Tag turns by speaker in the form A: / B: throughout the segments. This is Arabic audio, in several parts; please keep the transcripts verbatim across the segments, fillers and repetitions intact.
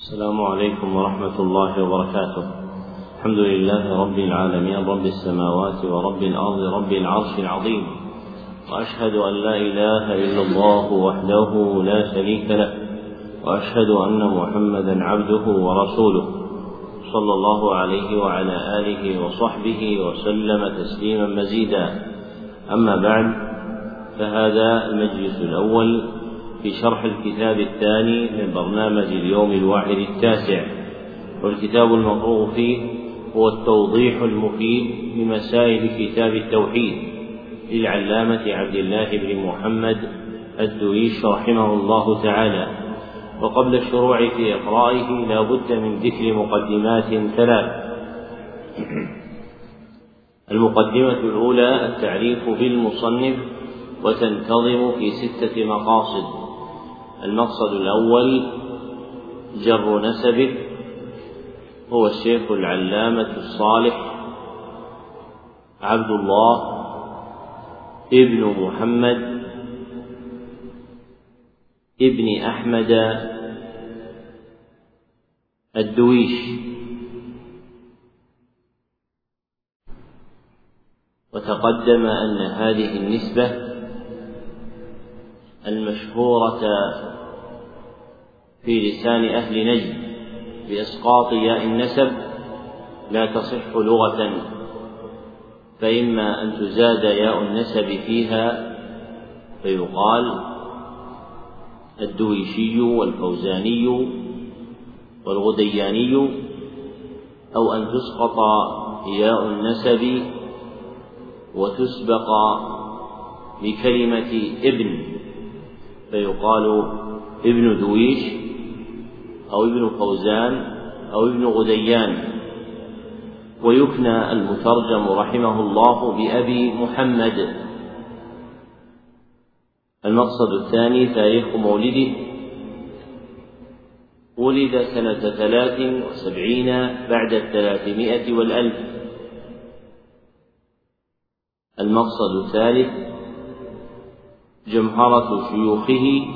A: السلام عليكم ورحمة الله وبركاته. الحمد لله رب العالمين، رب السماوات ورب الأرض، رب العرش العظيم، وأشهد أن لا إله إلا الله وحده لا شريك له، وأشهد أن محمدا عبده ورسوله، صلى الله عليه وعلى آله وصحبه وسلم تسليما مزيدا. أما بعد، فهذا المجلس الأول في شرح الكتاب الثاني من برنامج اليوم الواحد التاسع، والكتاب المقروء فيه هو التوضيح المفيد لمسائل كتاب التوحيد للعلامة عبد الله بن محمد الدويش رحمه الله تعالى. وقبل الشروع في إقرائه لا بد من ذكر مقدمات ثلاث. المقدمة الأولى التعريف بالمصنف، وتنتظم في ستة مقاصد. المقصد الأول جر نسبه، هو الشيخ العلامة الصالح عبد الله ابن محمد ابن أحمد الدويش. وتقدم أن هذه النسبة المشهورة في لسان أهل نجد بإسقاط ياء النسب لا تصح لغة، فإما أن تزاد ياء النسب فيها فيقال الدويشي والفوزاني والغدياني، أو أن تسقط ياء النسب وتسبق بكلمة ابن فيقال ابن دويش أو ابن فوزان أو ابن غديان. ويكنى المترجم رحمه الله بأبي محمد. المقصد الثاني تاريخ مولده، ولد سنة ثلاث وسبعين بعد الثلاثمائة والألف. المقصد الثالث جمهرة شيوخه.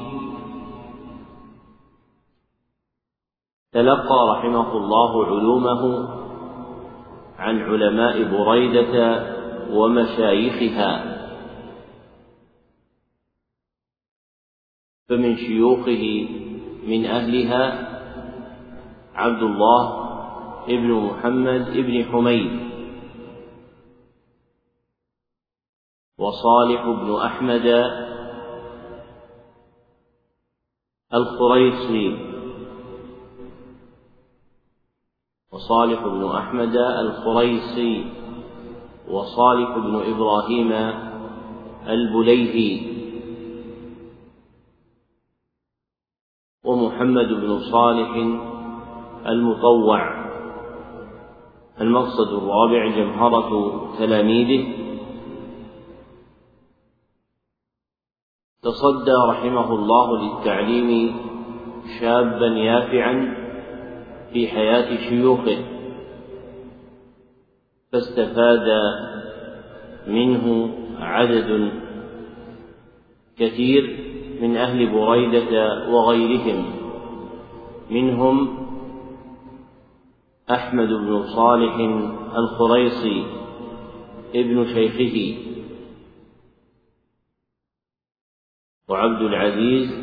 A: تلقى رحمه الله علومه عن علماء بريدة ومشايخها، فمن شيوخه من أهلها عبد الله ابن محمد ابن حميد، وصالح بن أحمد الخريصي وصالح بن أحمد الخريصي وصالح بن إبراهيم البليهي، ومحمد بن صالح المطوع. المقصد الرابع جمهرة تلاميذه. تصدى رحمه الله للتعليم شابا يافعا في حياة شيوخه، فاستفاد منه عدد كثير من أهل بريدة وغيرهم، منهم أحمد بن صالح الخريصي ابن شيخه، وعبد العزيز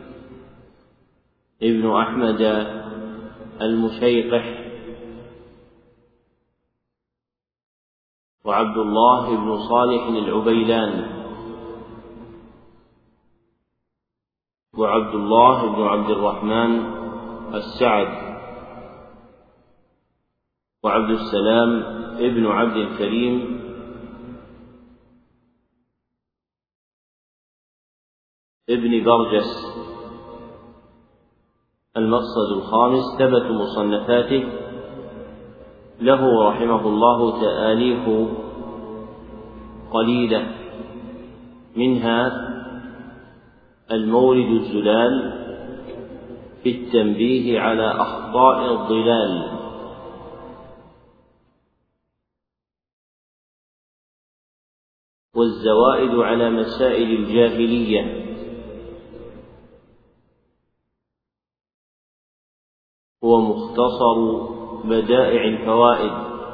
A: ابن أحمد المشيقح، وعبد الله بن صالح العبيلان، وعبد الله بن عبد الرحمن السعد، وعبد السلام ابن عبد الكريم ابن برجس. المقصد الخامس ثبت مصنفاته. له رحمه الله تآليف قليلة، منها المورد الزلال في التنبيه على أخطاء الضلال، والزوائد على مسائل الجاهلية، هو مختصر بدائع الفوائد،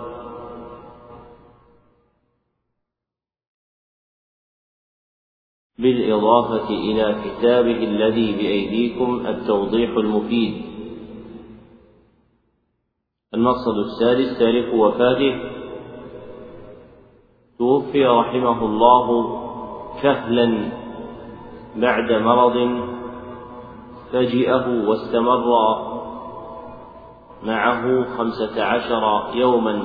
A: بالإضافة إلى كتابه الذي بأيديكم التوضيح المفيد. المقصد السادس تاريخ وفاته. توفي رحمه الله كهلا بعد مرض فجئه واستمر معه خمسة عشر يوما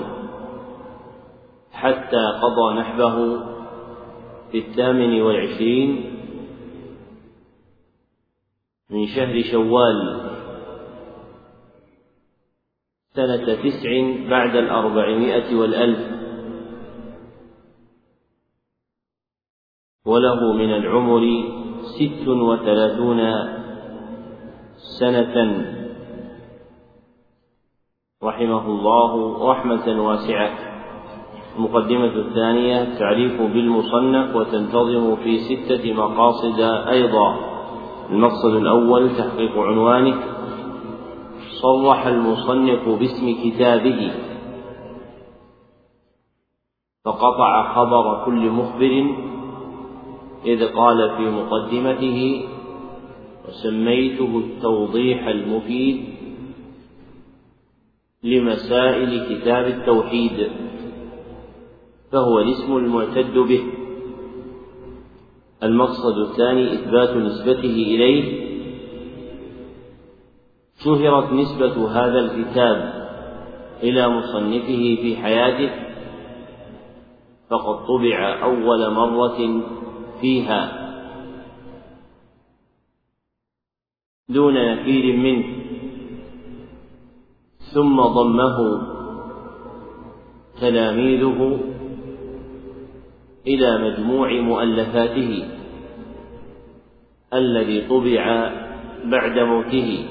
A: حتى قضى نحبه في الثامن والعشرين من شهر شوال سنة تسع بعد الأربعمائة والألف، وله من العمر ست وثلاثون سنة رحمه الله رحمة واسعة. المقدمة الثانية تعريف بالمصنف وتنتظم في ستة مقاصد أيضا. المقصد الأول تحقيق عنوانه. صرح المصنف باسم كتابه فقطع خبر كل مخبر، إذ قال في مقدمته: وسميته التوضيح المفيد لمسائل كتاب التوحيد، فهو الاسم المعتد به. المقصد الثاني إثبات نسبته إليه. شهرت نسبة هذا الكتاب إلى مصنفه في حياته، فقد طبع أول مرة فيها دون نكير منه، ثم ضمه تلاميذه إلى مجموع مؤلفاته الذي طبع بعد موته،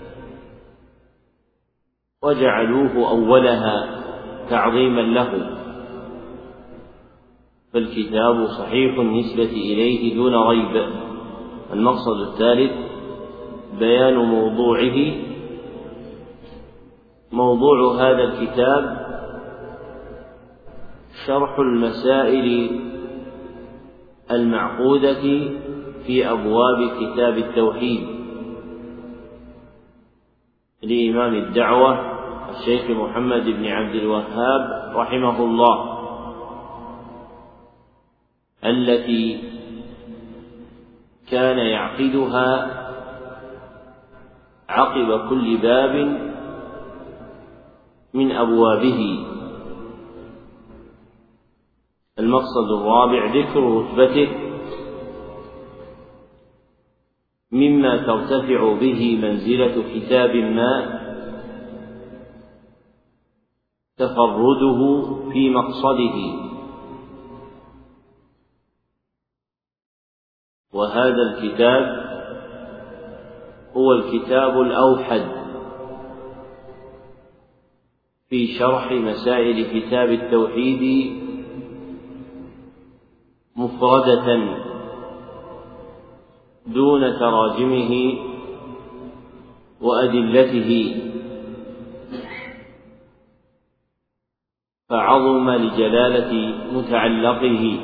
A: وجعلوه أولها تعظيما له، فالكتاب صحيح النسبة إليه دون ريب. المقصد الثالث بيان موضوعه. موضوع هذا الكتاب شرح المسائل المعقودة في أبواب كتاب التوحيد لإمام الدعوة الشيخ محمد بن عبد الوهاب رحمه الله، التي كان يعقدها عقب كل باب من أبوابه. المقصد الرابع ذكر رتبته مما ترتفع به منزلة كتاب ما، تفرده في مقصده، وهذا الكتاب هو الكتاب الأوحد في شرح مسائل كتاب التوحيد مفردة دون تراجمه وأدلته، فعظم لجلالة متعلقه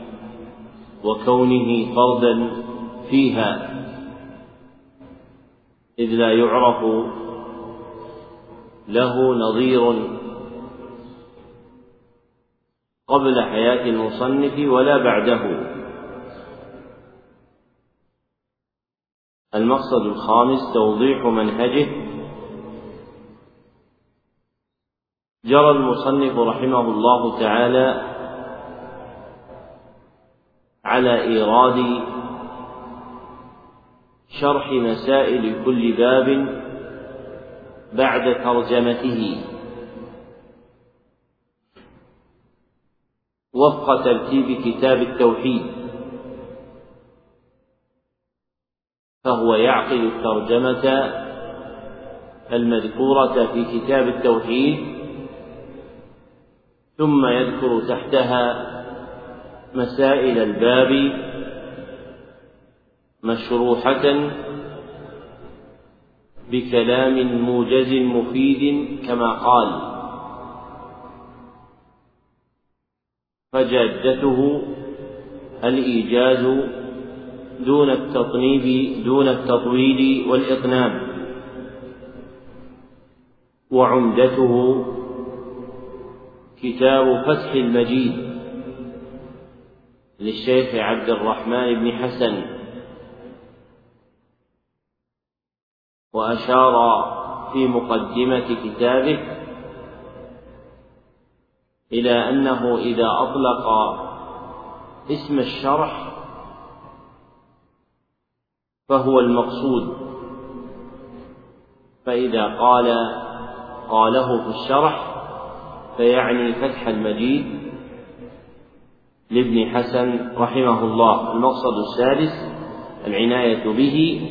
A: وكونه فردا فيها، إذ لا يعرف له نظير قبل حياة المصنف ولا بعده. المقصد الخامس توضيح منهجه. جرى المصنف رحمه الله تعالى على إيراد شرح مسائل كل باب بعد ترجمته وفق ترتيب كتاب التوحيد، فهو يعقد الترجمة المذكورة في كتاب التوحيد، ثم يذكر تحتها مسائل الباب مشروحة بكلام موجز مفيد كما قال، فجادته الإيجاز دون التطنيب دون التطويل والإطناب، وعمدته كتاب فتح المجيد للشيخ عبد الرحمن بن حسن، وأشار في مقدمة كتابه إلى أنه إذا أطلق اسم الشرح فهو المقصود، فإذا قال قاله في الشرح فيعني فتح المجيد لابن حسن رحمه الله. المقصد السادس العناية به.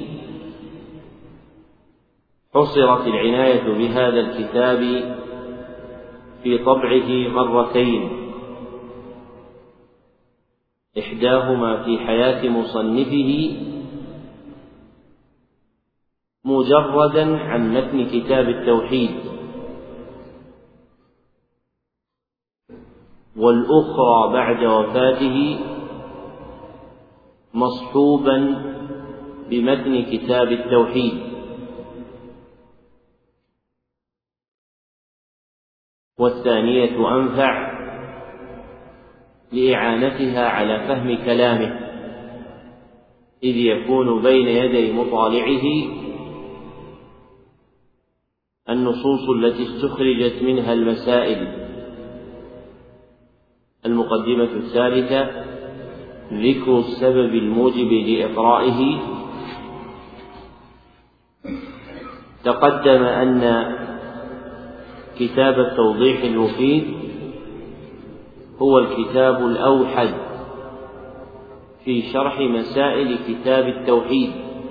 A: حصرت العناية بهذا الكتاب في طبعه مرتين، إحداهما في حياة مصنفه مجردا عن متن كتاب التوحيد، والأخرى بعد وفاته مصحوبا بمتن كتاب التوحيد. والثانية أنفع لإعانتها على فهم كلامه، إذ يكون بين يدي مطالعه النصوص التي استخرجت منها المسائل. المقدمة الثالثة ذكر السبب الموجب لإقرائه. تقدم أن كتاب التوضيح المفيد هو الكتاب الأوحد في شرح مسائل كتاب التوحيد،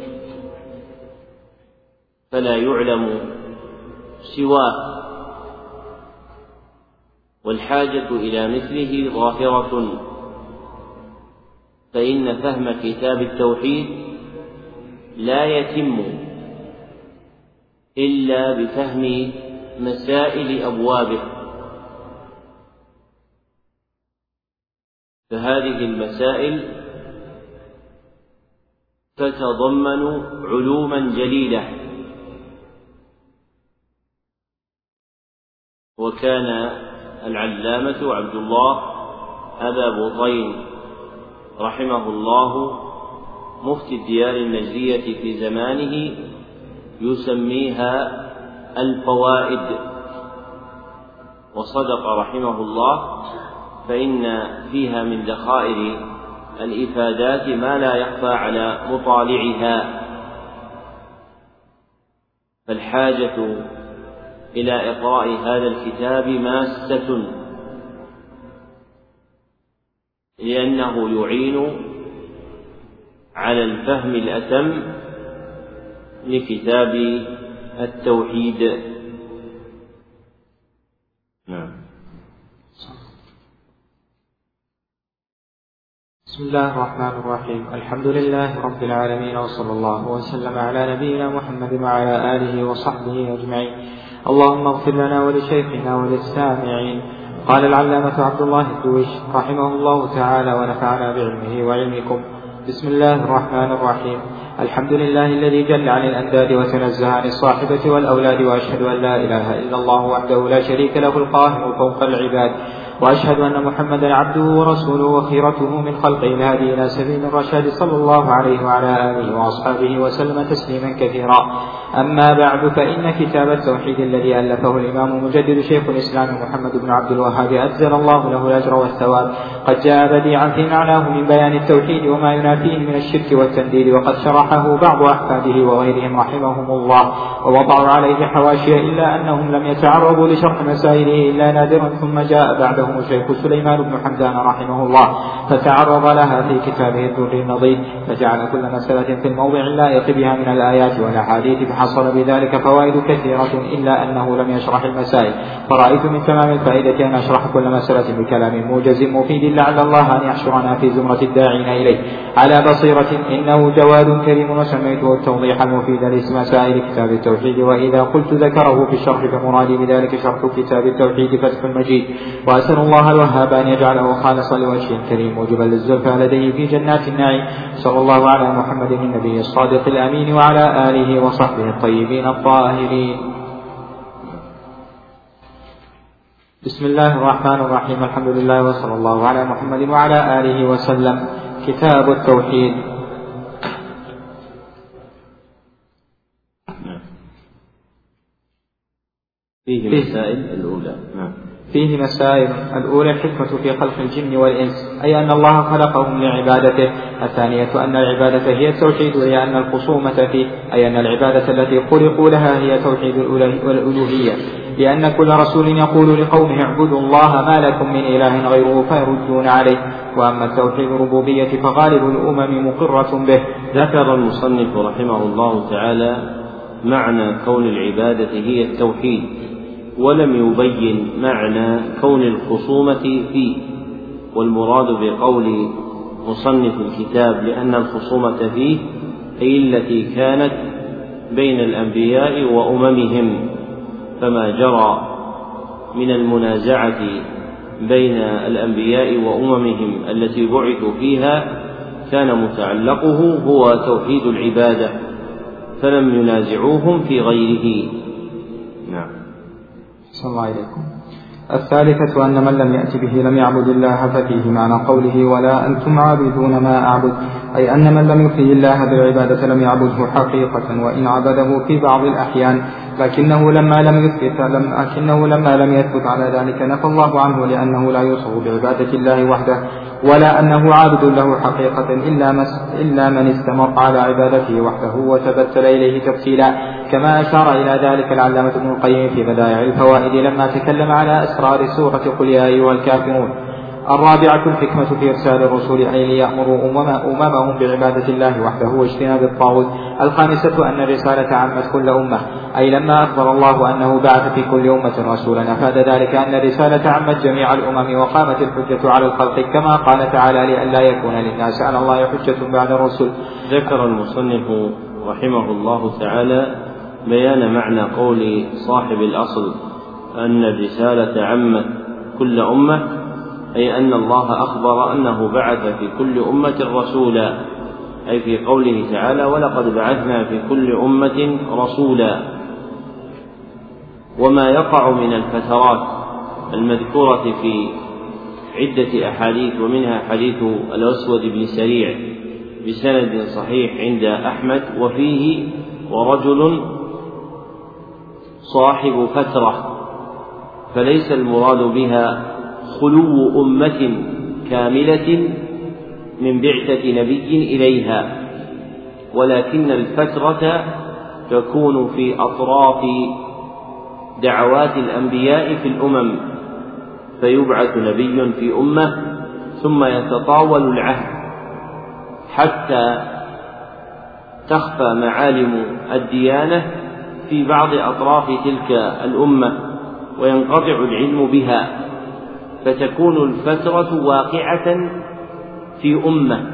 A: فلا يعلم سواه، والحاجة إلى مثله ظاهرة، فإن فهم كتاب التوحيد لا يتم إلا بفهم مسائل أبوابه، فهذه المسائل تتضمن علوما جليلة. وكان العلامة عبد الله أبا بطين رحمه الله مفتي الديار النجدية في زمانه يسميها الفوائد، وصدق رحمه الله، فإن فيها من ذخائر الإفادات ما لا يخفى على مطالعها. فالحاجة إلى إقراء هذا الكتاب ماسة، لأنه يعين على الفهم الأتم لكتاب التوحيد. نعم.
B: بسم الله الرحمن الرحيم. الحمد لله رب العالمين، وصلى الله وسلم على نبينا محمد وعلى آله وصحبه أجمعين. اللهم اغفر لنا ولشيخنا وللسامعين. قال العلامة عبد الله الدويش رحمه الله تعالى ونفعنا بعلمه وعلمكم. بسم الله الرحمن الرحيم. الحمد لله الذي جل عن الأنداد وتنزه عن الصاحبة والأولاد، وأشهد أن لا إله إلا الله وحده لا شريك له القاهر فوق العباد، وأشهد أن محمدا عبده ورسوله وخيرته من خلقه الهادي إلى سبيل الرشاد، صلى الله عليه وعلى آله وأصحابه وسلم تسليما كثيرا. أما بعد، فإن كتاب التوحيد الذي ألفه الإمام مجدد شيخ الإسلام محمد بن عبد الوهاب أجزل الله له الأجر والثواب قد جاء بديعا في معناه من بيان التوحيد وما ينافيه من الشرك والتنديد، وقد شرحه بعض أحفاده وغيرهم رحمهم الله ووضعوا عليه حواشي، إلا أنهم لم يتعرضوا لشرح مسائله إلا نادرا، ثم جاء بعده حدثهم الشيخ سليمان بن حمدان رحمه الله فتعرض لها في كتابه الدر النضيد فجعل كل مسألة في الموضع اللائق بها من الآيات والأحاديث فحصل بذلك فوائد كثيرة إلا أنه لم يشرح المسائل. فرأيت من تمام الفائدة أن أشرح كل مسألة بكلام موجز مفيد لعل الله أن يحشرنا في زمرة الداعين إليه على بصيرة إنه جواد كريم وسميته التوضيح المفيد لمسائل كتاب التوحيد. وإذا قلت ذكره في الشرح فمرادي بذلك شرح كتاب التوحيد فتح المجيد. وأسأل الله الوهاب أن يجعله خالصا لوجهه الكريم موجبا للزلفى لديه في جنات النعيم. صلى الله على محمد النبي الصادق الأمين وعلى آله وصحبه الطيبين الطاهرين. بسم الله الرحمن الرحيم. الحمد لله وصلى الله على محمد وعلى آله وسلم. كتاب التوحيد.
A: فيه مسائل الأولى. نعم.
B: فيه مسائل الأولى الحكمة في خلق الجن والإنس أي أن الله خلقهم لعبادته. الثانية أن العبادة هي التوحيد لأن الخصومة فيه أي أن العبادة التي خلقوا لها هي توحيد الألوهية لأن كل رسول يقول لقومه اعبدوا الله ما لكم من إله غيره فيردون عليه. وأما التوحيد الربوبية فغالب الأمم مقرة به.
A: ذكر المصنف رحمه الله تعالى معنى كون العبادة هي التوحيد ولم يبين معنى كون الخصومة فيه. والمراد بقول مصنف الكتاب لأن الخصومة فيه هي التي كانت بين الأنبياء وأممهم فما جرى من المنازعة بين الأنبياء وأممهم التي بعثوا فيها كان متعلقه هو توحيد العبادة فلم ينازعوهم في غيره. نعم.
B: صلى الله عليكم. الثالثة أن من لم يأت به لم يعبد الله ففيه معنى قوله ولا أنتم عابدون ما أعبد أي أن من لم يفيه الله بالعبادة لم يعبده حقيقة وإن عبده في بعض الأحيان لكنه لما لم يثبت لكنه لما لم يثبت على ذلك نفى الله عنه لأنه لا يوصف بعبادة الله وحده ولا أنه عابد له حقيقة إلا من استمر على عبادته وحده وتبتل إليه تبتيلا كما أشار إلى ذلك العلامة ابن القيم في بدائع الفوائد لما تكلم على أسرار سورة قل يا أيها الكافرون. الرابعة الحكمة في إرسال الرسل أي ليأمروا أممهم بعبادة الله وحده واجتناب الطاغوت. الخامسة أن الرسالة عمت كل أمة أي لما أخبر الله أنه بعث في كل أمة رسولا أفاد ذلك أن الرسالة عمت جميع الأمم وقامت الحجة على الخلق كما قال تعالى لئلا يكون للناس على الله حجة بعد الرسل.
A: ذكر المصنف رحمه الله تعالى بيان معنى قول صاحب الأصل أن الرسالة عمت كل أمة أي أن الله أخبر أنه بعث في كل أمة رسولا أي في قوله تعالى ولقد بعثنا في كل أمة رسولا. وما يقع من الفترات المذكورة في عدة أحاديث ومنها حديث الأسود بن سريع بسند صحيح عند أحمد وفيه ورجل صاحب فترة فليس المراد بها خلو أمة كاملة من بعثة نبي إليها ولكن الفترة تكون في أطراف دعوات الأنبياء في الأمم فيبعث نبي في أمة ثم يتطاول العهد حتى تخفى معالم الديانة في بعض أطراف تلك الأمة وينقطع العلم بها فتكون الفترة واقعة في أمة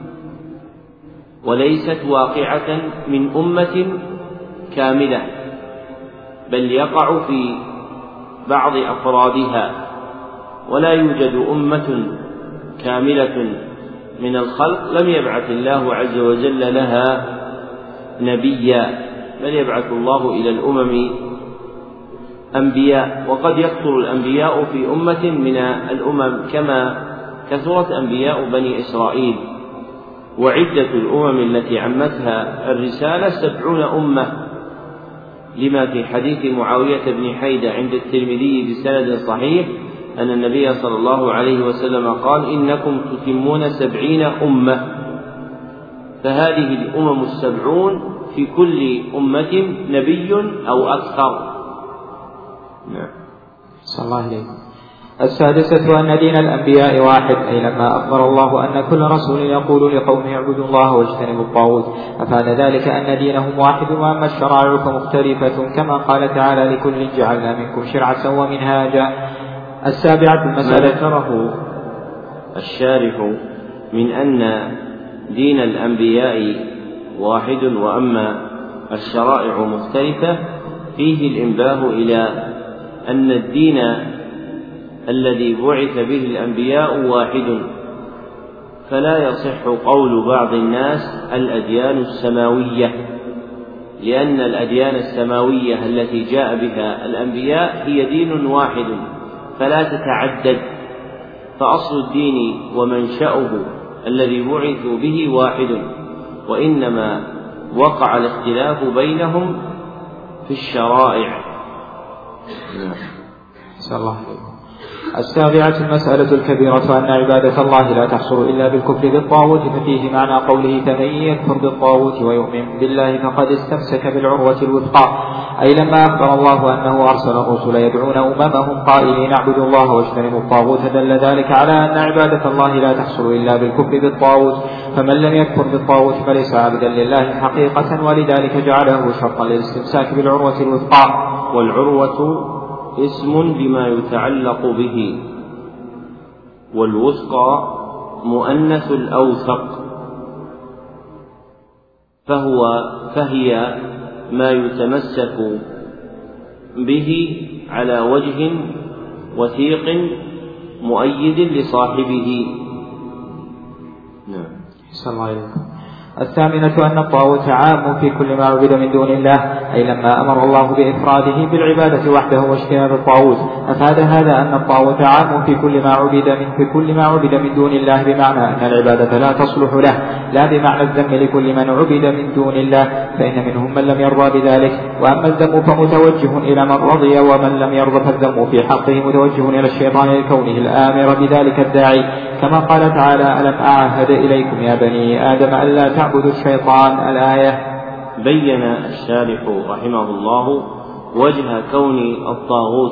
A: وليست واقعة من أمة كاملة بل يقع في بعض أفرادها ولا يوجد أمة كاملة من الخلق لم يبعث الله عز وجل لها نبيا بل يبعث الله إلى الأمم أنبياء وقد يكثر الأنبياء في أمة من الأمم كما كثرت أنبياء بني إسرائيل. وعدة الأمم التي عمتها الرسالة سبعون أمة لما في حديث معاوية بن حيدة عند الترمذي بسند صحيح أن النبي صلى الله عليه وسلم قال إنكم تتمون سبعين أمة فهذه الأمم السبعون في كل أمة نبي أو أكثر.
B: صلى الله عليه. السادسة أن دين الأنبياء واحد، أي لما أخبر الله أن كل رسول يقول لقومه اعبدوا الله واجتنبوا الطاغوت أفاد ذلك أن دينهم واحد، وأما الشرائع فمختلفة كما قال تعالى لكل جعلنا منكم شرعة ومنهاجا. السابعة المسألة
A: ما ذكره الشارح من أن دين الأنبياء واحد وأما الشرائع مختلفة فيه الإنباه إلى أن الدين الذي بعث به الأنبياء واحد، فلا يصح قول بعض الناس الأديان السماوية، لأن الأديان السماوية التي جاء بها الأنبياء هي دين واحد فلا تتعدد، فأصل الدين ومنشأه الذي بعثوا به واحد، وإنما وقع الاختلاف بينهم في الشرائع.
B: الله. السابعة المسألة الكبيرة أن عبادة الله لا تحصل إلا بالكفر بالطاغوت، ففيه معنى قوله فمن يكفر بالطاغوت ويؤمن بالله فقد استمسك بالعروة الوثقى، أي لما أخبر الله أنه أرسل الرسل يدعون أممهم قائلين اعبدوا الله واجتنبوا الطاغوت، دل ذلك على أن عبادة الله لا تحصل إلا بالكفر بالطاغوت، فمن لم يكفر بالطاغوت فليس عبدا لله حقيقة، ولذلك جعله شرطا للاستمساك بالعروة الوثقى.
A: والعروة اسم لما يتعلق به، والوثقى مؤنث الأوثق، فهو فهي ما يتمسك به على وجه وثيق مؤيد لصاحبه.
B: نعم. صلى الله عليه وسلم. الثامنة أن الطاغوت عام في كل ما عبد من دون الله، أي لما أمر الله بإفراده بالعبادة وحده واجتناب الطاغوت أفاد هذا أن الطاغوت عام في كل ما عبد من في كل ما عبد من دون الله، بمعنى أن العبادة لا تصلح له، لا بمعنى الذم لكل من عبد من دون الله، فإن منهم من لم يرضى بذلك، وأما الذم فمتوجه إلى من رضي، ومن لم يرضى فالذم في حقه متوجه إلى الشيطان لكونه الآمر بذلك الداعي، كما قال تعالى ألم أعهد إليكم يا بني آدم ألا تعبدوا الشيطان الآية.
A: بين الشارح رحمه الله وجه كون الطاغوت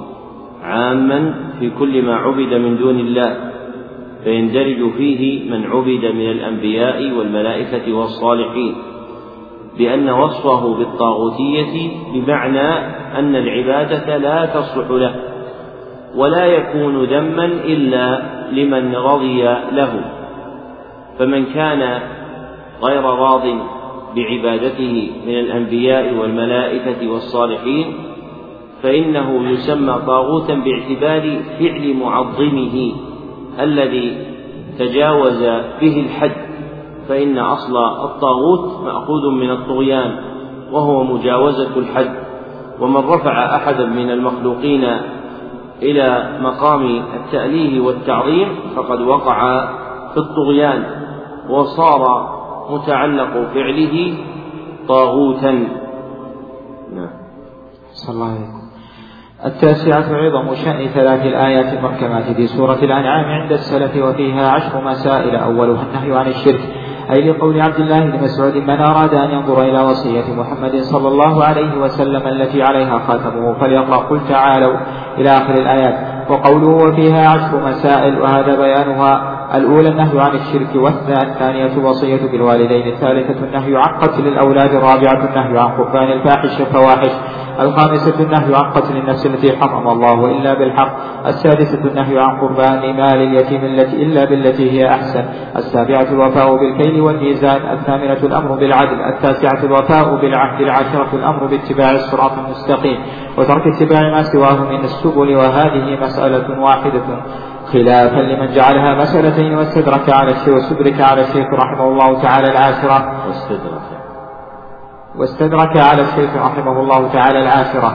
A: عاما في كل ما عبد من دون الله، فيندرج فيه من عبد من الأنبياء والملائكة والصالحين، بأن وصفه بالطاغوتية بمعنى أن العبادة لا تصلح له، ولا يكون ذما إلا لمن رضي له، فمن كان غير راض بعبادته من الأنبياء والملائكة والصالحين فإنه يسمى طاغوتا باعتبار فعل معظمه الذي تجاوز به الحد، فإن أصل الطاغوت مأخوذ من الطغيان وهو مجاوزة الحد، ومن رفع أحدا من المخلوقين إلى مقام التأليه والتعظيم فقد وقع في الطغيان وصار متعلق فعله طاغوتا.
B: نعم. صلى الله عليه وسلم. التاسعة عظم شأن ثلاث الآيات المحكمات في سورة الأنعام عند السلف، وفيها عشر مسائل، أولها النهي عن الشرك، أي لقول عبد الله بن مسعود من أراد أن ينظر إلى وصية محمد صلى الله عليه وسلم التي عليها خاتمه فليقرأ قل تعالوا إلى آخر الآيات. وقوله وفيها عشر مسائل وهذا بيانها: الأولى النهي عن الشرك، والثانية الوصية بالوالدين، الثالثة النهي عن قتل الأولاد، الرابعة النهي عن قربان الفاحش الفواحش، الخامسة النهي عن قتل النفس التي حرم الله إلا بالحق، السادسة النهي عن قربان مال اليتيم التي إلا بالتي هي أحسن، السابعة الوفاء بالكيل والميزان، الثامنة الأمر بالعدل، التاسعة الوفاء بالعهد، العاشرة الأمر باتباع الصراط المستقيم وترك اتباع ما سواه من السبل، وهذه مسألة واحدة خلافا لمن جعلها مسألتين واستدرك على الشيخ واستدرك على الشيخ رحمه الله تعالى العاشرة
A: واستدرك
B: واستدرك على الشيخ رحمه الله تعالى العاشرة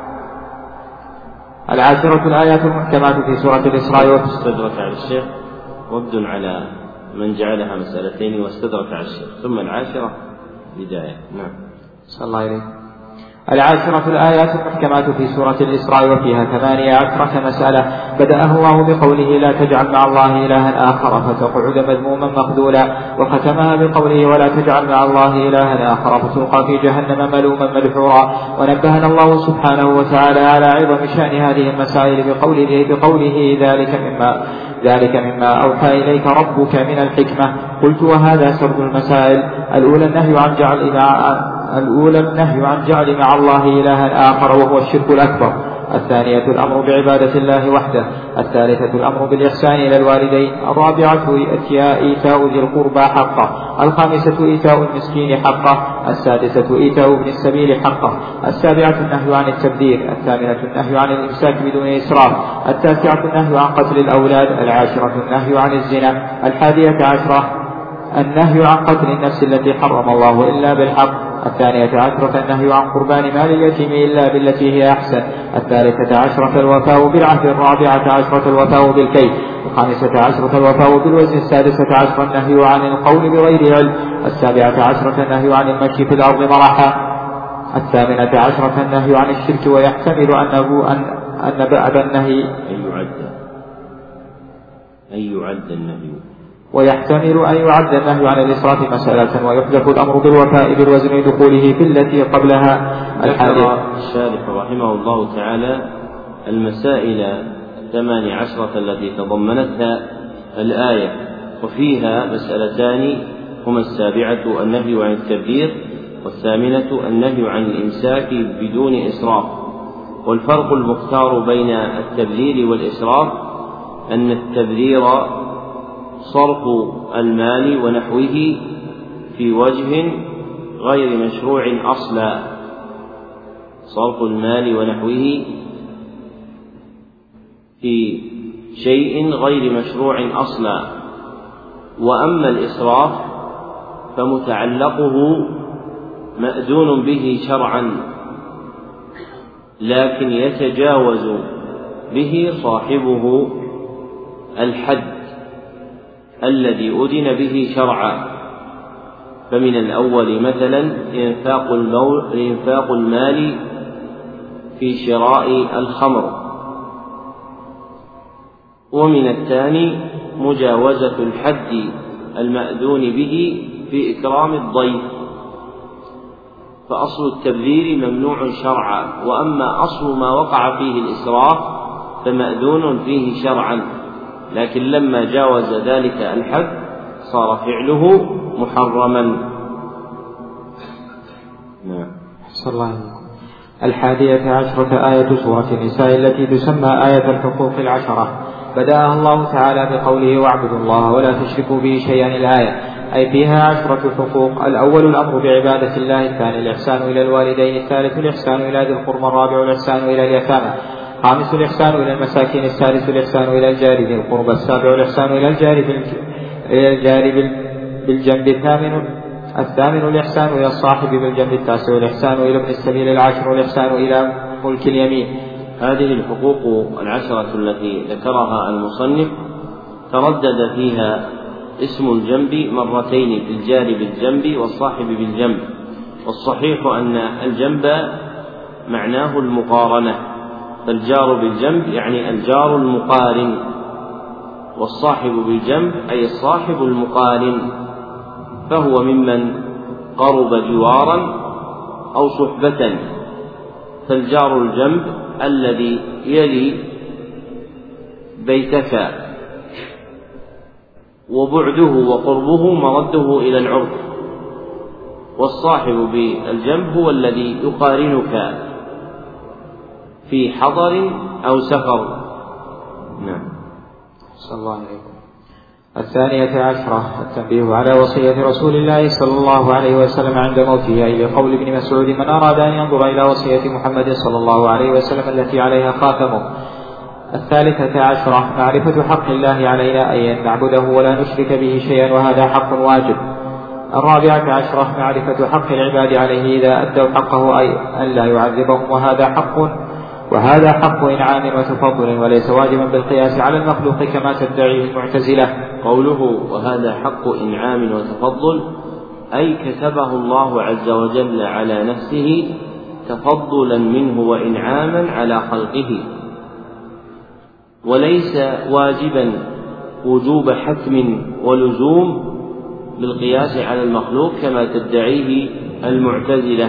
B: العاشرة الآيات المحكمات في سورة الإسراء.
A: واستدرك على الشيخ وابد على من جعلها مسألتين واستدرك على الشيخ، ثم العاشرة بداية. نعم.
B: صلى الله عليه. العاشرة الآيات المحكمات في سورة الإسراء وفيها ثمانية عشرة مسألة. بدأه الله بقوله لا تجعل مع الله إلها آخر فتقعد مذموما مخذولا، وختمها بقوله ولا تجعل مع الله إلها آخر فتلقى في جهنم ملوما مدحورا. ونبهنا الله سبحانه وتعالى على عظم شأن هذه المسائل بقوله, بقوله ذلك مما ذلك مما أوحى إليك ربك من الحكمة. قلت وهذا سرد المسائل. الأولى النهي عن جعل الأولى النهي عن جعل مع الله إلها آخر وهو الشرك الأكبر. الثانية الأمر بعبادة الله وحده. الثالثة الأمر بالإحسان إلى الوالدين. الرابعة إيتاء ذي القربى حقه. الخامسة إيتاء المسكين حقه. السادسة إيتاء ابن السبيل حقه. السابعة النهي عن التبذير. الثامنة النهي عن الإمساك بدون إسراف. التاسعة النهي عن قتل الأولاد. العاشرة النهي عن الزنا. الحادية عشرة النهي عن قتل النفس التي حرم الله إلا بالحق. الثانية عشرة النهي عن قربان مال اليتيم إلا بالتي هي أحسن. الثالثة عشرة الوفاء بالعهد. الرابعة عشرة الوفاء بالكيل. الخامسة عشرة الوفاء بالوزن. السادسة عشرة النهي عن القول بغير علم. السابعة عشرة النهي عن المشي في الأرض مرحا. الثامنة عشرة النهي عن الشرك، ويحتمل أنه أن, أن بعد النهي
A: أن يعد أن يعد النهي
B: ويحتمل أن يعد النهي عن الإسراف مسألة، ويحذف الأمر بالوفاء بالوزن لدخوله في التي قبلها.
A: ذكر الشارح رحمه الله تعالى المسائل الثمان عشرة التي تضمنتها الآية، وفيها مسألتان هما السابعة النهي عن التبذير، والثامنة النهي عن الإمساك بدون إسراف. والفرق المختار بين التبذير والإسراف أن التبذير صرف المال ونحوه في وجه غير مشروع أصلا، صرف المال ونحوه في شيء غير مشروع أصلا. وأما الإسراف فمتعلقه مأذون به شرعا، لكن يتجاوز به صاحبه الحد الذي أذن به شرعا. فمن الأول مثلا إنفاق, إنفاق المال في شراء الخمر، ومن الثاني مجاوزة الحد المأذون به في إكرام الضيف. فأصل التبذير ممنوع شرعا، وأما أصل ما وقع فيه الإسراف فمأذون فيه شرعا، لكن لما جاوز ذلك الحد صار فعله محرما.
B: نعم. صلى الله عليه وسلم. الحادية عشرة آية سورة النساء التي تسمى آية الحقوق العشرة. بدأها الله تعالى بقوله واعبدوا الله ولا تشركوا به شيئا الآية، أي فيها عشرة حقوق. الأول الأمر بعبادة الله، الثاني الإحسان إلى الوالدين، الثالث الإحسان إلى ذي القربى، الرابع الإحسان إلى اليتامى، الخامس الإحسان إلى المساكين، السادس الإحسان إلى الجار ذي القربى، السابع الإحسان إلى الجار بالجنب، الثامن الثامن الإحسان إلى الصاحب بالجنب، التاسع الإحسان إلى ابن السبيل، العاشر الإحسان إلى ملك اليمين.
A: هذه الحقوق العشرة التي ذكرها المصنف تردد فيها اسم الجنب مرتين، في الجار بالجنب والصاحب بالجنب، والصحيح أن الجنب معناه المقارنة، فالجار بالجنب يعني الجار المقارن، والصاحب بالجنب أي الصاحب المقارن، فهو ممن قرب جوارا أو صحبة. فالجار الجنب الذي يلي بيتك، وبعده وقربه مرده إلى العرف، والصاحب بالجنب هو الذي يقارنك في حضر أو سفر. نعم.
B: صلى الله عليه وسلم. الثانية عشرة التنبيه على وصية رسول الله صلى الله عليه وسلم عند موته، أي لقول ابن مسعود من أراد أن ينظر إلى وصية محمد صلى الله عليه وسلم التي عليها خاتمه. الثالثة عشرة معرفة حق الله علينا، أي أن نعبده ولا نشرك به شيئا، وهذا حق واجب. الرابعة عشرة معرفة حق العباد عليه إذا أدوا حقه، أي أن لا يعذبهم، وهذا حق وهذا حق إنعام وتفضل، وليس واجبا بالقياس على المخلوق كما تدعيه المعتزلة.
A: قوله وهذا حق إنعام وتفضل أي كتبه الله عز وجل على نفسه تفضلا منه وإنعاما على خلقه، وليس واجبا وجوب حتم ولزوم بالقياس على المخلوق كما تدعيه المعتزلة.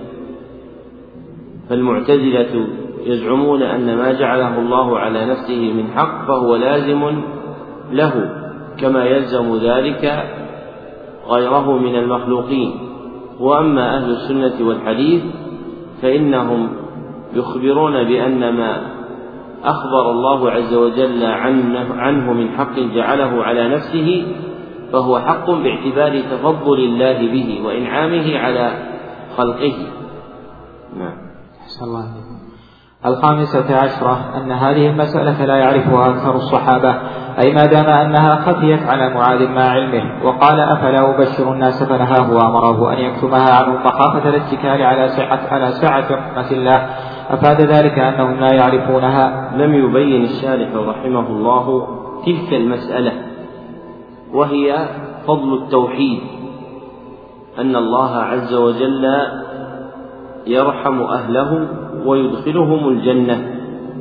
A: فالمعتزلة يزعمون أن ما جعله الله على نفسه من حق فهو لازم له كما يلزم ذلك غيره من المخلوقين. وأما أهل السنة والحديث فإنهم يخبرون بأن ما أخبر الله عز وجل عنه, عنه من حق جعله على نفسه فهو حق باعتبار تفضل الله به وإنعامه على خلقه. نعم.
B: أحسن الله عليكم. الخامسة عشرة أن هذه المسألة لا يعرفها أكثر الصحابة، أي ما دام أنها خفيت على معاذ مع علمه، وقال أفلا أبشر الناس فنهاه وأمره أن يكتمها عنه مخافة الاتكال على سعة على سعة رحمة الله. أفاد ذلك أنهم لا يعرفونها.
A: لم يبين الشارح رحمه الله تلك المسألة، وهي فضل التوحيد، أن الله عز وجل يرحم أهله ويدخلهم الجنة،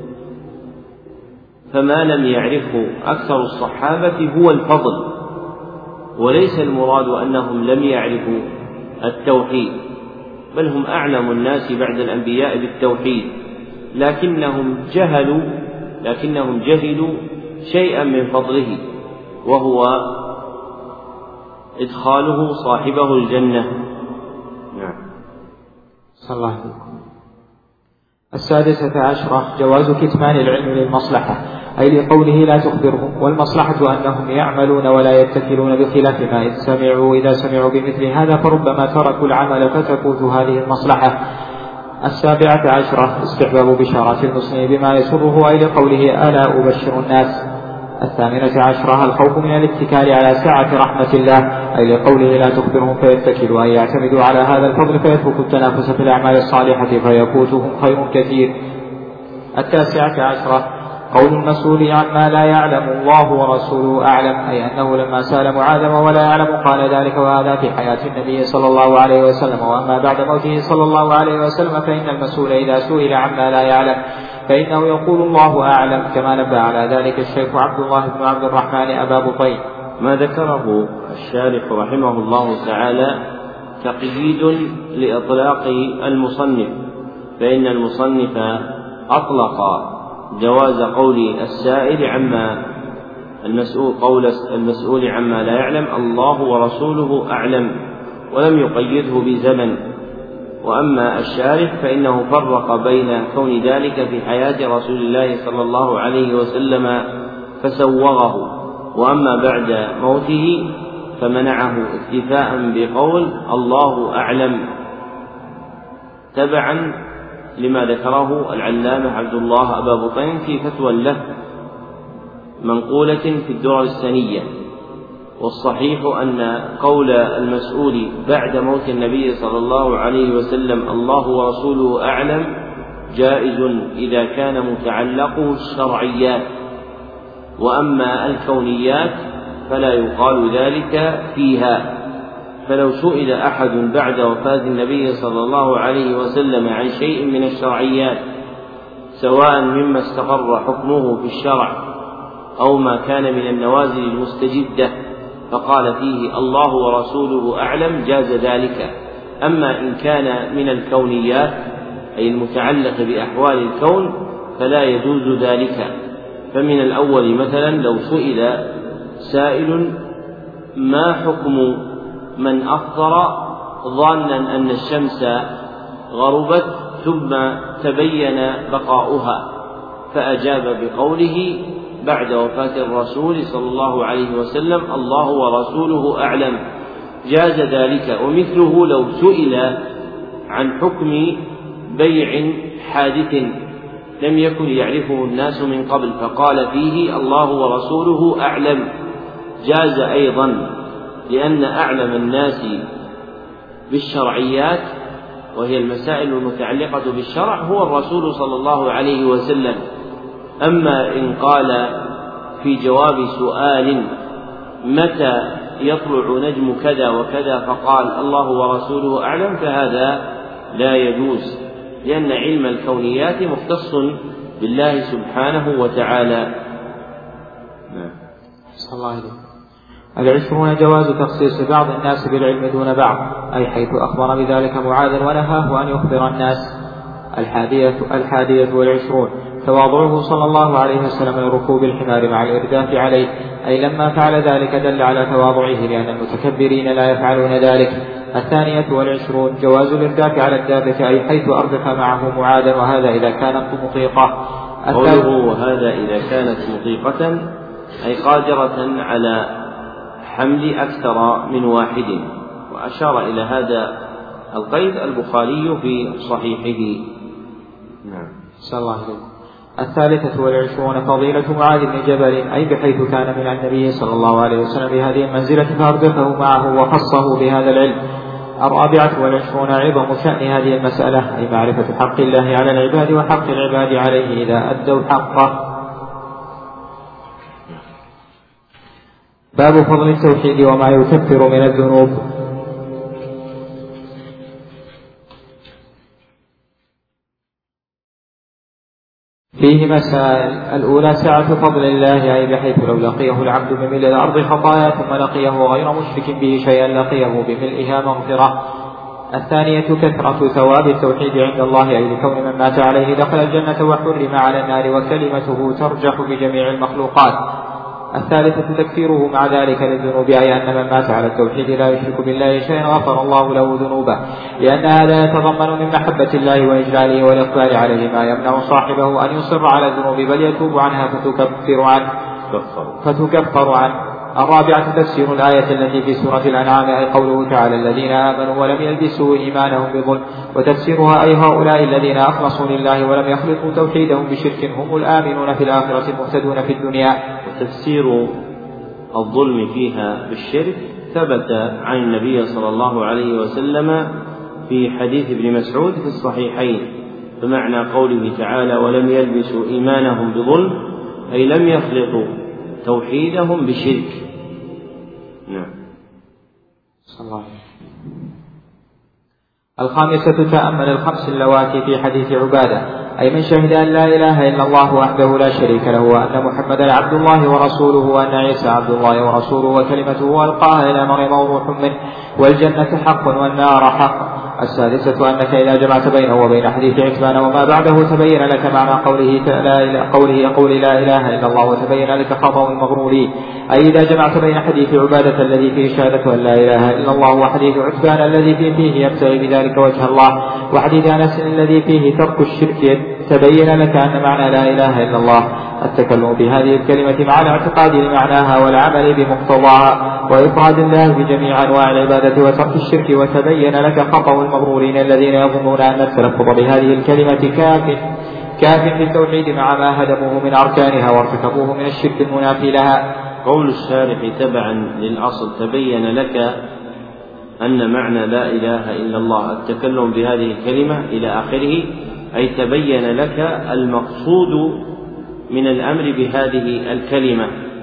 A: فما لم يعرفه أكثر الصحابة هو الفضل، وليس المراد أنهم لم يعرفوا التوحيد، بل هم أعلم الناس بعد الأنبياء بالتوحيد، لكنهم جهلوا لكنهم جهلوا شيئا من فضله، وهو إدخاله صاحبه الجنة. نعم.
B: صلى الله عليه وسلم. السادسة عشرة جواز كتمان العلم للمصلحة، أي لقوله لا تخبرهم، والمصلحة أنهم يعملون ولا يتكلون بخلاف ما إذ سمعوا إذا سمعوا بمثل هذا فربما تركوا العمل فتفوت هذه المصلحة. السابعة عشرة استحباب بشارة المسلم بما يسره، أي لقوله ألا أبشر الناس. الثامنة عشرة الخوف من الاتكال على سعة رحمة الله، أي لقوله لا تخبرهم فيتكلوا، أي يعتمدوا على هذا الفضل فيتركوا التنافس في الأعمال الصالحة فيفوتهم خير كثير. التاسعة عشرة قول المسؤول عما لا يعلم الله ورسوله أعلم، أي أنه لما سأل معاذ ولا يعلم قال ذلك، وهذا في حياة النبي صلى الله عليه وسلم. وأما بعد موته صلى الله عليه وسلم فإن المسؤول إذا سئل عما لا يعلم فإنه يقول الله أعلم، كما نبه على ذلك الشيخ عبد الله بن عبد الرحمن أبا بطين.
A: ما ذكره الشارح رحمه الله تعالى تقييد لإطلاق المصنف، فإن المصنف أطلق جواز قول السائل عما المسؤول قول المسؤول عما لا يعلم الله ورسوله أعلم، ولم يقيده بزمن. وأما الشارح فإنه فرق بين كون ذلك في حياة رسول الله صلى الله عليه وسلم فسوغه، وأما بعد موته فمنعه اكتفاء بقول الله أعلم، تبعا لما ذكره العلامة عبد الله أبا بطين في فتوى له منقولة في الدرر السنية. والصحيح أن قول المسؤول بعد موت النبي صلى الله عليه وسلم الله ورسوله أعلم جائز إذا كان متعلقه الشرعيات، وأما الكونيات فلا يقال ذلك فيها. فلو سئل أحد بعد وفاة النبي صلى الله عليه وسلم عن شيء من الشرعيات سواء مما استقر حكمه في الشرع أو ما كان من النوازل المستجدة فقال فيه الله ورسوله أعلم جاز ذلك. أما إن كان من الكونيات أي المتعلق بأحوال الكون فلا يجوز ذلك. فمن الأول مثلا لو سئل سائل ما حكم من أفطر ظانا أن الشمس غربت ثم تبين بقاؤها، فأجاب بقوله بعد وفاة الرسول صلى الله عليه وسلم الله ورسوله أعلم جاز ذلك. ومثله لو سئل عن حكم بيع حادث لم يكن يعرفه الناس من قبل فقال فيه الله ورسوله أعلم جاز أيضا، لأن أعلم الناس بالشرعيات وهي المسائل المتعلقة بالشرع هو الرسول صلى الله عليه وسلم. أما إن قال في جواب سؤال متى يطلع نجم كذا وكذا فقال الله ورسوله أعلم فهذا لا يجوز، لأن علم الكونيات مختص بالله سبحانه وتعالى.
B: صلى الله عليه وسلم. العشرون جواز تخصيص بعض الناس بالعلم دون بعض، أي حيث أخبر بذلك معاذ ونهاه أن يخبر الناس. الحادية, الحادية والعشرون تواضعه صلى الله عليه وسلم لركوب الحمار مع الإرداف عليه، أي لما فعل ذلك دل على تواضعه لأن المتكبرين لا يفعلون ذلك. الثانية والعشرون جواز الإرداف على الدابة، أي حيث أردف معه معاذا، وهذا إذا كانت مطيقة.
A: قوله وهذا إذا كانت مطيقة أي قادرة على حمل أكثر من واحد، وأشار إلى هذا القيد البخاري في صحيحه.
B: نعم. صلى الله عليه وسلم. الثالثة والعشرون فضيلة معاذ بن جبل، أي بحيث كان من النبي صلى الله عليه وسلم بهذه المنزلة فأردفه معه وخصه بهذا العلم. الرابعة والعشرون عظم شأن هذه المسألة، أي معرفة حق الله على العباد وحق العباد عليه إذا أدوا حقه. باب فضل التوحيد وما يكفر من الذنوب. فيه مسائل. الأولى سعة فضل الله، أي بحيث لو لقيه العبد بملء الأرض خطايا ثم لقيه غير مشرك به شيئا لقيه بملئها مغفرة. الثانية كثرة ثواب التوحيد عند الله، أي لكون من مات عليه دخل الجنة وحرم على النار وكلمته ترجح بجميع المخلوقات. الثالثة تكفيره مع ذلك للذنوب، أي أن من مات على التوحيد لا يشرك بالله شيئا غفر الله له ذنوبه، لأن هذا يتضمن من محبة الله وإجلاله والإقبال عليه ما يمنع صاحبه أن يصر على الذنوب بل يتوب عنها فتكفر عنه فتكفر عنه. الرابعة تفسير الآية التي في سورة الأنعام، أي قوله تعالى الذين آمنوا ولم يلبسوا إيمانهم بظلم، وتفسيرها أي هؤلاء الذين أخلصوا لله ولم يخلطوا توحيدهم بشرك هم الآمنون في الآخرة المهتدون في الدنيا.
A: وتفسير الظلم فيها بالشرك ثبت عن النبي صلى الله عليه وسلم في حديث ابن مسعود في الصحيحين، فمعنى قوله تعالى ولم يلبسوا إيمانهم بظلم أي لم يخلطوا توحيدهم بشرك. نعم.
B: صلى الله عليه وسلم. الخامسة تأمل الخمس اللواتي في حديث عبادة، أي من شهد أن لا إله إلا الله وحده لا شريك له وأن محمدا عبد الله ورسوله وأن عيسى عبد الله ورسوله وكلمته ألقاها إلى مريم وروح منه والجنة حق والنار حق. السادسة أنك إذا جمعت بينه وبين حديث عتبان وما بعده تبين لك معنى قوله لا قوله يقول لا إله إلا الله وتبين لك خطأ المغرورين، أي إذا جمعت بين حديث عبادة الذي فيه شهادة أن لا إله إلا الله وحديث عتبان الذي فيه يبتغي بذلك وجه الله وحديث أنس الذي فيه ترك الشرك تبين لك أن معنى لا إله إلا الله التكلم بهذه الكلمة مع الاعتقاد لمعناها والعمل بمقتضاها وإفراد الله بجميع أنواع العبادة وترك الشرك. وتبين لك خطأ المغرورين الذين يظنون أن التلفظ بهذه الكلمة كاف كاف في التوحيد مع ما هدموه من أركانها وارتكبوه من الشرك المنافي لها.
A: قول الشارح تبعا للأصل تبين لك أن معنى لا إله إلا الله التكلم بهذه الكلمة إلى آخره، أي تبين لك المقصود من الأمر بهذه الكلمة.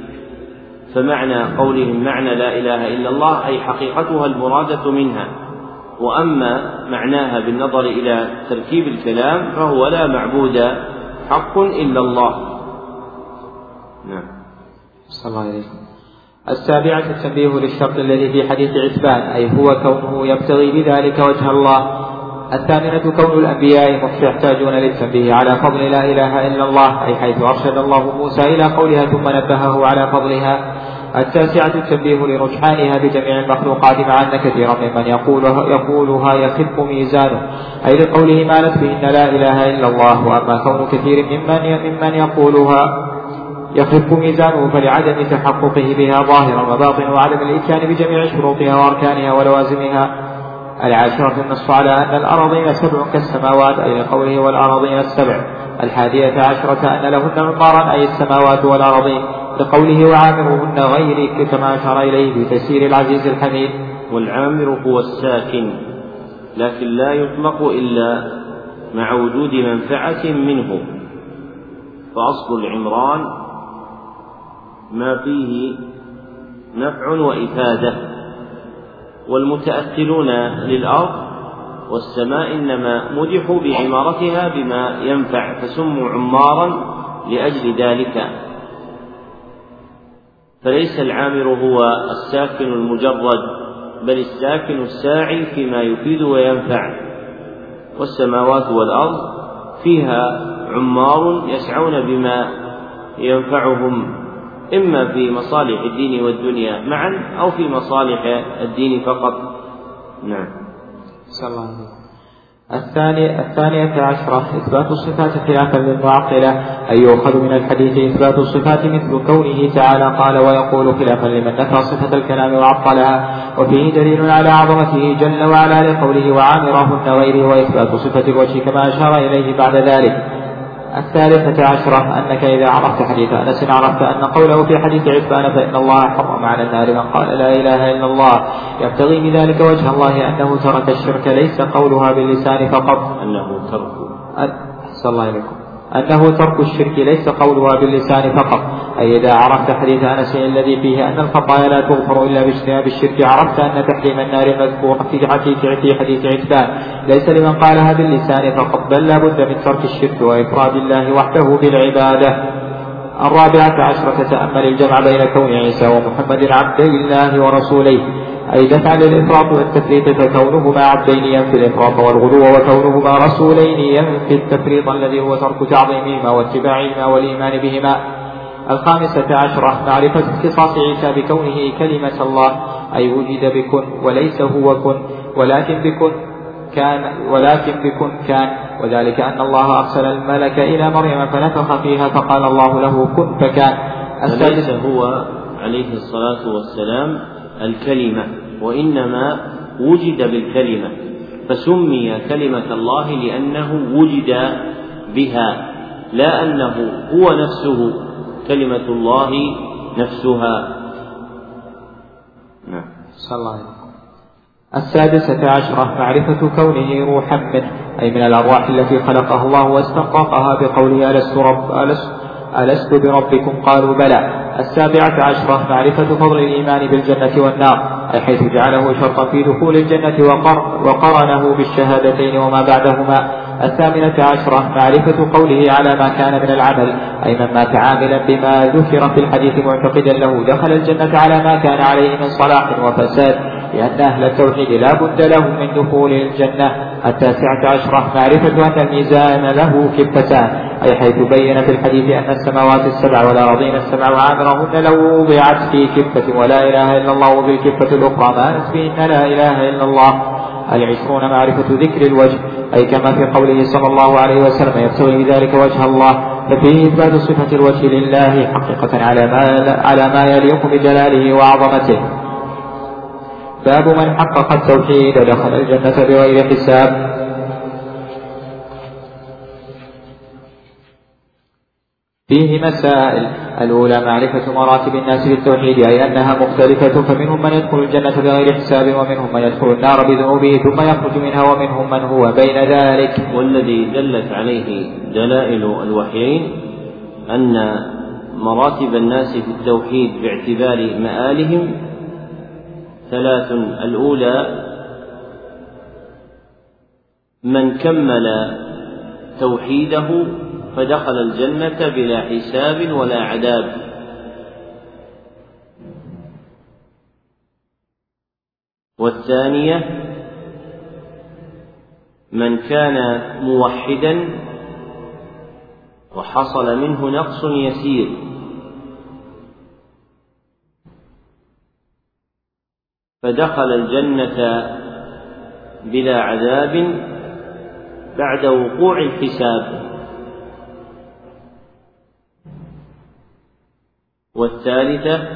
A: فمعنى قولهم معنى لا إله إلا الله أي حقيقتها المرادة منها، وأما معناها بالنظر إلى تركيب الكلام فهو لا معبود حق إلا الله. نعم.
B: صلى الله عليه وسلم. السابعة التنبيه للشرط الذي في حديث عتبان، أي هو كونه يبتغي بذلك وجه الله. الثامنة كون الأنبياء يحتاجون للتنبيه على فضل لا إله إلا الله، أي حيث أرشد الله موسى إلى قولها ثم نبهه على فضلها. التاسعة التنبيه لرجحانها بجميع المخلوقات مع أن كثيرا ممن يقولها, يقولها يخف ميزانه، أي لقوله ما نتبهن لا إله إلا الله. وأما كون كثير ممن, ممن يقولها يخف ميزانه فلعدم تحققه بها ظاهرا وباطنا وعدم الإتيان بجميع شروطها وأركانها ولوازمها. العاشرة النص على أن الأراضين سبع كالسماوات، أي لقوله والأراضين السبع. الحادية عشرة أن لهن عمارا، أي السماوات والأراضين، لقوله وعامرهن غيرك كما أشار إليه بتسير العزيز الحميد.
A: والعامر هو الساكن، لكن لا يطلق إلا مع وجود منفعة منه، فأصل العمران ما فيه نفع وإفادة، والمتأثرون للأرض والسماء إنما مدحوا بعمارتها بما ينفع فسموا عمارا لأجل ذلك. فليس العامر هو الساكن المجرد، بل الساكن الساعي فيما يفيد وينفع. والسماوات والأرض فيها عمار يسعون بما ينفعهم إما في مصالح الدين والدنيا معا أو في مصالح الدين فقط. نعم.
B: صلى الله عليه وسلم. الثانية الثانية عشرة إثبات الصفات خلافا للمعطلة، أي يؤخذ من الحديث إثبات الصفات مثل كونه تعالى قال ويقول خلافا لمن نفى صفة الكلام وعطلها، وفيه دليل على عظمته جل وعلا لقوله وعامرهن غيره، وإثبات صفة الوجه كما أشار إليه بعد ذلك. الثالثة عشرة أنك إذا عرفت حديث أنس عرفت أن قوله في حديث عتبان فإن الله حرم على النار من قال لا إله إلا الله يبتغي بذلك وجه الله أنه ترك الشرك، ليس قولها باللسان فقط،
A: أنه ترك
B: أحسن الله إليكم أنه ترك الشرك ليس قولها باللسان فقط. أي إذا عرفت حديث أنس الذي فيه أن الخطايا لا تغفر إلا باجتناب الشرك عرفت أن تحريم النار المذكور في حديث في حديث عتبان ليس لمن قالها باللسان فقط، بل لا بد من ترك الشرك وإفراد الله وحده بالعبادة. الرابعة عشرة تأمل الجمع بين كون عيسى ومحمد عبدي الله ورسوليه، أي دفع للإفراط والتفريط، فكونهما عبدين ينفي الإفراط والغلو، وكونهما رسولين ينفي التفريط الذي هو ترك تعظيمهما واتباعهما والإيمان بهما. الخامسة عشرة معرفة اختصاص عيسى بكونه كلمة الله، أي وجد بكن وليس هو كن ولكن بكن كان ولكن بكن كان، وذلك أن الله أرسل الملك إلى مريم فنفخ فيها فقال الله له كن فكان.
A: فليس هو عليه الصلاة والسلام الكلمة، وإنما وجد بالكلمة، فسمي كلمة الله لأنه وجد بها، لا أنه هو نفسه كلمة الله نفسها.
B: نعم. صلى الله عليه وسلم. السادسة عشرة معرفة كونه روحا منه، أي من الأرواح التي خلقها الله واستنطقها بقوله ألست, رب ألست, ألست بربكم قالوا بلى. السابعة عشرة معرفة فضل الإيمان بالجنة والنار، أي حيث جعله شرطا في دخول الجنة وقرنه بالشهادتين وما بعدهما. الثامنة عشرة معرفة قوله على ما كان من العمل، أي من مات عاملا بما ذكر في الحديث معتقدا له دخل الجنة على ما كان عليه من صلاح وفساد، لأن أهل التوحيد لا بد لهم من دخول الجنة. التاسعة عشرة معرفة أن الميزان له كفتان، أي حيث بين في الحديث أن السماوات السبع والأراضين السبع وعامرهن لو وضعت في كفة ولا إله إلا الله وبالكفة الأخرى ما نسبهن لا إله إلا الله. العشرون معرفة ذكر الوجه، أي كما في قوله صلى الله عليه وسلم يبتغي بذلك وجه الله، ففيه إثبات صفة الوجه لله حقيقة على ما, على ما يليق بجلاله وعظمته. باب من حقق التوحيد دخل الجنة بغير حساب. فيه مسائل. الأولى معرفة مراتب الناس بالتوحيد، أي أنها مختلفة، فمنهم من يدخل الجنة بغير حساب، ومنهم من يدخل النار بذنوبه ثم يخرج منها، ومنهم من هو بين ذلك.
A: والذي دلت عليه دلائل الوحيين أن مراتب الناس في التوحيد باعتبار مآلهم ثلاث. الأولى من كمل توحيده فدخل الجنة بلا حساب ولا عذاب. والثانية من كان موحدا وحصل منه نقص يسير فدخل الجنة بلا عذاب بعد وقوع الحساب. والثالثة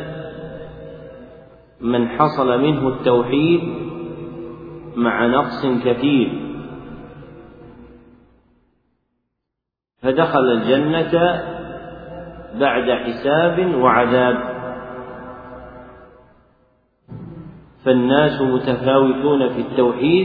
A: من حصل منه التوحيد مع نقص كثير فدخل الجنة بعد حساب وعذاب. فالناس متفاوتون في التوحيد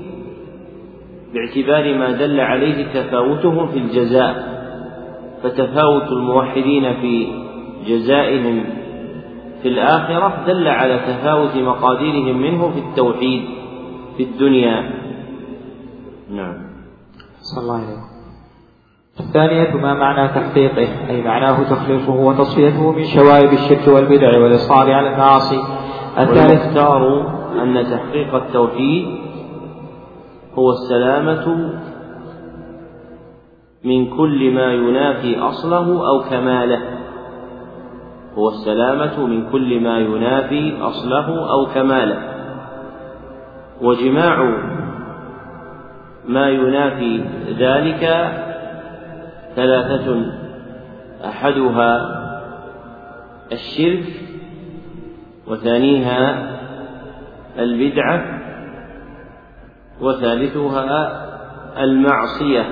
A: باعتبار ما دل عليه تفاوتهم في الجزاء، فتفاوت الموحدين في جزائهم في الآخرة دل على تفاوت مقاديرهم منه في التوحيد في الدنيا. نعم.
B: صلى الله عليه. الثانية ما معنى تحقيقه، أي معناه تخليصه وتصفيته من شوائب الشرك والبدع والإصرار على المعاصي.
A: والمختار أن تحقيق التوحيد هو السلامة من كل ما ينافي أصله أو كماله هو السلامة من كل ما ينافي أصله أو كماله وجماع ما ينافي ذلك ثلاثة: أحدها الشرك، وثانيها البدعة، وثالثها المعصية.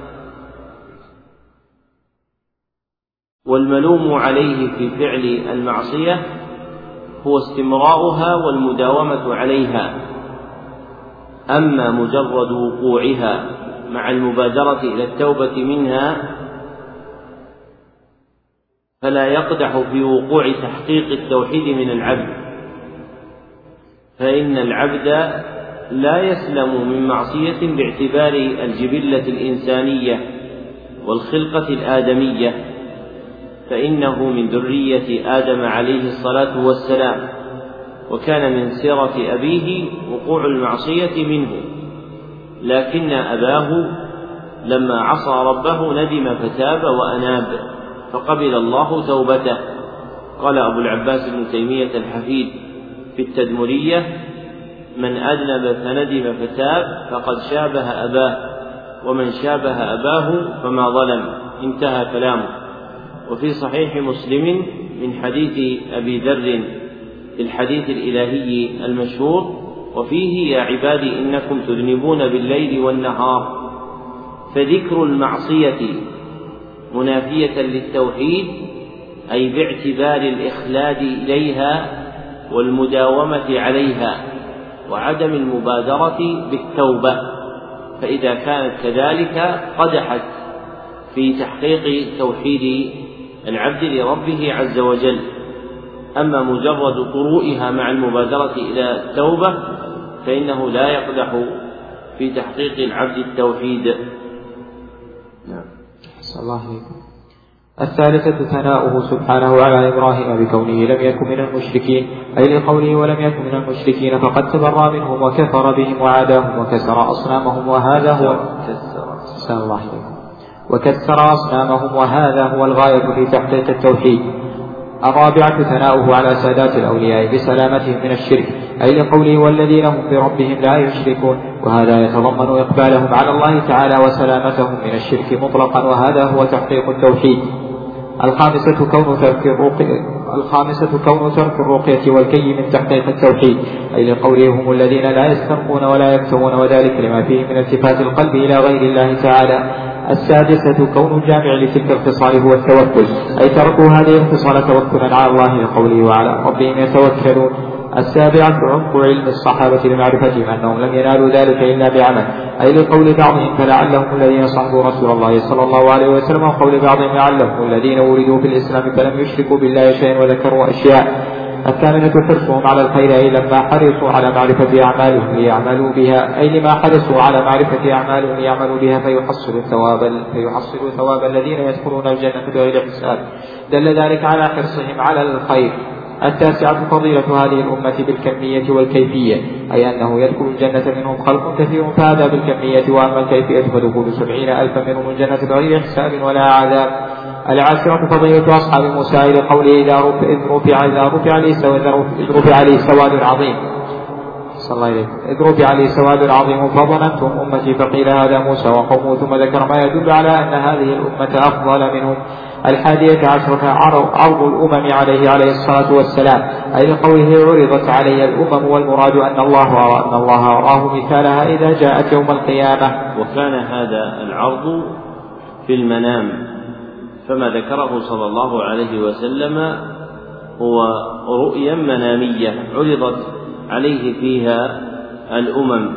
A: والملوم عليه في فعل المعصية هو استمراؤها والمداومة عليها، أما مجرد وقوعها مع المبادرة إلى التوبة منها فلا يقدح في وقوع تحقيق التوحيد من العبد، فإن العبد لا يسلم من معصية باعتبار الجبلة الإنسانية والخلقة الآدمية، فإنه من ذرية آدم عليه الصلاة والسلام، وكان من سيرة أبيه وقوع المعصية منه، لكن أباه لما عصى ربه ندم فتاب وأناب فقبل الله توبته. قال أبو العباس ابن تيمية الحفيد في التدمرية: من أذنب فندم فتاب فقد شابه أباه، ومن شابه أباه فما ظلم. انتهى كلامه. وفي صحيح مسلم من حديث أبي ذر في الحديث الإلهي المشهور: وفيه يا عبادي إنكم تذنبون بالليل والنهار. فذكر المعصية منافية للتوحيد أي باعتبار الإخلاد إليها والمداومة عليها وعدم المبادرة بالتوبة، فإذا كانت كذلك قدحت في تحقيق توحيد العبد لربه عز وجل. أما مجرد طروئها مع المبادرة إلى التوبة فإنه لا يقدح في تحقيق العبد التوحيد.
B: نعم. صلى الله عليكم. الثالثة ثناؤه سبحانه على إبراهيم بكونه لم يكن من المشركين، أي لقوله ولم يكن من المشركين فقد تبرأ منهم وكفر بهم وعاداهم وكسر أصنامهم، وهذا هو صلى الله عليكم. وكسر أصنامهم وهذا هو الغاية في تحقيق التوحيد. الرابعة ثناؤه على سادات الأولياء بسلامتهم من الشرك، أي لقوله والذين هم بربهم لا يشركون، وهذا يتضمن إقبالهم على الله تعالى وسلامتهم من الشرك مطلقا، وهذا هو تحقيق التوحيد. الخامسة كون ترك الرقية الخامسة كون ترك الرقية والكي من تحقيق التوحيد، أي لقوله هم الذين لا يسترقون ولا يكتمون، وذلك لما فيه من التفات القلب إلى غير الله تعالى. السادسة كون الجامع لتلك الخصال هو التوكل، أي تركوا هذه الخصال توكلا على الله لقوله وعلى ربهم يتوكلون. السابعة عمق علم الصحابة لمعرفتهم أنهم لم ينالوا ذلك إلا بعمل، أي لقول بعضهم فلعلهم الذين صحبوا رسول الله صلى الله عليه وسلم، وقول بعضهم لعلهم الذين ولدوا في الإسلام فلم يشركوا بالله شيئا وذكروا أشياء. الثامنة حرصهم على الخير، أي لما حرصوا على معرفة أعمالهم ليعملوا بها، أي لما حرصوا على معرفة أعمالهم ليعملوا بها فيحصلوا ثواب فيحصلوا ثواب الذين يدخلون الجنة بغير حساب. دل ذلك على حرصهم على الخير. التاسعة فضيلة هذه الأمة بالكمية والكيفية، أي أنه يدخل الجنة منهم خلق كثير، فهذا بالكمية، وأما الكيفية فدخول سبعين ألفا منهم الجنة بغير حساب ولا عذاب. العاشرة فضيلة أصحاب موسى لقوله إذا رفع إذا رفع لي رفع لي سواد عظيم صلى الله عليه إذ رفع لي سواد عظيم فظننتم أمتي، فقيل هذا موسى وقومه، ثم ذكر ما يدل على أن هذه الأمة أفضل منهم. الحادية عشرة عرض الأمم عليه عليه الصلاة والسلام، أي لقوله عرضت علي الأمم، والمراد أن الله أن الله أراه مثالها إذا جاءت يوم القيامة.
A: وكان هذا العرض في المنام، فما ذكره صلى الله عليه وسلم هو رؤيا منامية عرضت عليه فيها الأمم.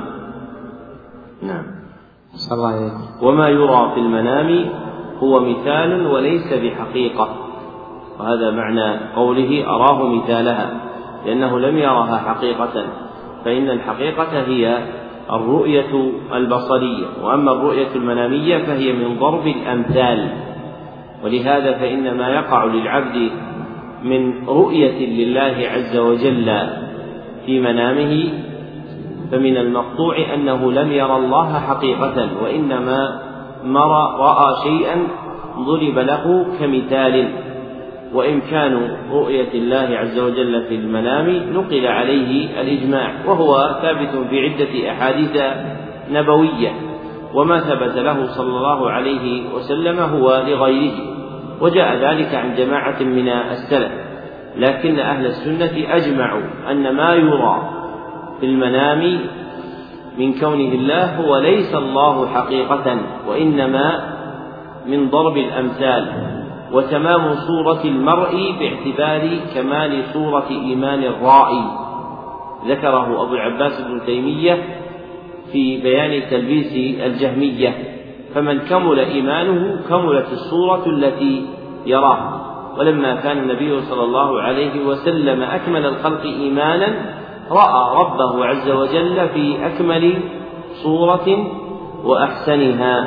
A: نعم.
B: صلى الله عليه.
A: وما يرى في المنام هو مثال وليس بحقيقة، وهذا معنى قوله أراه مثالها، لأنه لم يرها حقيقة، فإن الحقيقة هي الرؤية البصرية. وأما الرؤية المنامية فهي من ضرب الأمثال، ولهذا فإن ما يقع للعبد من رؤية لله عز وجل في منامه فمن المقطوع أنه لم يرى الله حقيقة، وإنما مرى رأى شيئا ضرب له كمثال. وإمكان رؤية الله عز وجل في المنام نقل عليه الإجماع، وهو ثابت في عدة أحاديث نبوية، وما ثبت له صلى الله عليه وسلم هو لغيره، وجاء ذلك عن جماعة من السلف. لكن أهل السنة أجمعوا أن ما يرى في المنام من كونه الله هو ليس الله حقيقة، وإنما من ضرب الأمثال، وتمام صورة المرء باعتبار كمال صورة إيمان الرائي. ذكره أبو العباس ابن تيمية في بيان تلبيس الجهمية، فمن كمل إيمانه كملت الصورة التي يراها. ولما كان النبي صلى الله عليه وسلم أكمل الخلق إيمانا رأى ربه عز وجل في أكمل صورة وأحسنها.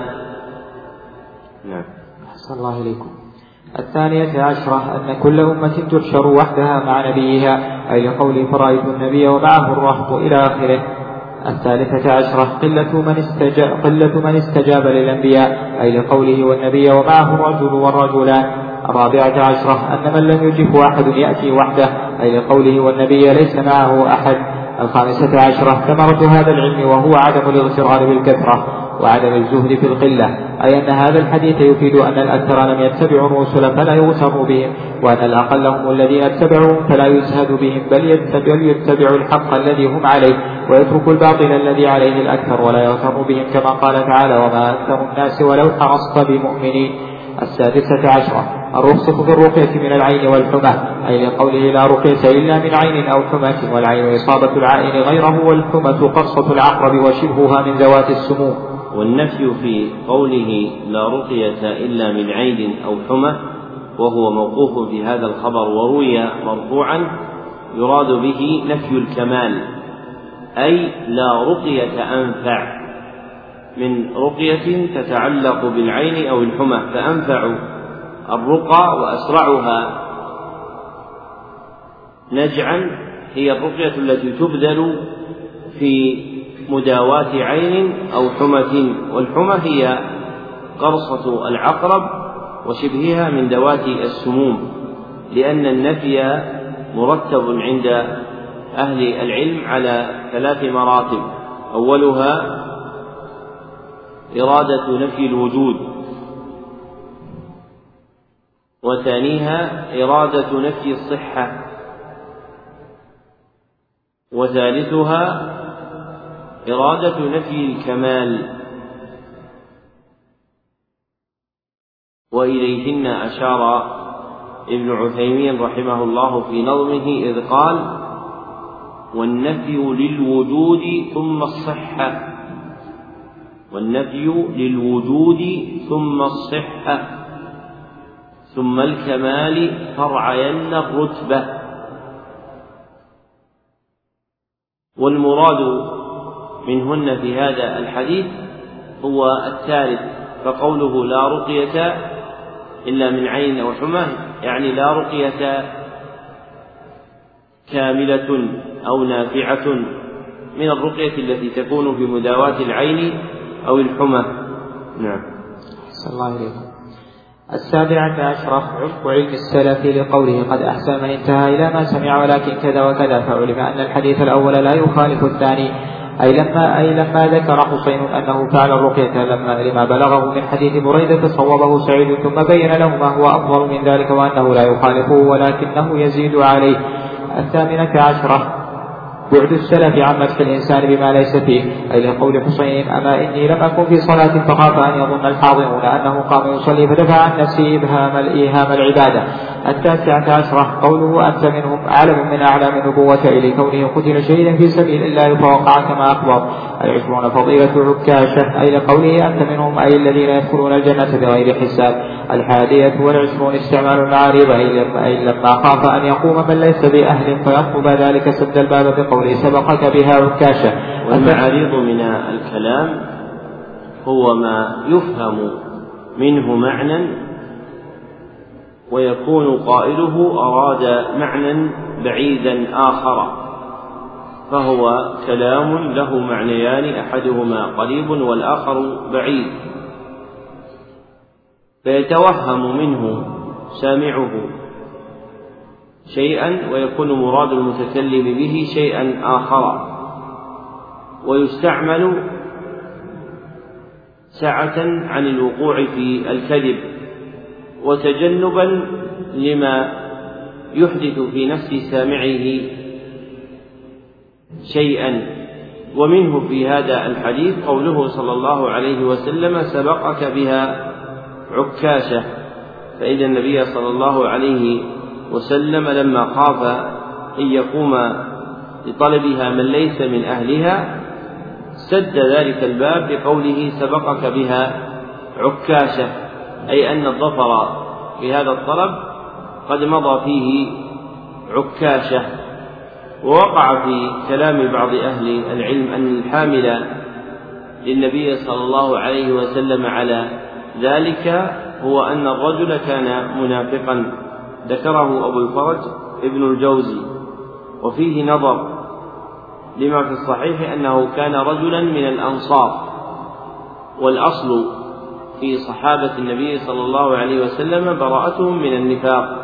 B: نعم. أحسن الله إليكم. الثانية عشرة أن كل أمة تحشر وحدها مع نبيها، أي لقوله فرأيت النبي ومعه الرهط إلى آخره. الثالثة عشرة قلة من استجاب, قلة من استجاب للأنبياء، أي لقوله والنبي ومعه الرجل والرجلان. الرابعة عشرة أن من لم يجب أحد يأتي وحده، أي لقوله والنبي ليس معه أحد. الخامسة عشرة ثمرة هذا العلم وهو عدم الاغترار بالكثرة وعدم الزهد في القلة، أي أن هذا الحديث يفيد أن الأكثر لم يتبعوا الرسل فلا يغتر بهم، وأن الأقل هم الذين اتبعوهم فلا يزهد بهم، بل يتبعوا الحق الذي هم عليه ويتركوا الباطل الذي عليه الأكثر ولا يغتر بهم، كما قال تعالى وما أكثر الناس ولو حرصت بمؤمنين. السادسة عشرة الرخصة في الرقية من العين والحمى، أي لقوله لا رقية إلا من عين أو حمى، والعين إصابة العائن غيره، والحمى قرصة العقرب وشبهها من ذوات السموم.
A: والنفي في قوله لا رقية إلا من عين أو حمى وهو موقوف في هذا الخبر وروي مرفوعا يراد به نفي الكمال، أي لا رقية أنفع من رقية تتعلق بالعين أو الحمى، فأنفع الرقى وأسرعها نجعا هي الرقية التي تبذل في مداواة عين أو حمى، والحمى هي قرصة العقرب وشبهها من ذوات السموم، لأن النفي مرتب عند أهل العلم على ثلاث مراتب: أولها إرادة نفي الوجود، وثانيها إرادة نفي الصحة، وثالثها إرادة نفي الكمال. وإليهن أشار ابن عثيمين رحمه الله في نظمه إذ قال والنفي للوجود ثم الصحة، والنفي للوجود ثم الصحة ثم الكمال فرعين الرتبة. والمراد منهن في هذا الحديث هو الثالث، فقوله لا رقية إلا من عين أو حمى يعني لا رقية كاملة أو نافعة من الرقية التي تكون في مداواة العين أو الحمى. نعم.
B: صلى الله عليه وسلم. السابعة عشرة عمق علم السلف لقوله قد أحسن من انتهى إلى ما سمع ولكن كذا وكذا، فعلم أن الحديث الأول لا يخالف الثاني، أي لما, أي لما ذكر حسين أنه فعل الرقية لما لما بلغه من حديث بريدة صوبه سعيد ثم بين له ما هو أفضل من ذلك وأنه لا يخالفه ولكنه يزيد عليه. الثامنة عشرة بعد السلف عن مدح الإنسان بما ليس فيه، أي لقول حسين أما إني لم أكن في صلاة فخاف أن يظن الحاضرون أنه قام يصلي فدفع عن نفسه إبهام الإيهام العبادة، التاسعة عشرة قوله أنت منهم علم من أعلام النبوة إلى كونه قتل شهيدا في سبيل الله فوقع كما أخبر. العشرون فضيلة عكاشة أي لقوله أنت منهم أي الذين يدخلون الجنة بغير حساب. الحادية والعشرون استعمال المعارض أي لما خاف أن يقوم من ليس بأهل فيطلب ذلك سد الباب بقوله سبقك بها عكاشة.
A: والمعارض من الكلام هو ما يفهم منه معنى ويكون قائله أراد معنى بعيدا آخر، فهو كلام له معنيان أحدهما قريب والآخر بعيد، فيتوهم منه سامعه شيئا ويكون مراد المتكلم به شيئا آخر، ويستعمل سعة عن الوقوع في الكذب وتجنبا لما يحدث في نفس سامعه شيئا. ومنه في هذا الحديث قوله صلى الله عليه وسلم سبقك بها عكاشة، فإن النبي صلى الله عليه وسلم لما خاف أن يقوم لطلبها من ليس من أهلها سد ذلك الباب بقوله سبقك بها عكاشة، أي أن الظفر في هذا الطلب قد مضى فيه عكاشة. ووقع في كلام بعض أهل العلم أن الحامل للنبي صلى الله عليه وسلم على ذلك هو أن الرجل كان منافقا، ذكره أبو الفرج ابن الجوزي، وفيه نظر لما في الصحيح أنه كان رجلا من الأنصار، والأصل في صحابة النبي صلى الله عليه وسلم براءتهم من النفاق،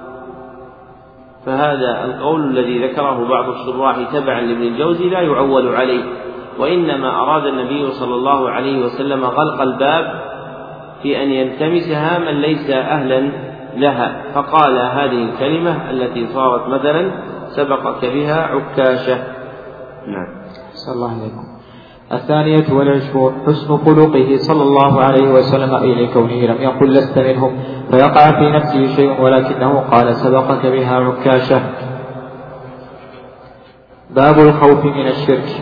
A: فهذا القول الذي ذكره بعض الشراح تبعا لابن الجوزي لا يعول عليه، وإنما أراد النبي صلى الله عليه وسلم غلق الباب في أن يلتمسها من ليس أهلا لها، فقال هذه الكلمة التي صارت مثلا سبقك بها عكاشة. نعم.
B: صلى الله عليكم. الثانية والعشرون حسن خلقه صلى الله عليه وسلم إلى كونه لم يقل لست منهم فيقع في نفسه شيء ولكنه قال سبقك بها عكاشة. باب الخوف من الشرك.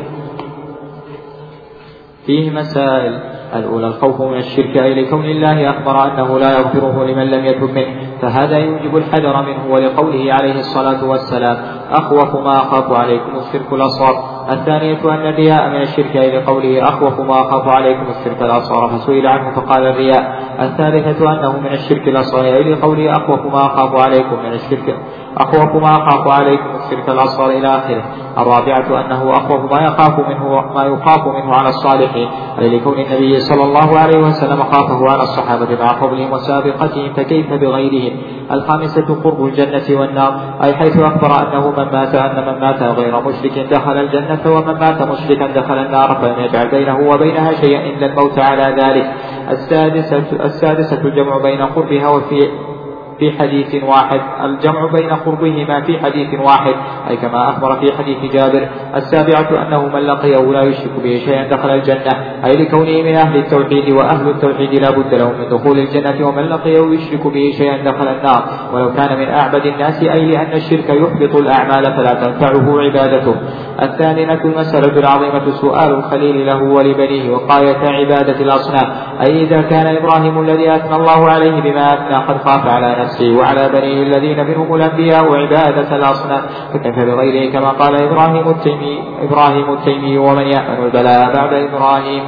B: فيه مسائل. الأولى الخوف من الشرك أي لكون الله أخبر أنه لا يغفره لمن لم يتب منه، فهذا يوجب الحذر منه، ولقوله عليه الصلاة والسلام أخوف ما أخاف عليكم الشرك الأصغر. الثانية أن الرياء من الشرك أي لقوله أخوف ما أخاف عليكم الشرك الأصغر فسئل عنه فقال الرياء. الثالثة أنه من الشرك الأصغر أي لقوله أخوف ما أخاف عليكم من الشرك أخوف ما أخاف عليكم الشرك الأصغر إلى آخره. الرابعة أنه أخوف ما يخاف منه ما يخاف منه على الصالحين أي لكون النبي صلى الله عليه وسلم خافه على الصحابة مع فضلهم وسابقتهم فكيف بغيرهم. الخامسة قرب الجنة والنار أي حيث أخبر أنه من مات أن من مات غير مشرك دخل الجنة ومن مات مشركا دخل النار فلم يجعل بينه وبينها شيئا إلا الموت على ذلك. السادسة, السادسة الجمع بين قربها وفي في حديث واحد الجمع بين قربهما في حديث واحد أي كما أخبر في حديث جابر. السابعة أنه من لقيه لا يشرك به شيئا دخل الجنة أي لكونه من أهل التوحيد، وأهل التوحيد لا بد لهم من دخول الجنة، ومن لقيه يشرك به شيئا دخل النار ولو كان من أعبد الناس أي لأن الشرك يحبط الأعمال فلا تنفعه عبادته. الثامنة المسألة العظيمة سؤال الخليل له ولبنيه وقاية عبادة الأصنام أي إذا كان إبراهيم الذي أثنى الله عليه بما أثنى قد خاف على نفسه وعلى بنيه الذين منهم الأنبياء وعبادة الأصنام فكيف بغيره كما قال إبراهيم التيمي, إبراهيم التيمي ومن يأمن البلاء بعد إبراهيم.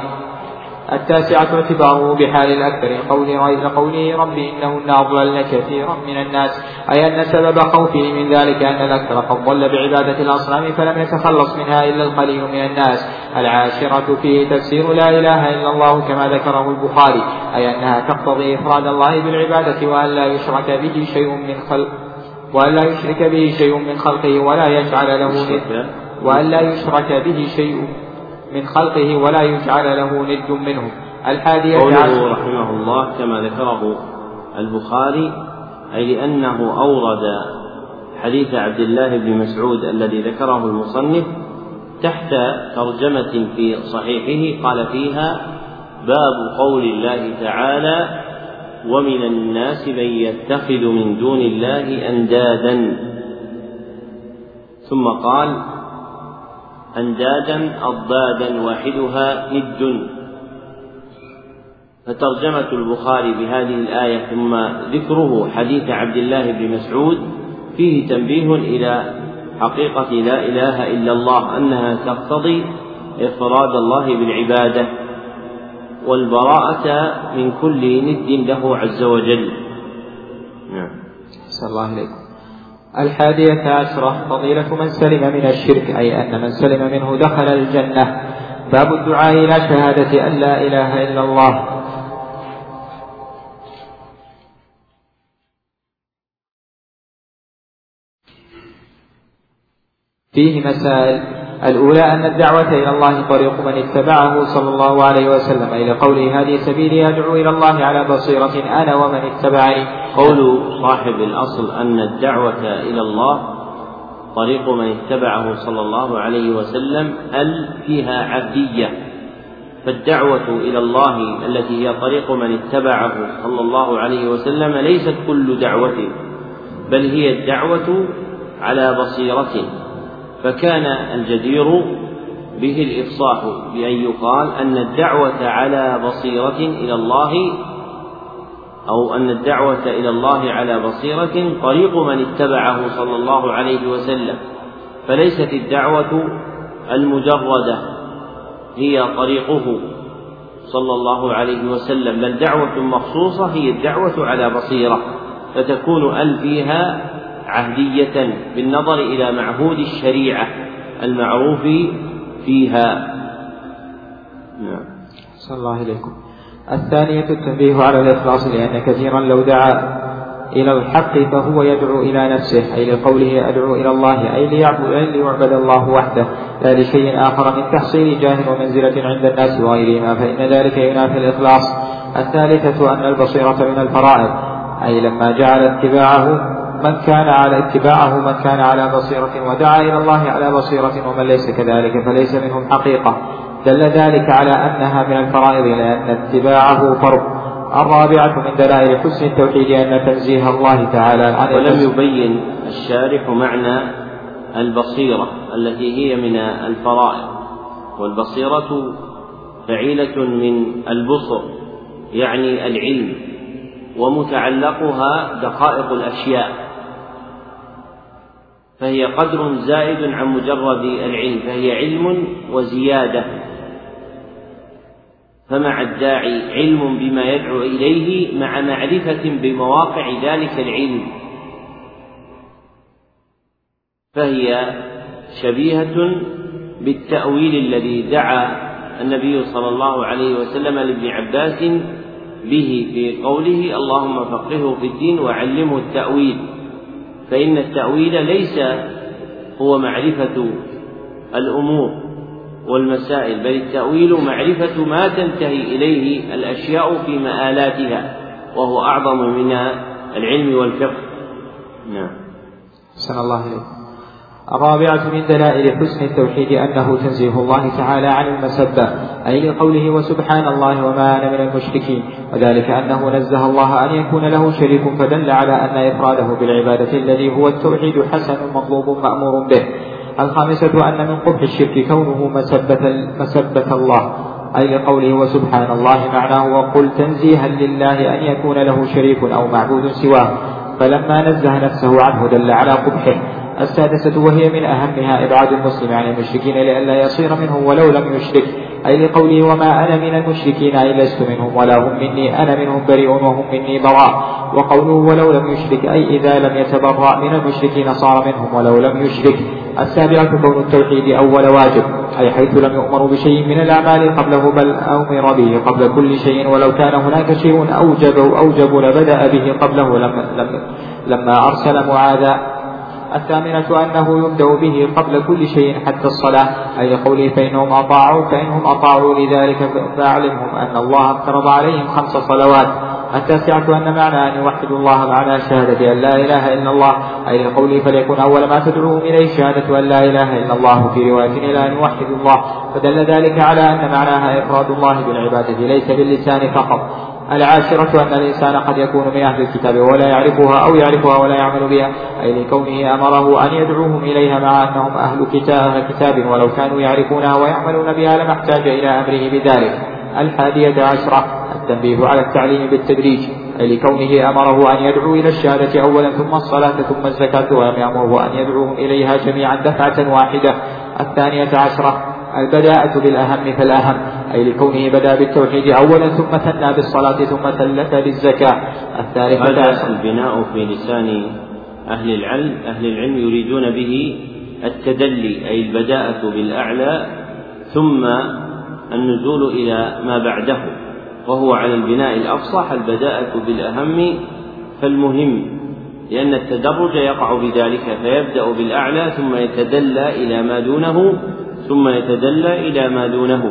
B: التاسعة اعتباره بحال الأكثر قوله, قوله رب إنهن أضللن كثيرا من الناس أي أن سبب خوفه من ذلك أن الأكثر قد ضل بعبادة الأصنام فلم يتخلص منها إلا القليل من الناس. العاشرة فيه تفسير لا إله إلا الله كما ذكره البخاري أي أنها تقتضي إفراد الله بالعبادة وأن لا يشرك به شيء من خلق وأن لا يشرك به شيء من خلقه ولا يجعل له ند وأن لا يشرك به شيء من خلقه ولا يجعل له ند منهم. الحادية
A: قوله رحمه الله كما ذكره البخاري أي لأنه أورد حديث عبد الله بن مسعود الذي ذكره المصنف تحت ترجمة في صحيحه قال فيها باب قول الله تعالى ومن الناس من يتخذ من دون الله أندادا، ثم قال أندادا أضدادا واحدها ند. فترجمة البخاري بهذه الآية ثم ذكره حديث عبد الله بن مسعود فيه تنبيه إلى حقيقة لا إله إلا الله، أنها تقتضي إفراد الله بالعبادة والبراءة من كل ند له عز وجل.
B: نعم. صلى الله عليكم. الحادية عشرة فضيلة من سلم من الشرك، أي أن من سلم منه دخل الجنة. باب الدعاء إلى شهادة أن لا إله إلا الله. فيه مسائل. الأولى أن الدعوة إلى الله طريق من اتبعه صلى الله عليه وسلم، أي لقوله هذه سبيلي أدعو إلى الله على بصيرة أنا ومن اتبعني.
A: قول صاحب الأصل أن الدعوة إلى الله طريق من اتبعه صلى الله عليه وسلم ال فيها عبدية، فالدعوة إلى الله التي هي طريق من اتبعه صلى الله عليه وسلم ليست كل دعوة، بل هي الدعوة على بصيرة، فكان الجدير به الإفصاح بأن يقال أن الدعوة على بصيرة إلى الله، أو أن الدعوة إلى الله على بصيرة طريق من اتبعه صلى الله عليه وسلم، فليست الدعوة المجردة هي طريقه صلى الله عليه وسلم، بل دعوة مخصوصة هي الدعوة على بصيرة، فتكون ال فيها عهدية بالنظر إلى معهود الشريعة المعروف فيها.
B: نعم. صلى الله عليكم. الثانية التنبيه على الإخلاص، لأن كثيرا لو دعا إلى الحق فهو يدعو إلى نفسه، أي لقوله أدعو إلى الله، أي ليعبد الله وحده لا لشيء آخر من تحصيل جاه ومنزلة عند الناس وغيرهما، فإن ذلك ينافي الإخلاص. الثالثة أن البصيرة من الفرائض، أي لما جعل اتباعه من كان على اتباعه من كان على بصيرة ودعا إلى الله على بصيرة، ومن ليس كذلك فليس منهم حقيقة، دل ذلك على أنها من الفرائض لأن اتباعه فرض. الرابعة من دلائل حسن التوحيد أن تنزيه الله تعالى عن
A: ولم يبين الشارح معنى البصيرة التي هي من الفرائض، والبصيرة فعيلة من البصر يعني العلم، ومتعلقها دقائق الأشياء، فهي قدر زائد عن مجرد العلم، فهي علم وزيادة، فمع الداعي علم بما يدعو إليه مع معرفة بمواقع ذلك العلم، فهي شبيهة بالتأويل الذي دعا النبي صلى الله عليه وسلم لابن عباس به في قوله اللهم فقهه في الدين وعلمه التأويل، فإن التأويل ليس هو معرفة الأمور والمسائل، بل التأويل معرفة ما تنتهي إليه الأشياء في مآلاتها، وهو أعظم من العلم والفقه. نعم.
B: صلى الله عليه وسلم. الرابعة من دلائل حسن التوحيد أنه تنزيه الله تعالى عن المسبة، أي لقوله وسبحان الله وما أنا من المشركين، وذلك أنه نزه الله أن يكون له شريك، فدل على أن إفراده بالعبادة الذي هو التوحيد حسن مطلوب مأمور به. الخامسة أن من قبح الشرك كونه مسبة, مسبة الله، أي لقوله وسبحان الله معناه وقل تنزيها لله أن يكون له شريك أو معبود سواه، فلما نزه نفسه عنه دل على قبحه. السادسة وهي من أهمها إبعاد المسلم عن المشركين لئلا يصير منهم ولو لم يشرك، أي لقوله وما أنا من المشركين أي لست منهم ولا هم مني أنا منهم بريء وهم مني براء، وقوله ولو لم يشرك أي إذا لم يتبرأ من المشركين صار منهم ولو لم يشرك. السابعة كون التوحيد أول واجب، أي حيث لم يؤمر بشيء من الأعمال قبله بل أمر به قبل كل شيء، ولو كان هناك شيء أوجب أوجب لبدأ به قبله لما, لما أرسل معاذا. الثامنة أنه يبدأ به قبل كل شيء حتى الصلاة، أي قوله فإنهم أطاعوا فإنهم أطاعوا لذلك فأعلمهم أن الله افترض عليهم خمس صلوات. التاسعة أن معنى أن يوحدوا الله معنى شهادة أن لا إله إلا الله، أي لقوله فليكن أول ما تدعوهم إليه شهادة أن لا إله إلا الله، في رواية إلى أن يوحدوا الله، فدل ذلك على أن معناها إفراد الله بالعبادة ليس باللسان فقط. العاشرة أن الإنسان قد يكون من أهل الكتاب ولا يعرفها أو يعرفها ولا يعمل بها، أي لكونه أمره أن يدعوهم إليها مع أنهم أهل كتاب ولو كانوا يعرفونها ويعملون بها لما احتاج إلى أمره بذلك. الحادية عشرة التنبيه على التعليم بالتدريج، أي لكونه أمره أن يدعو إلى الشهادة أولا ثم الصلاة ثم الزكاة، ولم يأمره أن يدعوهم إليها جميعا دفعة واحدة. الثانية عشرة البداءة بالأهم فالأهم، أي لكونه بدأ بالتوحيد أولا ثم ثنى بالصلاة ثم ثلث بالزكاة. الثالثة
A: عشرة البناء في لسان أهل العلم أهل العلم يريدون به التدلي، أي البداءة بالأعلى ثم النزول إلى ما بعده، وهو على البناء الأفصح البداءة بالأهم فالمهم، لأن التدرج يقع بذلك، فيبدأ بالأعلى ثم يتدلى إلى ما دونه ثم يتدلى إلى ما دونه.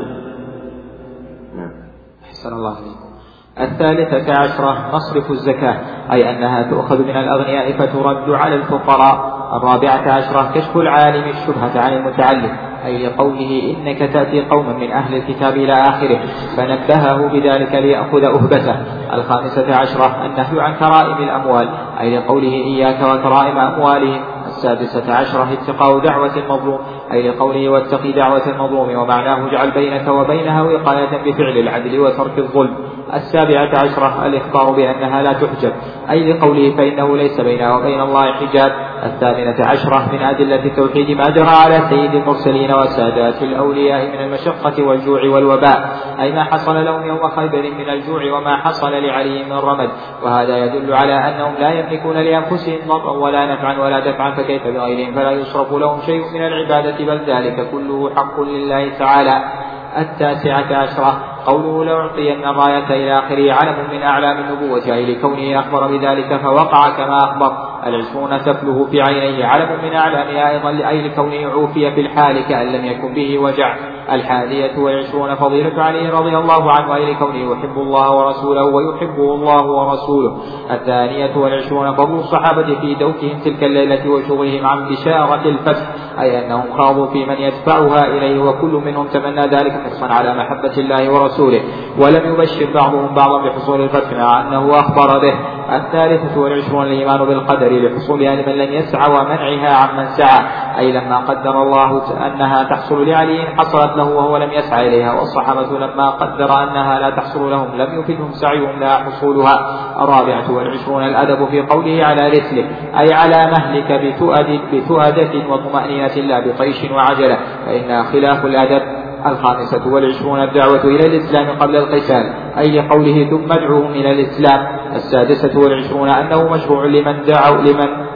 B: أحسن الله عليك. الثالثة عشرة مصرف الزكاة، أي أنها تؤخذ من الأغنياء فترد على الفقراء. الرابعة عشرة كشف العالم الشبهة عن المتعلم، أي لقوله إنك تأتي قوما من أهل الكتاب إلى آخره، فنبهه بذلك ليأخذ أهبته. الخامسة عشرة النهي عن كرائم الأموال، أي لقوله إياك وكرائم أموالهم. السادسة عشرة اتقاء دعوة المظلوم، أي لقوله واتقي دعوة المظلوم، ومعناه اجعل بينك وبينها وقاية بفعل العدل وترك الظلم. السابعة عشرة الإخبار بأنها لا تحجب، أي لقوله فإنه ليس بينها وبين الله حجاب. الثامنة عشرة من أدلة التوحيد ما جرى على سيد المرسلين وسادات الأولياء من المشقة والجوع والوباء، أي ما حصل لهم يوم خيبر من الجوع وما حصل لعلي من رمد، وهذا يدل على أنهم لا يملكون لأنفسهم ضرا ولا نفعا ولا دفعا، فكيف بغيرهم، فلا يصرف لهم شيء من العبادة، بل ذلك كله حق لله تعالى. التاسعة عشرة قوله لأعطين الراية إلى آخره علم من أعلام النبوة، أي لكونه أخبر بذلك فوقع كما أخبر. العشرون سفله في عينيه علم من أعلامها أيضا، أي لكونه عوفي في الحال كأن لم يكن به وجع. الحادية والعشرون فضيلة علي رضي الله عنه، أي لكونه يحب الله ورسوله ويحبه الله ورسوله. الثانية والعشرون فضل الصحابة في دوكهم تلك الليلة وشغلهم عن بشارة الفتح، أي أنهم خاضوا في من يدفعها إليه، وكل منهم تمنى ذلك حرصا على محبة الله ورسوله، ولم يبشر بعضهم بعضا بحصول الفتح مع أنه أخبر به. الثالثة والعشرون الإيمان بالقدر لحصولها لمن لم يسعى ومنعها عمن سعى، أي لما قدر الله أنها تحصل لعلي حصلت له وهو لم يسعى إليها، والصحابة لما قدر أنها لا تحصل لهم لم يفدهم سعيهم لا حصولها. الرابعة والعشرون الأدب في قوله على رسله، أي على مهلك بتؤد بتؤدة وطمأنينة لا بطيش وعجلة، فإنها خلاف الأدب. الخامسة والعشرون الدعوة إلى الإسلام قبل القتال، أي قوله ثم ادعوهم إلى الإسلام. السادسة والعشرون أنه مشروع لمن دعوا لمن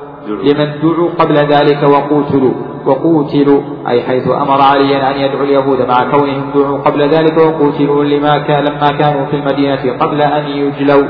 B: لمن دعوا قبل ذلك وقوتلوا وقوتلوا أي حيث أمر عليا أن يدعو اليهود مع كونهم دعوا قبل ذلك وقوتلوا لما كان لما كانوا في المدينة قبل أن يجلوا.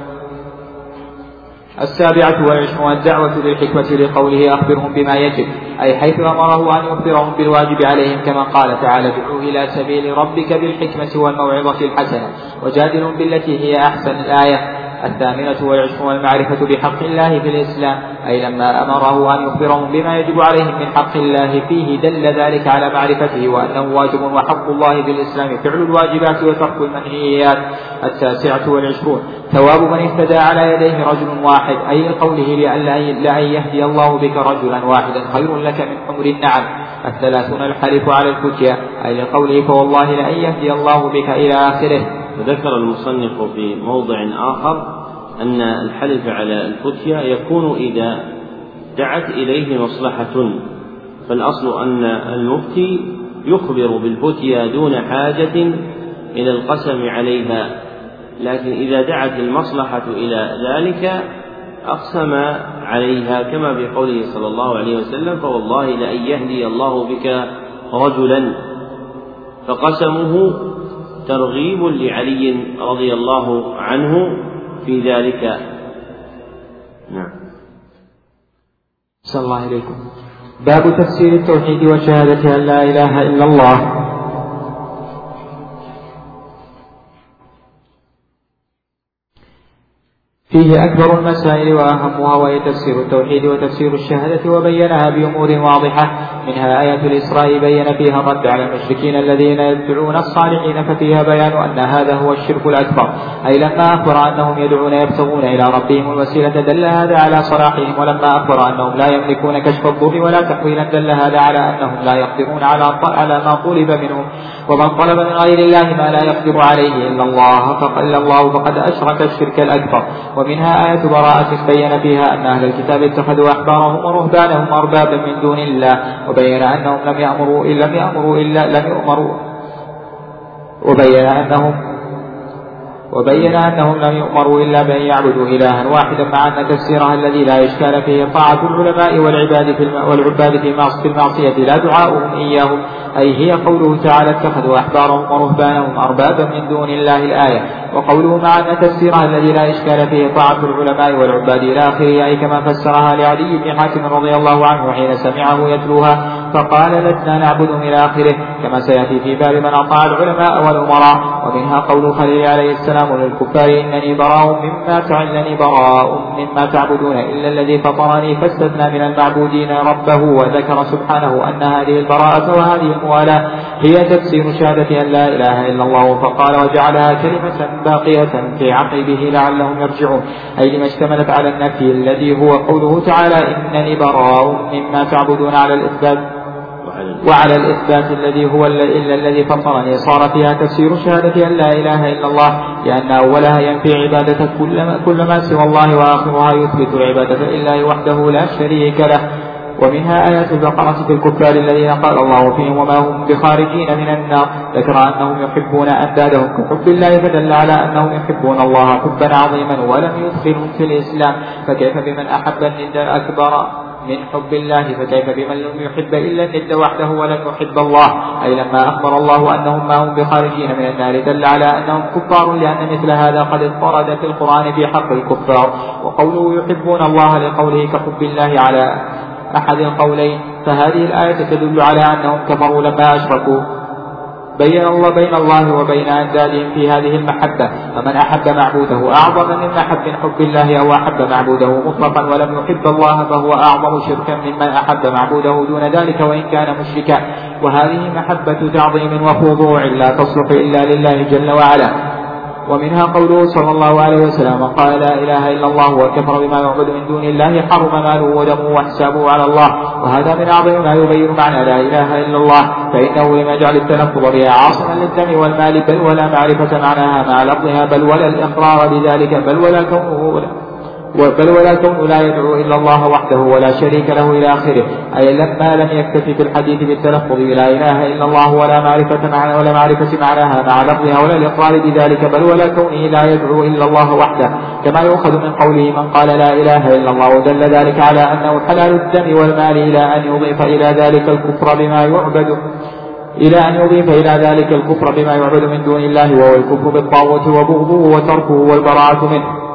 B: السابعة والعشرون الدعوة للحكمة لقوله أخبرهم بما يجب، أي حيث أمره أن يخبرهم بالواجب عليهم، كما قال تعالى ادعوا إلى سبيل ربك بالحكمة والموعظة الحسنة وجادلهم بالتي هي أحسن الآية. الثامنة والعشرون المعرفة بحق الله في الإسلام، أي لما أمره أن يخبرهم بما يجب عليهم من حق الله فيه دل ذلك على معرفته وأنه واجب، وحق الله في الإسلام فعل الواجبات وترك المنهيات. التاسعة والعشرون ثواب من اهتدى على يديه رجل واحد، أي قوله لأن يهدي الله بك رجلا واحدا خير لك من حمر النعم. الثلاثون الحلف على الفتيا، أي لقوله فوالله لأن يهدي الله بك إلى آخره.
A: وذكر المصنف في موضع آخر أن الحلف على الفتيا يكون إذا دعت إليه مصلحة، فالأصل أن المفتي يخبر بالفتيا دون حاجة إلى القسم عليها، لكن إذا دعت المصلحة إلى ذلك أقسم عليها، كما في قوله صلى الله عليه وسلم فوالله لأن يهدي الله بك رجلا، فقسمه ترغيب لعلي رضي الله عنه في ذلك. نعم.
B: صلى الله عليكم. باب تفسير التوحيد وشهادة أن لا إله إلا الله. فيه أكبر المسائل وأهمها، وهي تفسير التوحيد وتفسير الشهادة، وبينها بأمور واضحة، منها آية الإسراء بين فيها الرد على المشركين الذين يدعون الصالحين، ففيها بيان أن هذا هو الشرك الأكبر، أي لما أخبر أنهم يدعون يبتغون إلى ربهم الوسيلة دل هذا على صلاحهم، ولما أخبر أنهم لا يملكون كشف الضر ولا تحويلا دل هذا على أنهم لا يقدرون على ما طلب منهم، ومن طلب من غير الله ما لا يقدر عليه إلا الله فقد الله فقد أشرك الشرك الأكبر. ومنها آية براءة بين فيها أن أهل الكتاب اتخذوا أحبارهم ورهبانهم أربابا من دون الله، وبين أنهم لم يأمروا إلا لم يأمروا إلا لم يؤمروا وبين أنهم وبين أنهم لم يؤمروا إلا بأن يعبدوا إلها واحدا، مع أن تفسيرها الذي لا إشكال فيه طاعة العلماء والعباد في والعباد في المعصية لا دعاؤهم إياهم، أي هي قوله تعالى اتخذوا أحبارهم ورهبانهم أربابا من دون الله الآية. وقوله مع أن تفسيرها الذي لا إشكال فيه طاعة العلماء والعباد إلى آخره، أي كما فسرها لعلي بن حاتم رضي الله عنه حين سمعه يتلوها فقال لسنا نعبدهم إلى آخره، كما سيأتي في باب من أطاع العلماء والأمراء. ومنها قول خليل عليه السلام للكفار إنني براء مما تعلني براء مما تعبدون إلا الذي فطرني، فاستثنى من المعبودين ربه، وذكر سبحانه أن هذه البراءة وهذه الموالاة هي تفسير شهادة أن لا إله إلا الله، فقال وجعلها كلمة باقية في عقبه لعلهم يرجعون، أي لما اشتملت على النفي الذي هو قوله تعالى إنني براء مما تعبدون على الإثبات، وعلى الإثبات الذي هو إلا الذي فطرني صار فيها تفسير شهادة أن لا إله إلا الله، لأن أولها ينفي عبادة كل ما سوى الله، وآخرها يثبت العبادة لله وحده لا شريك له. ومنها آيات البقرة في الكفار الذين قال الله فيهم وما هم بخارجين من النار، ذكر أنهم يحبون أندادهم كحب الله، فدل على أنهم يحبون الله حبا عظيما ولم يدخلهم في الإسلام، فكيف بمن أحب الند الأكبر من حب الله، فكيف بمن لم يحب إلا الند وحده ولم يحب الله، أي لما أخبر الله أنهم ما هم بخارجين من النار دل على أنهم كفار، لأن مثل هذا قد اضطرد في القرآن في حق الكفار. وقوله يحبون الله لقوله كحب الله على أحد القولين، فهذه الآية تدل على أنهم كفروا لما أشركوا، بين الله بين الله وبين أندادهم في هذه المحبة، فمن أحب معبوده أعظم من محب حب الله أو أحب معبوده مطلقا ولم يحب الله فهو أعظم شركا ممن أحب معبوده دون ذلك وإن كان مشركا، وهذه محبة تعظيم وخضوع لا تصلح إلا لله جل وعلا. ومنها قوله صلى الله عليه وسلم قال لا إله إلا الله وكفر بما يعبد من دون الله حرم ماله ودمه وحسابه على الله، وهذا من أعظم ما يبين معنى لا إله إلا الله، فإنه لم يجعل التلفظ بها عاصما للدم والمال بل ولا معرفة معناها مع لفظها بل ولا الإقرار بذلك بل ولا كونه بل ولا كون لا يدعو إلا الله وحده ولا شريك له إلى آخره، أي لما لم يكتفي في الحديث بالتلفظ بلا إله إلا الله ولا معرفة معنى ولا معرفة معناها مع لفظها ولا الإقرار بذلك بل ولا كونه لا يدعو إلا الله وحده، كما يؤخذ من قوله من قال لا إله إلا الله، ودل ذلك على أنه حلال الدم والمال إلى أن يضيف إلى ذلك الكفر بما يعبد إلى أن يضيف إلى ذلك الكفر بما يعبد من دون الله، وهو الكفر بالطاغوت وبغضه وتركه والبراءة منه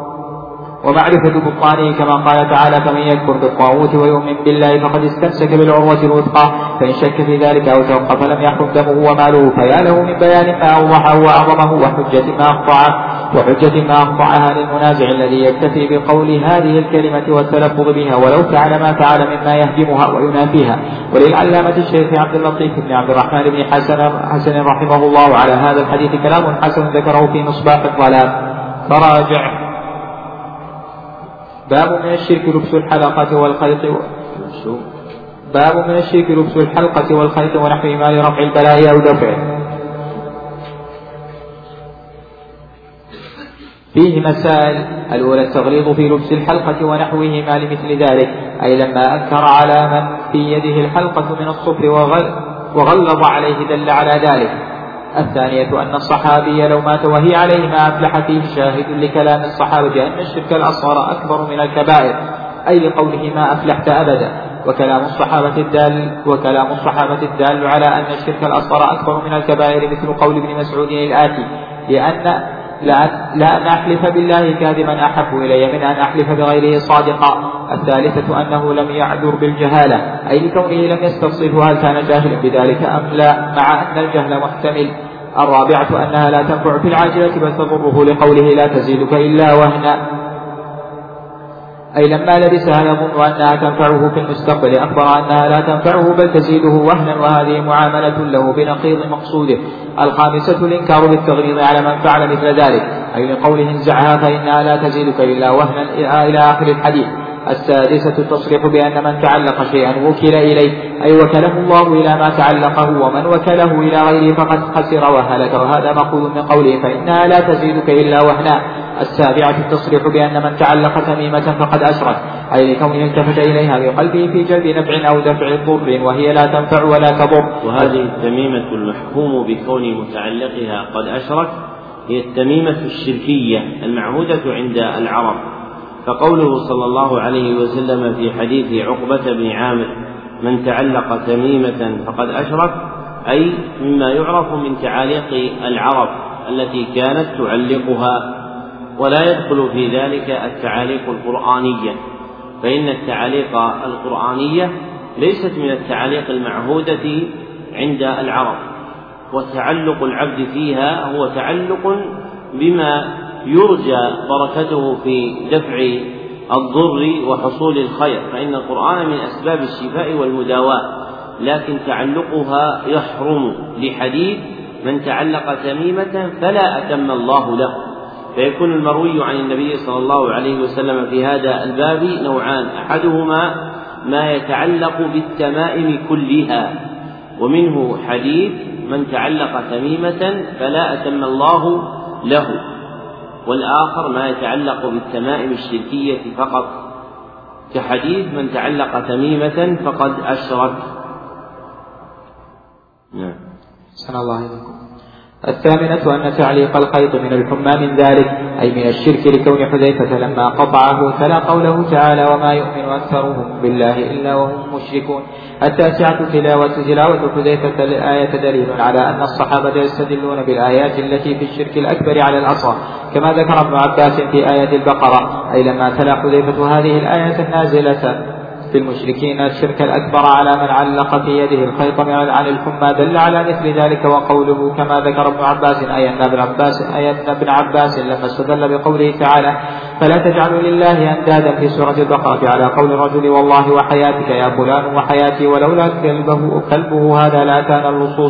B: ومعرفة بطلانه، كما قال تعالى فمن يكفر بالطاغوت ويؤمن بالله فقد استمسك بالعروة الوثقى، فإن شك في ذلك أو توقف فلم يحكم دمه وماله، فيا له من بيان ما أوضحه وأعظمه وحجة ما أقطعه وحجة ما أقطعها للمنازع الذي يكتفي بقول هذه الكلمة والتلفظ بها ولو فعل ما فعل مما يهدمها وينافيها. وللعلامة الشيخ عبد اللطيف بن عبد الرحمن بن حسن, حسن رحمه الله على هذا الحديث كلام حسن ذكره في مصباح الظلام فراجع. باب من الشرك لبس الحلقة والخيط و... باب من الشرك لبس الحلقة والخيط ونحوهما لرفع البلاء أو دفعه. فيه مسائل: الأولى التغليظ في لبس الحلقة ونحوهما لمثل ذلك، أي لما أنكر على من في يده الحلقة من الصفر وغلظ عليه دل على ذلك. الثانية أن الصحابي لو مات وهي عليه ما أفلح فيه شاهد لكلام الصحابة أن الشرك الأصغر أكبر من الكبائر، أي لقوله ما أفلحت أبدا، وكلام الصحابة الدال وكلام الصحابة الدال على أن الشرك الأصغر أكبر من الكبائر مثل قول ابن مسعود الآتي لأن لا أن أحلف بالله كاذبا أحب إلي من أن أحلف بغيره صادقا. الثالثة أنه لم يعذر بالجهالة، أي لكونه لم يستفصله هل كان جاهلا بذلك أم لا، مع أن الجهل محتمل. الرابعة أنها لا تنفع في العاجلة بل تضره لقوله لا تزيدك إلا وهنا. أي لما لبسها يظن أنها تنفعه في المستقبل أخبر أنها لا تنفعه بل تزيده وهنا، وهذه معاملة له بنقيض مقصوده. الخامسة الإنكار بالتغليظ على من فعل مثل ذلك، أي لقوله انزعها فإنها لا تزيدك إلا وهنا إلى آخر الحديث. السادسة التصريح بأن من تعلق شيئا وكل إليه، أي وكله الله إلى ما تعلقه، ومن وكله إلى غيره فقد خسر وهلك، وهذا مأخوذ من قوله فإنها لا تزيدك إلا وهنا. السابعة التصريح بأن من تعلق تميمة فقد أشرك، أي لكونه التفت إليها بقلبه في جلب نفع أو دفع ضر وهي لا تنفع ولا تضر.
A: وهذه التميمة المحكوم بكون متعلقها قد أشرك هي التميمة الشركية المعهودة عند العرب، فقوله صلى الله عليه وسلم في حديث عقبة بن عامر من تعلق تميمة فقد أشرك، أي مما يعرف من تعاليق العرب التي كانت تعلقها، ولا يدخل في ذلك التعاليق القرآنية، فإن التعاليق القرآنية ليست من التعاليق المعهودة عند العرب، وتعلق العبد فيها هو تعلق بما يرجى بركته في دفع الضر وحصول الخير، فإن القرآن من أسباب الشفاء والمداواة، لكن تعلقها يحرم لحديث من تعلق تميمة فلا أتم الله له. فيكون المروي عن النبي صلى الله عليه وسلم في هذا الباب نوعان، أحدهما ما يتعلق بالتمائم كلها، ومنه حديث من تعلق تميمة فلا أتم الله له، والآخر ما يتعلق بالتمائم الشركية فقط، كحديث من تعلق تميمة فقد أشرك.
B: نعم. صلى الله عليه وسلم. الثامنة أن تعليق الخيط من الحمى من ذلك، أي من الشرك، لكون حذيفة لما قطعه تلا قوله تعالى وما يؤمن أكثرهم بالله إلا وهم مشركون. التاسعة تلاوة تلاوة حذيفة الآية دليل على أن الصحابة يستدلون بالآيات التي في الشرك الأكبر على الأصغر، كما ذكر ابن عباس في آية البقرة، أي لما تلا حذيفة هذه الآية النازلة في المشركين الشرك الأكبر على من علق في يده الخيط عن الحمى دل على مثل ذلك. وقوله كما ذكر ابن عباس أي أن ابن عباس, أي أن ابن عباس لما استدل بقوله تعالى فلا تجعلوا لله أندادا في سورة البقرة على قول الرجل والله وحياتك يا فلان وحياتي ولولا كلبه, كلبه هذا لا كان اللصوص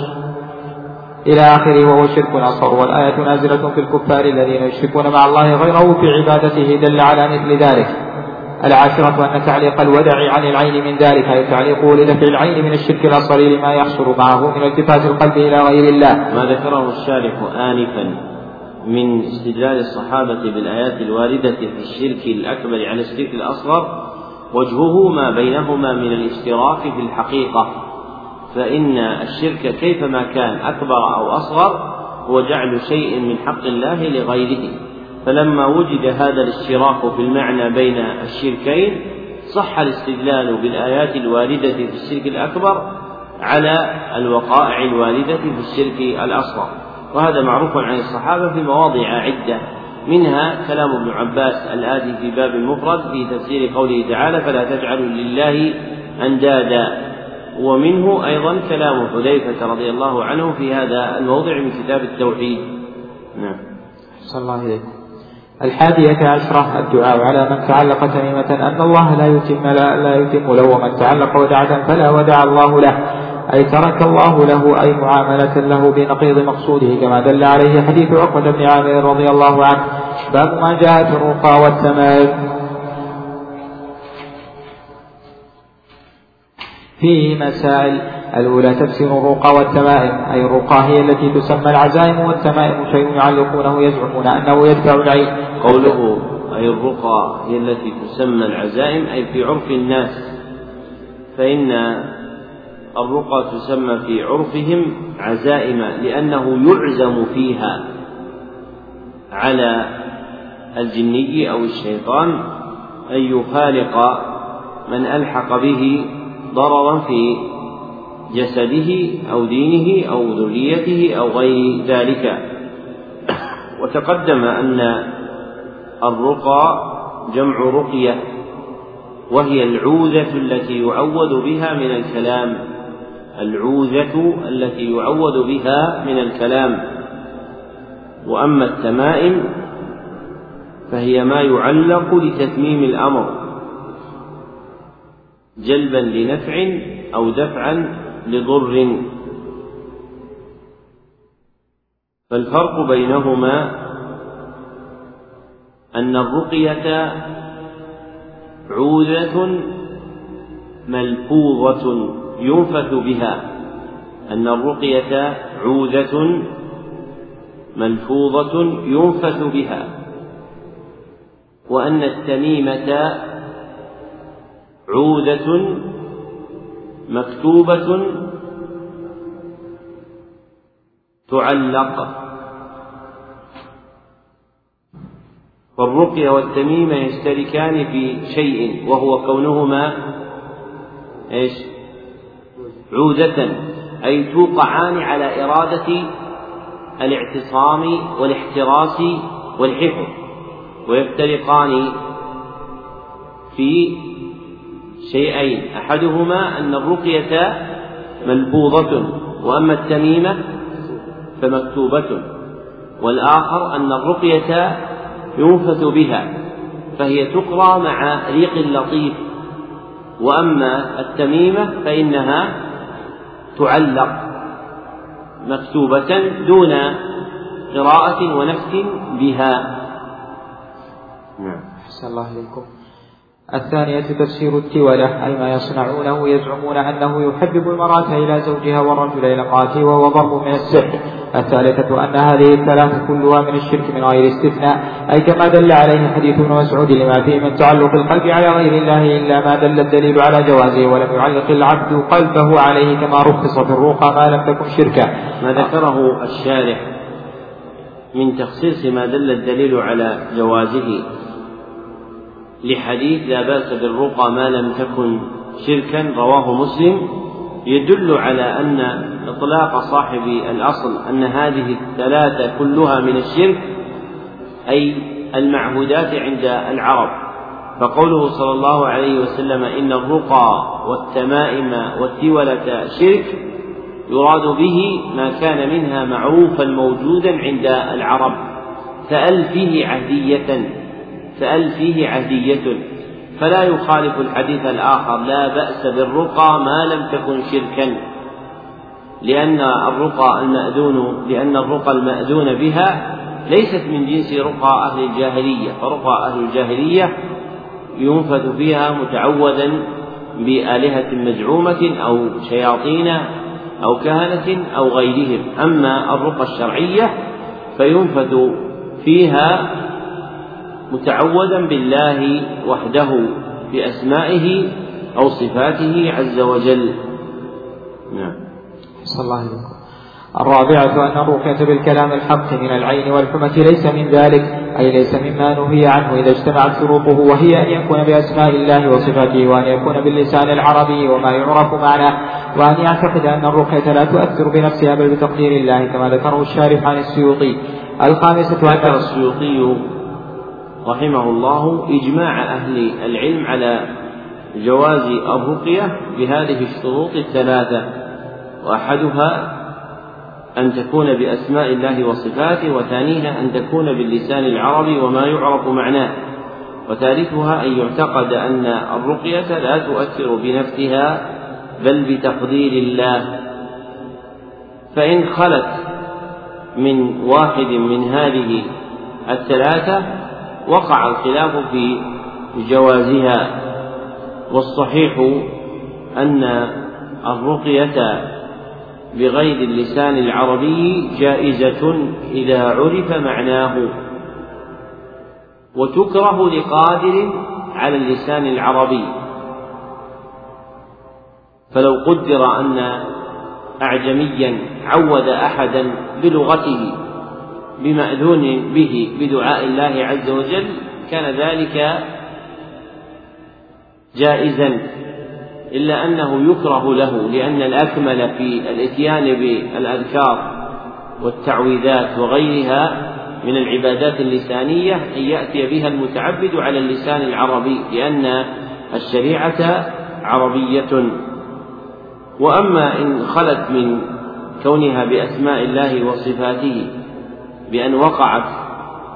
B: إلى آخره، وهو شرك أصغر. والآية نازلة في الكفار الذين يشركون مع الله غيره في عبادته دل على مثل ذلك. العاشرة أن تعليق الودع عن العين من ذلك، أي تعليقه لدفع العين من الشرك الأصغر لما يحصل معه من التفات القلب إلى غير الله.
A: ما ذكره الشارح آنفا من استدلال الصحابة بالآيات الواردة في الشرك الأكبر على الشرك الأصغر وجهه ما بينهما من الاشتراك في الحقيقة، فإن الشرك كيفما كان أكبر أو أصغر هو جعل شيء من حق الله لغيره، فلما وجد هذا الاشتراك في المعنى بين الشركين صح الاستدلال بالآيات الواردة في الشرك الأكبر على الوقائع الواردة في الشرك الأصغر، وهذا معروف عن الصحابة في مواضع عدة، منها كلام ابن عباس الآتي في باب المفرد في تفسير قوله تعالى فلا تجعلوا لله أندادا، ومنه أيضا كلام حذيفة رضي الله عنه في هذا الموضع من كتاب التوحيد. نعم.
B: صلى الله عليه وسلم. الحادية عشرة الدعاء على من تعلق تميمة أن الله لا يتم, لا, لا يتم له، ومن تعلق ودعة فلا ودع الله له، أي ترك الله له، أي معاملة له بنقيض مقصوده، كما دل عليه حديث عقبة بن عامر رضي الله عنه. باب ما جاء في الرقى والتمائم. فيه مسائل. الأولى تفسير الرقى والتمائم، أي الرقى هي التي تسمى العزائم، والتمائم شيء يعلقونه يزعمون أنه يدفع العين.
A: قوله أي الرقى هي التي تسمى العزائم أي في عرف الناس، فإن الرقى تسمى في عرفهم عزائم لأنه يعزم فيها على الجني أو الشيطان أن يخالق من ألحق به ضررا في جسده أو دينه أو ذريته أو غير ذلك. وتقدم أن الرقى جمع رقية، وهي العوذة التي يعوذ بها من الكلام، العوذة التي يعوذ بها من الكلام. وأما التمائم فهي ما يعلق لتتميم الأمر، جلبا لنفع أو دفعا لضر. فالفرق بينهما أن الرقية عوذة ملفوظة ينفث بها أن الرقية عوذة ملفوظة ينفث بها وأن التميمة عوذة مكتوبة تعلق. فالرقية والتميمة يشتركان في شيء وهو كونهما إيش؟ عوذة، أي توقعان على إرادة الاعتصام والاحتراس والحفظ، ويفترقان في شيئين: أحدهما أن الرقية ملفوظة وأما التميمة فمكتوبة، والآخر أن الرقية ينفث بها فهي تقرأ مع ريق لطيف، وأما التميمة فإنها تعلق مكتوبة دون قراءة ونفس بها.
B: نعم. أحسن الله إليكم. الثانية تفسير التولة، أي ما يصنعونه يزعمون أنه يحبب المرأة إلى زوجها والرجل إلى امرأته وهو ضرب من السحر. الثالثة أن هذه الثلاثة كلها من الشرك من غير استثناء، أي كما دل عليه حديث ابن مسعود لما فيه من تعلق القلب على غير الله إلا ما دل الدليل على جوازه، ولم يعلق العبد قلبه عليه كما رخص في الرقى ما لم تكن شركا.
A: ما ذكره الشارح من تخصيص ما دل الدليل على جوازه لحديث لا بأس بالرقى ما لم تكن شركا رواه مسلم يدل على أن إطلاق صاحب الأصل أن هذه الثلاثة كلها من الشرك أي المعهودات عند العرب. فقوله صلى الله عليه وسلم إن الرقى والتمائم والتولة شرك يراد به ما كان منها معروفا موجودا عند العرب، فأل فيه عهدية فأل فيه عهدية فلا يخالف الحديث الآخر لا بأس بالرقى ما لم تكن شركا، لأن الرقى المأذون لأن الرقى المأذون بها ليست من جنس رقى أهل الجاهلية، فرقى أهل الجاهلية ينفث فيها متعوذا بآلهة مزعومة أو شياطين أو كهنة أو غيرهم. أما الرقى الشرعية فينفث فيها متعوذا بالله وحده بأسمائه أو صفاته عز وجل. نعم.
B: صلى الله عليه وسلم. الرابعة أن الرقية بالكلام الحق من العين والحمة ليس من ذلك، أي ليس مما نهي عنه إذا اجتمعت شروطه، وهي أن يكون بأسماء الله وصفاته، وأن يكون باللسان العربي وما يعرف معناه، وأن يعتقد أن الرقية لا تؤثر بنفسها بل بتقدير الله كما ذكره الشارح عن السيوطي. الخامسة أن
A: ذكر السيوطي رحمه الله إجماع أهل العلم على جواز الرقية بهذه الشروط الثلاثة، وأحدها أن تكون بأسماء الله وصفاته، وثانيها أن تكون باللسان العربي وما يعرف معناه، وثالثها أن يعتقد أن الرقية لا تؤثر بنفسها بل بتقدير الله. فإن خلت من واحد من هذه الثلاثة وقع الخلاف في جوازها، والصحيح أن الرقية بغير اللسان العربي جائزة إذا عرف معناه، وتكره لقادر على اللسان العربي. فلو قدر أن أعجميا عود أحدا بلغته بمأذون به بدعاء الله عز وجل كان ذلك جائزا، إلا أنه يكره له، لأن الأكمل في الإتيان بالأذكار والتعويذات وغيرها من العبادات اللسانية أن يأتي بها المتعبد على اللسان العربي، لأن الشريعة عربية. وأما إن خلت من كونها بأسماء الله وصفاته بأن وقعت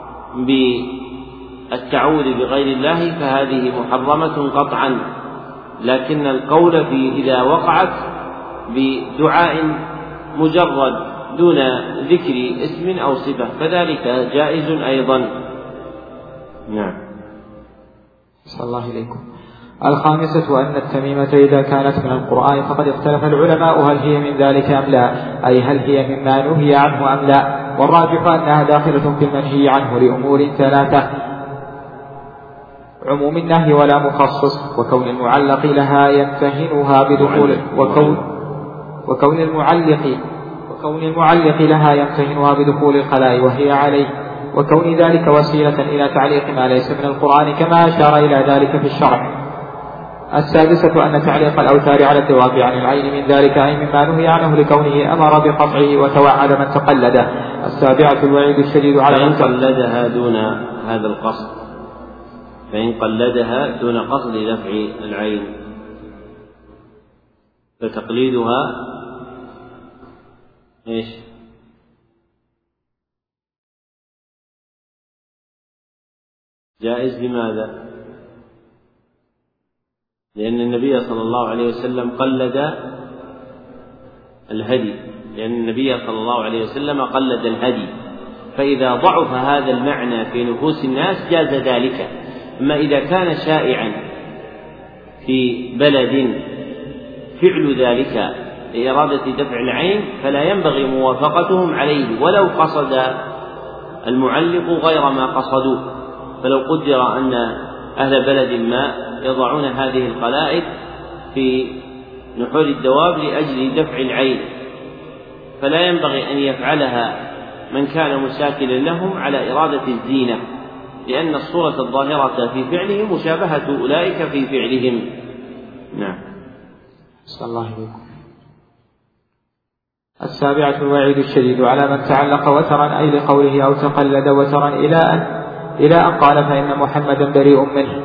A: بالتعوذ بغير الله فهذه محرمة قطعا، لكن القول في إذا وقعت بدعاء مجرد دون ذكر اسم أو صفة فذلك جائز أيضا. نعم.
B: صلى الله عليكم. الخامسة أن التميمة إذا كانت من القرآن فقد اختلف العلماء هل هي من ذلك أم لا، أي هل هي مما نهي عنه أم لا، والراجح أنها داخلة في المنهي عنه لأمور ثلاثة: عموم النهي ولا مخصص، وكون المعلق لها يمتهنها بدخول وكون وكون المعلق وكون المعلق لها يمتهنها بدخول الخلاء وهي عليه، وكون ذلك وسيلة إلى تعليق ما ليس من القرآن كما أشار إلى ذلك في الشرع. السادسة أن تعليق الأوتار على الثواب عن العين من ذلك أي مما نهي عنه لكونه أمر بقطعه وتوعد من تقلده. السابعة الوعيد الشديد على من
A: قلدها دون هذا القصد، فإن قلدها دون قصد دفع العين فتقليدها إيش؟ جائز. لماذا؟ لأن النبي صلى الله عليه وسلم قلد الهدي لأن النبي صلى الله عليه وسلم قلد الهدي، فإذا ضعف هذا المعنى في نفوس الناس جاز ذلك. أما إذا كان شائعا في بلد فعل ذلك لإرادة دفع العين فلا ينبغي موافقتهم عليه ولو قصد المعلق غير ما قصدوه. فلو قدر أن أهل بلد ما يضعون هذه القلائد في نحور الدواب لأجل دفع العين فلا ينبغي أن يفعلها من كان مساكنا لهم على إرادة الزينة، لأن الصورة الظاهرة في فعلهم مشابهة أولئك في فعلهم. نعم.
B: صلى الله عليكم. السابعة الوعيد الشديد على من تعلق وترا أي لقوله أو تقلد وترا إلى أن إلى أن قال فإن محمدا بريء منه.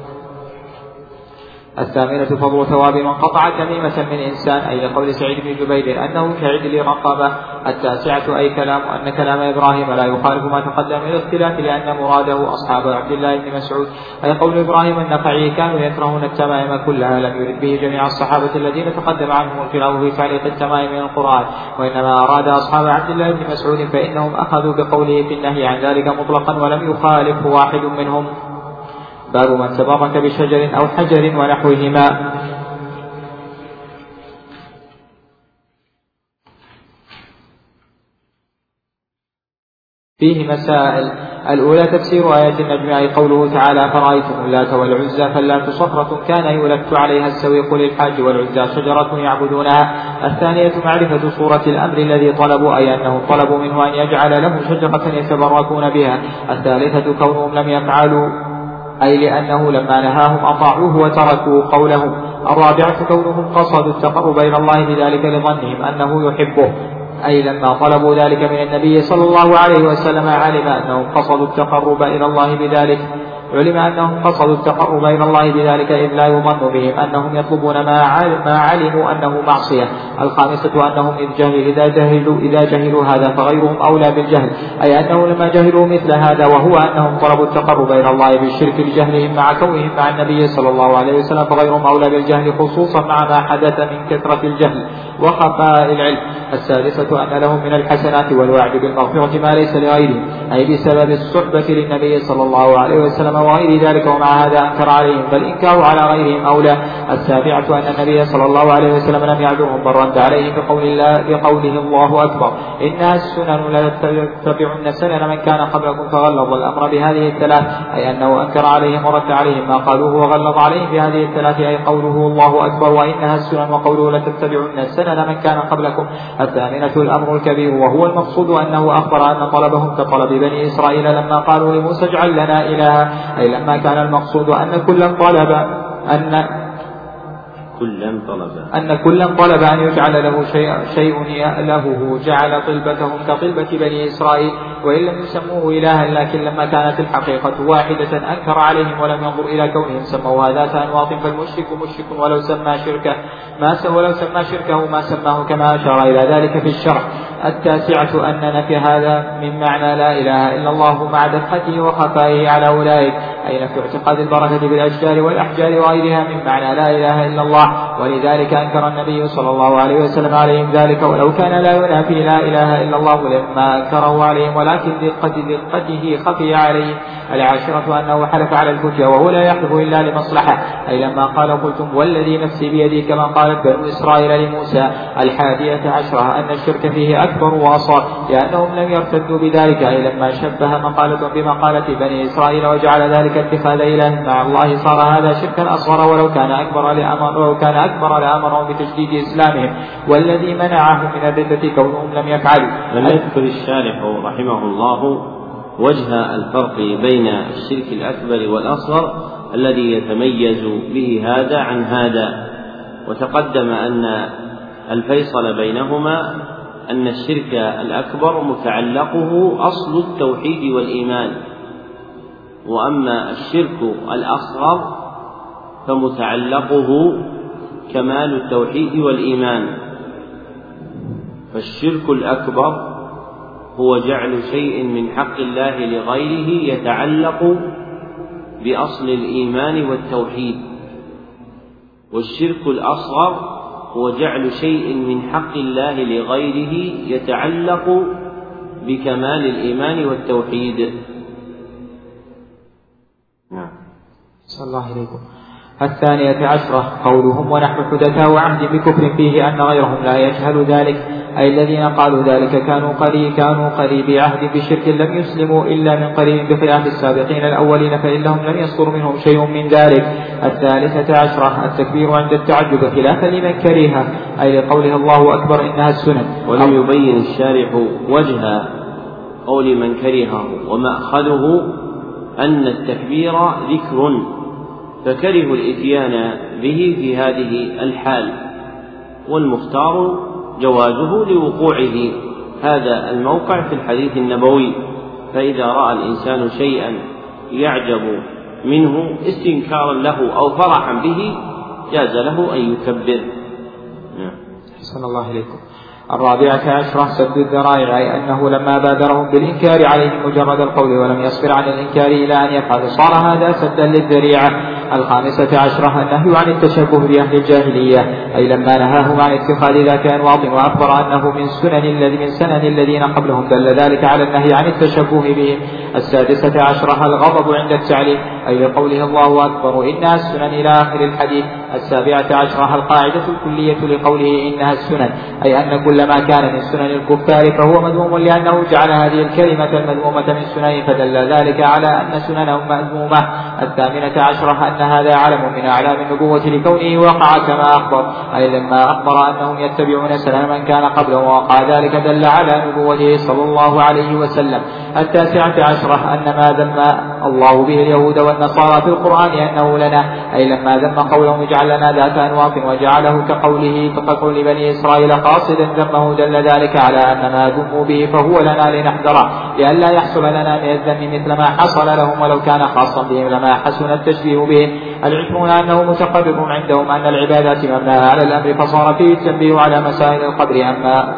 B: الثامنة فضل ثواب من قطع تميمة من إنسان أي لقول سعيد بن جبير أنه كعدل رقبة. التاسعة أي كلام أن كلام إبراهيم لا يخالف ما تقدم من الاختلاف لأن مراده أصحاب عبد الله بن مسعود أي قول إبراهيم النخعي كانوا يكرهون التمائم كلها لم يرد به جميع الصحابة الذين تقدم عنهم الخلاف في تعليق التمائم من القرآن، وإنما أراد أصحاب عبد الله بن مسعود فإنهم أخذوا بقوله في النهي عن ذلك مطلقا ولم يخالف واحد منهم. باب من تبرك بشجر أو حجر ونحوهما. فيه مسائل: الأولى تفسير آية النجم أي قوله تعالى فرأيتم اللات والعزى فاللات صخرة كان يولت عليها السويق للحاج والعزى شجرة يعبدونها. الثانية معرفة صورة الأمر الذي طلبوا أي أنهم طلبوا منه أن يجعل له شجرة يتبركون بها. الثالثة كونهم لم يفعلوا أي لأنه لما نهاهم أطاعوه وتركوا قوله. الرابعة كونهم قصدوا التقرب إلى الله بذلك لظنهم أنه يحبه أي لما طلبوا ذلك من النبي صلى الله عليه وسلم علم أنهم قصدوا التقرب إلى الله بذلك علم أنهم قصدوا التقرب إلى الله بذلك إذ لا يظن بهم أنهم يطلبون ما علموا أنه معصية. الخامسة أنهم إذ جهل إذا جهلوا إذا جهلوا هذا فغيرهم أولى بالجهل أي أنه لما جهلوا مثل هذا وهو أنهم طلبوا التقرب إلى الله بالشرك لجهلهم مع كونهم مع النبي صلى الله عليه وسلم فغيرهم أولى بالجهل خصوصا مع ما حدث من كثرة الجهل وخفاء العلم. السادسة أن لهم من الحسنات والوعد بالمغفرة ما ليس لغيرهم أي بسبب الصحبة للنبي صلى الله عليه وسلم وغير ذلك ومع هذا أنكر عليهم بل إنكار على غيرهم أولى. السابعة أن النبي صلى الله عليه وسلم لم يعذرهم بل رد عليهم بقول الله بقوله الله أكبر إنها السنن لا تتبعن سنن من كان قبلكم فغلظ الأمر بهذه الثلاث أي أنه أنكر عليهم ورد عليهم ما قالوه وغلظ عليهم بهذه الثلاث أي قوله الله أكبر وإنها السنن وقوله لا تتبعن سنن من كان قبلكم. الثامنة الأمر الكبير وهو المقصود أنه أخبر أن طلبهم كطلب بني إسرائيل لما قالوا لموسى اجعل لنا إلها أي لما كان المقصود أن كلا طلب أن
A: كلا طلب
B: أن كلا طلب أن يجعل له شيء, شيء يألهه جعل طلبتهم كطلبة بني إسرائيل وإن لم يسموه إلها، لكن لما كانت الحقيقة واحدة أنكر عليهم ولم ينظر إلى كونهم سموا ذات أنواط، فالمشرك مشرك ولو سمى شركه ما ولو سمى شركه ما سماه، كما أشار إلى ذلك في الشرح. التاسعة أن نفي هذا من معنى لا إله إلا الله مع دقته وخفائه على أولئك، أي نفي اعتقاد البركة بالأشجار والأحجار وغيرها من معنى لا إله إلا الله، ولذلك أنكر النبي صلى الله عليه وسلم عليهم ذلك، ولو كان لا ينافي لا إله إلا الله لما أنكره عليهم، ولكن دقة دقته خفي عليهم. العاشرة أنه حلف على الحجة وهو لا يحلف إلا لمصلحة، أي لما قال قلتم والذي نفسي بيدي كما قالت بنو إسرائيل لموسى. الحادية عشرة أن الشرك فيه أكبر وأصغر، لأنهم لم يرتدوا بذلك، أي لما شبه مقالة بمقالة بني إسرائيل وجعل ذلك اتخاذ إله مع الله صار هذا شركا أصغر، ولو كان أكبر لأمر ولو كان أكبر لأمرهم بتجديد إسلامهم، والذي منعهم من الردة كونهم لم يفعلوا.
A: لم يذكر الشارح رحمه الله وجه الفرق بين الشرك الأكبر والأصغر الذي يتميز به هذا عن هذا، وتقدم أن الفيصل بينهما أن الشرك الأكبر متعلقه أصل التوحيد والإيمان، وأما الشرك الأصغر فمتعلقه كمال التوحيد والإيمان. فالشرك الأكبر هو جعل شيء من حق الله لغيره يتعلق بأصل الإيمان والتوحيد، والشرك الأصغر هو جعل شيء من حق الله لغيره يتعلق بكمال الإيمان والتوحيد.
B: نعم. صلى الله عليكم. الثانية عشرة قولهم ونحن حدثاء عهد بكفر فيه أن غيرهم لا يجهل ذلك، أي الذين قالوا ذلك كانوا قريب كانوا قريبي عهد بشرك لم يسلموا إلا من قريب بخلاف السابقين الأولين، فإنهم لم يصدر منهم شيء من ذلك. الثالثة عشرة التكبير عند التعجب خلافا لمن كرهه، أي لقوله الله أكبر إنها السنن.
A: ولم يبين الشارح وجه قول من كرهه، ومأخذه أن التكبير ذكر، فكرهوا الإتيان به في هذه الحال، والمختار جوازه لوقوعه هذا الموقع في الحديث النبوي، فإذا رأى الإنسان شيئا يعجب منه استنكارا له أو فرحا به جاز له أن يكبر.
B: صلى الله عليكم. الرابعة عشرة سد الذرائع، أي أنه لما بادرهم بالإنكار عليهم مجرد القول ولم يصبر عن الإنكار إلى أن يفعل صار هذا سدا للذريعة. الخامسة عشرة النهي عن التشبه بأهل الجاهلية، أي لما نهاهم عن اتخاذ ذات أنواط وأخبر أنه من سنن الذي من سنن الذين قبلهم دل ذلك على النهي عن التشبه بهم. السادسة عشرة الغضب عند التعليم، أي لقوله الله أكبر إنها السنن إلى آخر الحديث. السابعة عشرة القاعدة الكلية لقوله إنها السنن، أي أن كل ما كان من سنن الكفار فهو مذموم، لأنه جعل هذه الكلمة المذمومة من سنن فدل ذلك على أن سننهم مذمومة. الثامنة عشرة أن هذا علم من أعلام النبوة لكونه وقع كما أخبر، أي لما أخبر أنهم يتبعون سنن من كان قبلهم وقع ذلك دل على نبوته صلى الله عليه وسلم. التاسعة عشرة أن ما ذم الله به اليهود والنصارى في القرآن أنه لنا، أي لما ذم قولهم اجعل لنا ذات أنواط وجعله كقوله كقول بني إسرائيل قاصدا ذمه دل ذلك على أن ما ذموا به فهو لنا لنحذره، لئلا يحصل لنا من الذم مثل ما حصل لهم، ولو كان خاصا بهم لما حسن التشبيه بهم. العلمون أنه متقرر عندهم أن العبادات مبناها على الأمر، فصار فيه التنبيه على مسائل القدر. أما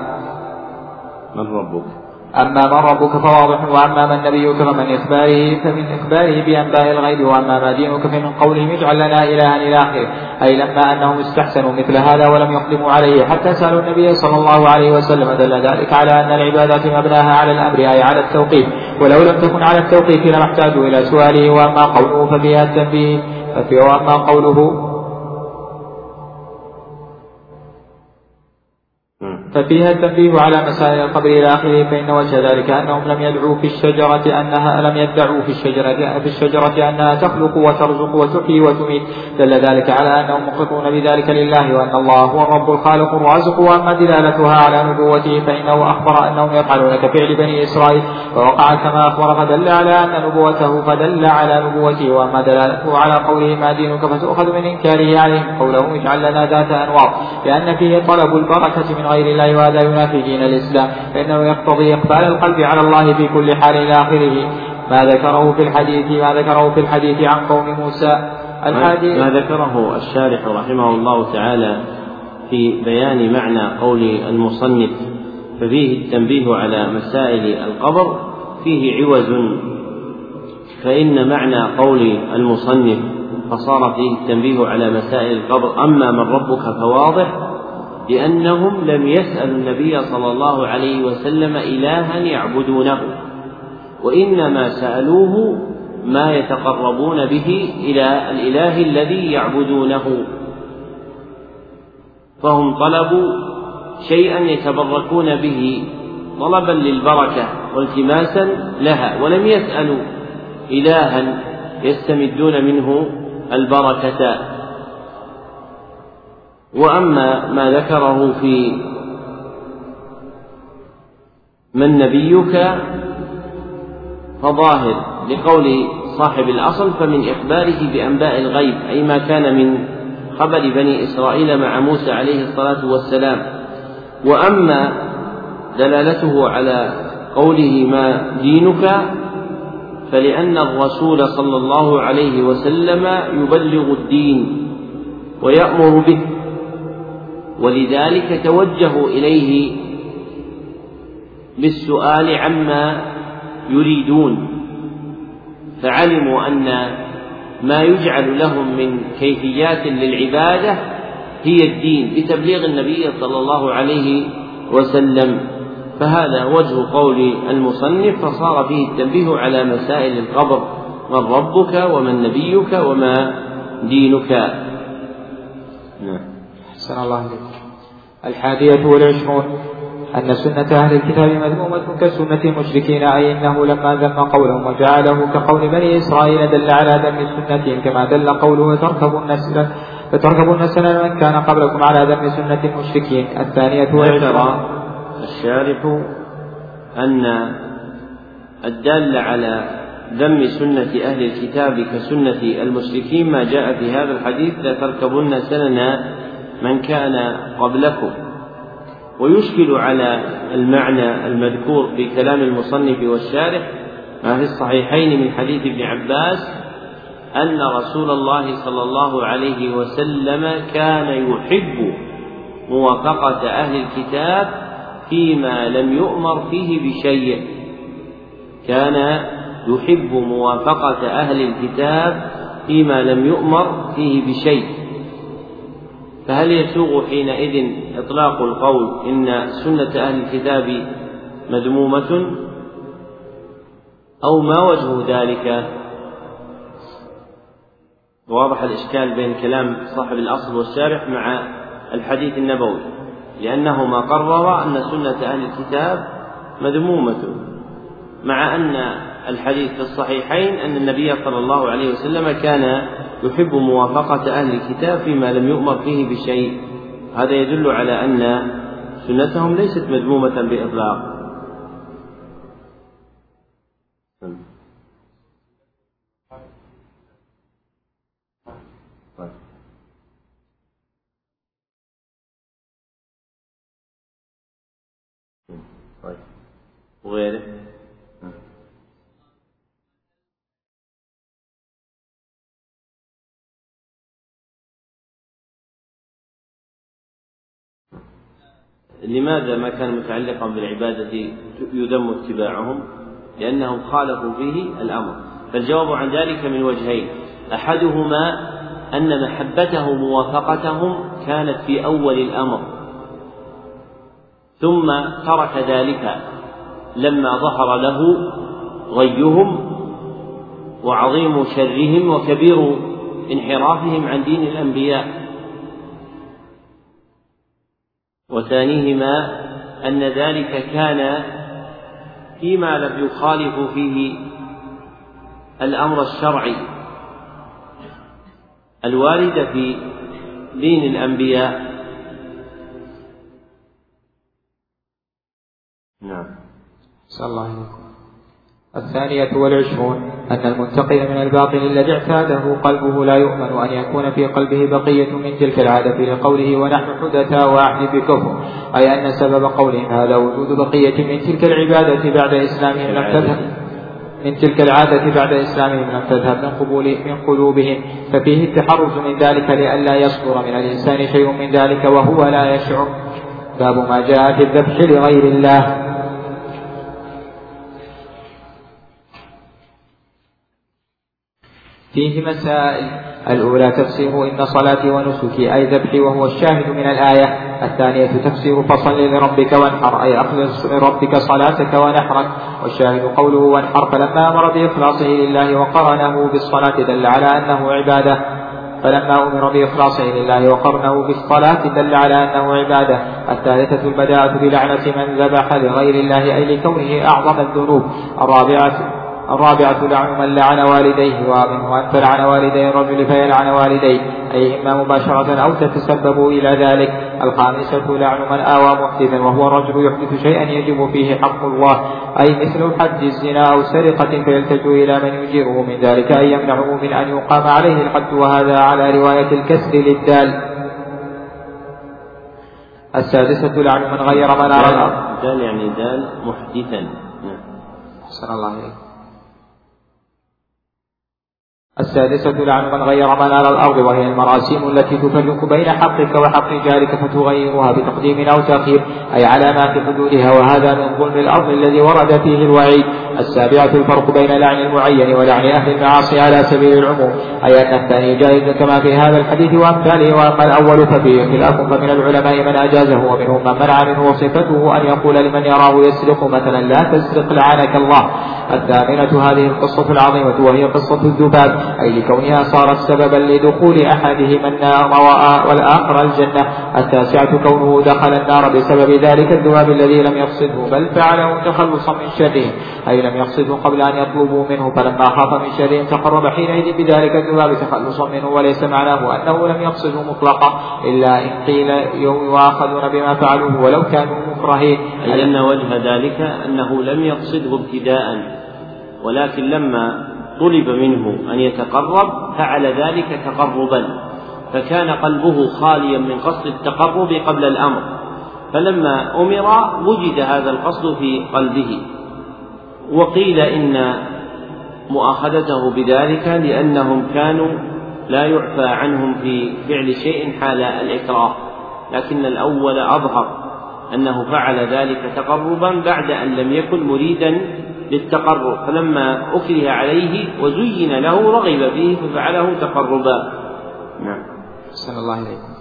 A: من ربك
B: أما من ربك فواضح، وأما من نبيك فمن إخباره فمن إخباره بأنباء الغيب، وأما ما دينك فمن قولهم اجعل لنا إلها إلى آخره، أي لما أنهم استحسنوا مثل هذا ولم يقدموا عليه حتى سألوا النبي صلى الله عليه وسلم دل ذلك على أن العبادات مبناها على الأمر، أي على التوقيف، ولو لم تكن على التوقيف لما احتاجوا إلى سؤاله. وأما قوله ففيها التنبيه ففي وأما قوله ففيها التنبيه على مسائل القبر إلى آخره، فإن وجه ذلك أنهم لم يدعوا في الشجرة أنها لم يدعوا في الشجرة في الشجرة أنها تخلق وترزق وتحيي وتميت، دل ذلك على أنهم مقرون بذلك لله، وأن الله هو الرب الخالق الرازق. وأما دلالتها على نبوته فإنه أخبر أنهم يفعلون كفعل بني إسرائيل فوقع كما أخبر، فدل على أن نبوته فدل على نبوته. وأما دلالته على قوله ما دينك فتؤخذ من إنكاره عليهم قولهم اجعل لنا ذات أنواط، لأن فيه طلب البركة من غير الله الأشياء وهذا ينافي دين الإسلام، فإنه يقتضي إقبال القلب على الله في كل حال إلى آخره ما ذكره في الحديث ما ذكره في الحديث عن قوم موسى.
A: ما ذكره الشارح رحمه الله تعالى في بيان معنى قول المصنف ففيه التنبيه على مسائل القبر فيه عوز، فإن معنى قول المصنف فصار فيه التنبيه على مسائل القبر أما من ربك فواضح، لأنهم لم يسألوا النبي صلى الله عليه وسلم إلها يعبدونه، وإنما سألوه ما يتقربون به إلى الإله الذي يعبدونه، فهم طلبوا شيئا يتبركون به طلبا للبركة والتماسا لها، ولم يسألوا إلها يستمدون منه البركة. وأما ما ذكره في من نبيك فظاهر لقول صاحب الأصل فمن إخباره بأنباء الغيب، أي ما كان من خبر بني إسرائيل مع موسى عليه الصلاة والسلام. وأما دلالته على قوله ما دينك فلأن الرسول صلى الله عليه وسلم يبلغ الدين ويأمر به، ولذلك توجهوا إليه بالسؤال عما يريدون، فعلموا أن ما يجعل لهم من كيفيات للعبادة هي الدين بتبليغ النبي صلى الله عليه وسلم. فهذا وجه قول المصنف، فصار فيه التنبيه على مسائل القبر: من ربك ومن نبيك وما دينك.
B: نعم. أحسن الله عليك. الحادية والعشرون أن سنة أهل الكتاب مذمومة كسنة المشركين، أي إنه لما ذم قولهم وجعله كقول بني إسرائيل دل على ذم سنتهم، كما دل قوله فتركبون سنن من كان قبلكم على ذم سنة المشركين. الثانية والعشرون
A: الشارح أن الدال على ذم سنة أهل الكتاب كسنة المشركين ما جاء في هذا الحديث: لتركبن سنن من كان قبلكم. ويشكل على المعنى المذكور في كلام المصنف والشارح ما في الصحيحين من حديث ابن عباس أن رسول الله صلى الله عليه وسلم كان يحب موافقة أهل الكتاب فيما لم يؤمر فيه بشيء. كان يحب موافقة أهل الكتاب فيما لم يؤمر فيه بشيء. فهل يسوغ حينئذ إطلاق القول إن سنة أهل الكتاب مذمومة، أو ما وجه ذلك؟ واضح الإشكال بين كلام صاحب الأصل والشارح مع الحديث النبوي، لأنه ما قرر أن سنة أهل الكتاب مذمومة، مع أن الحديث في الصحيحين أن النبي صلى الله عليه وسلم كان يحب موافقة أهل الكتاب فيما لم يؤمر فيه بشيء. هذا يدل على أن سنتهم ليست مذمومة بإطلاق. وغيره لماذا ما كان متعلقا بالعبادة يذم اتباعهم؟ لأنهم خالفوا فيه الأمر. فالجواب عن ذلك من وجهين: أحدهما أن محبته موافقتهم كانت في أول الأمر، ثم ترك ذلك لما ظهر له غيهم وعظيم شرهم وكبير انحرافهم عن دين الأنبياء. وثانيهما أن ذلك كان فيما لم يخالف فيه الأمر الشرعي الوارد في دين الأنبياء.
B: نعم. صلى الله عليه وسلم. الثانية والعشرون أن المنتقل من الباطل الذي اعتاده قلبه لا يؤمن أن يكون في قلبه بقية من تلك العادة لقوله ونحن حدثاء وعهد بكفر، أي أن سبب قولهم هذا وجود بقية من تلك العبادة بعد إسلامهم لم تذهب من تلك العادة بعد إسلامهم لم تذهب من قبول من قلوبهم، ففيه التحرز من ذلك لئلا يصدر من الإنسان شيء من ذلك وهو لا يشعر. باب ما جاء في الذبح لغير الله. فيه مسائل: الأولى تفسير إن صلاتي ونسكي أي ذبحي وهو الشاهد من الآية. الثانية تفسير فصل لربك وانحر أي أخلص لربك صلاتك ونحرك، والشاهد قوله وانحر، فلما أمر بإخلاصه لله وقرنه بالصلاة دل على أنه عبادة فلما أمر بإخلاصه لله وقرنه بالصلاة دل على أنه عبادة. الثالثة البداءة بلعنة من ذبح لغير الله أي لكونه أعظم الذنوب. الرابعة الرابعة لعن من لعن والديه، ومنه أن تلعن والدي الرجل فيلعن والديه أي إما مباشرة أو تتسبب إلى ذلك. الخامسة لعن من آوى محدثا وهو الرجل يحدث شيئا يجب فيه حق الله أي مثل حد الزنا أو سرقة فيلتجئ إلى من يجيره من ذلك أي يمنعه من أن يقام عليه الحد، وهذا على رواية الكسر للدال. السادسة لعن من غير منار الأرض.
A: دال يعني دال محدثا.
B: أحسن الله عليك. السادسة لعن من غير منار الأرض، وهي المراسيم التي تفرق بين حقك وحق جارك فتغيرها بتقديم أو تأخير أي علامات حدودها، وهذا من ظلم الأرض الذي ورد فيه الوعيد. السابعة الفرق بين لعن المعين ولعن أهل المعاصي على سبيل العموم، أي أن الثاني جائز كما في هذا الحديث وأمثاله، وأما الأول ففيه خلاف، فمن العلماء من أجازه ومنهم من منع منه، وصفته أن يقول لمن يراه يسرق مثلا لا تسرق لعنك الله. الثامنة هذه القصة العظيمة وهي قصة الذباب أي لكونها صارت سببا لدخول أحدهما النار والآخر الجنة. التاسعة كونه دخل النار بسبب ذلك الذباب الذي لم يقصده بل فعله تخلصا من شره أي لم يقصده قبل أن يطلبوا منه، فلما خاف من شره تقرب حينئذ بذلك الذباب تخلصا منه، وليس معناه أنه لم يقصده مطلقا إلا إن قيل يؤاخذون بما فعلوه ولو كانوا مكرهين.
A: أي أن وجه ذلك أنه لم يقصده ابتداء، ولكن لما طلب منه أن يتقرب فعل ذلك تقربا، فكان قلبه خاليا من قصد التقرب قبل الأمر، فلما أمر وجد هذا القصد في قلبه. وقيل إن مؤاخذته بذلك لأنهم كانوا لا يعفى عنهم في فعل شيء حال الإكراه، لكن الأول أظهر أنه فعل ذلك تقربا بعد أن لم يكن مريدا للتقرب، فلما أكره عليه وزين له رغب فيه ففعله تقربا. نعم.
B: صلى الله عليه وسلم.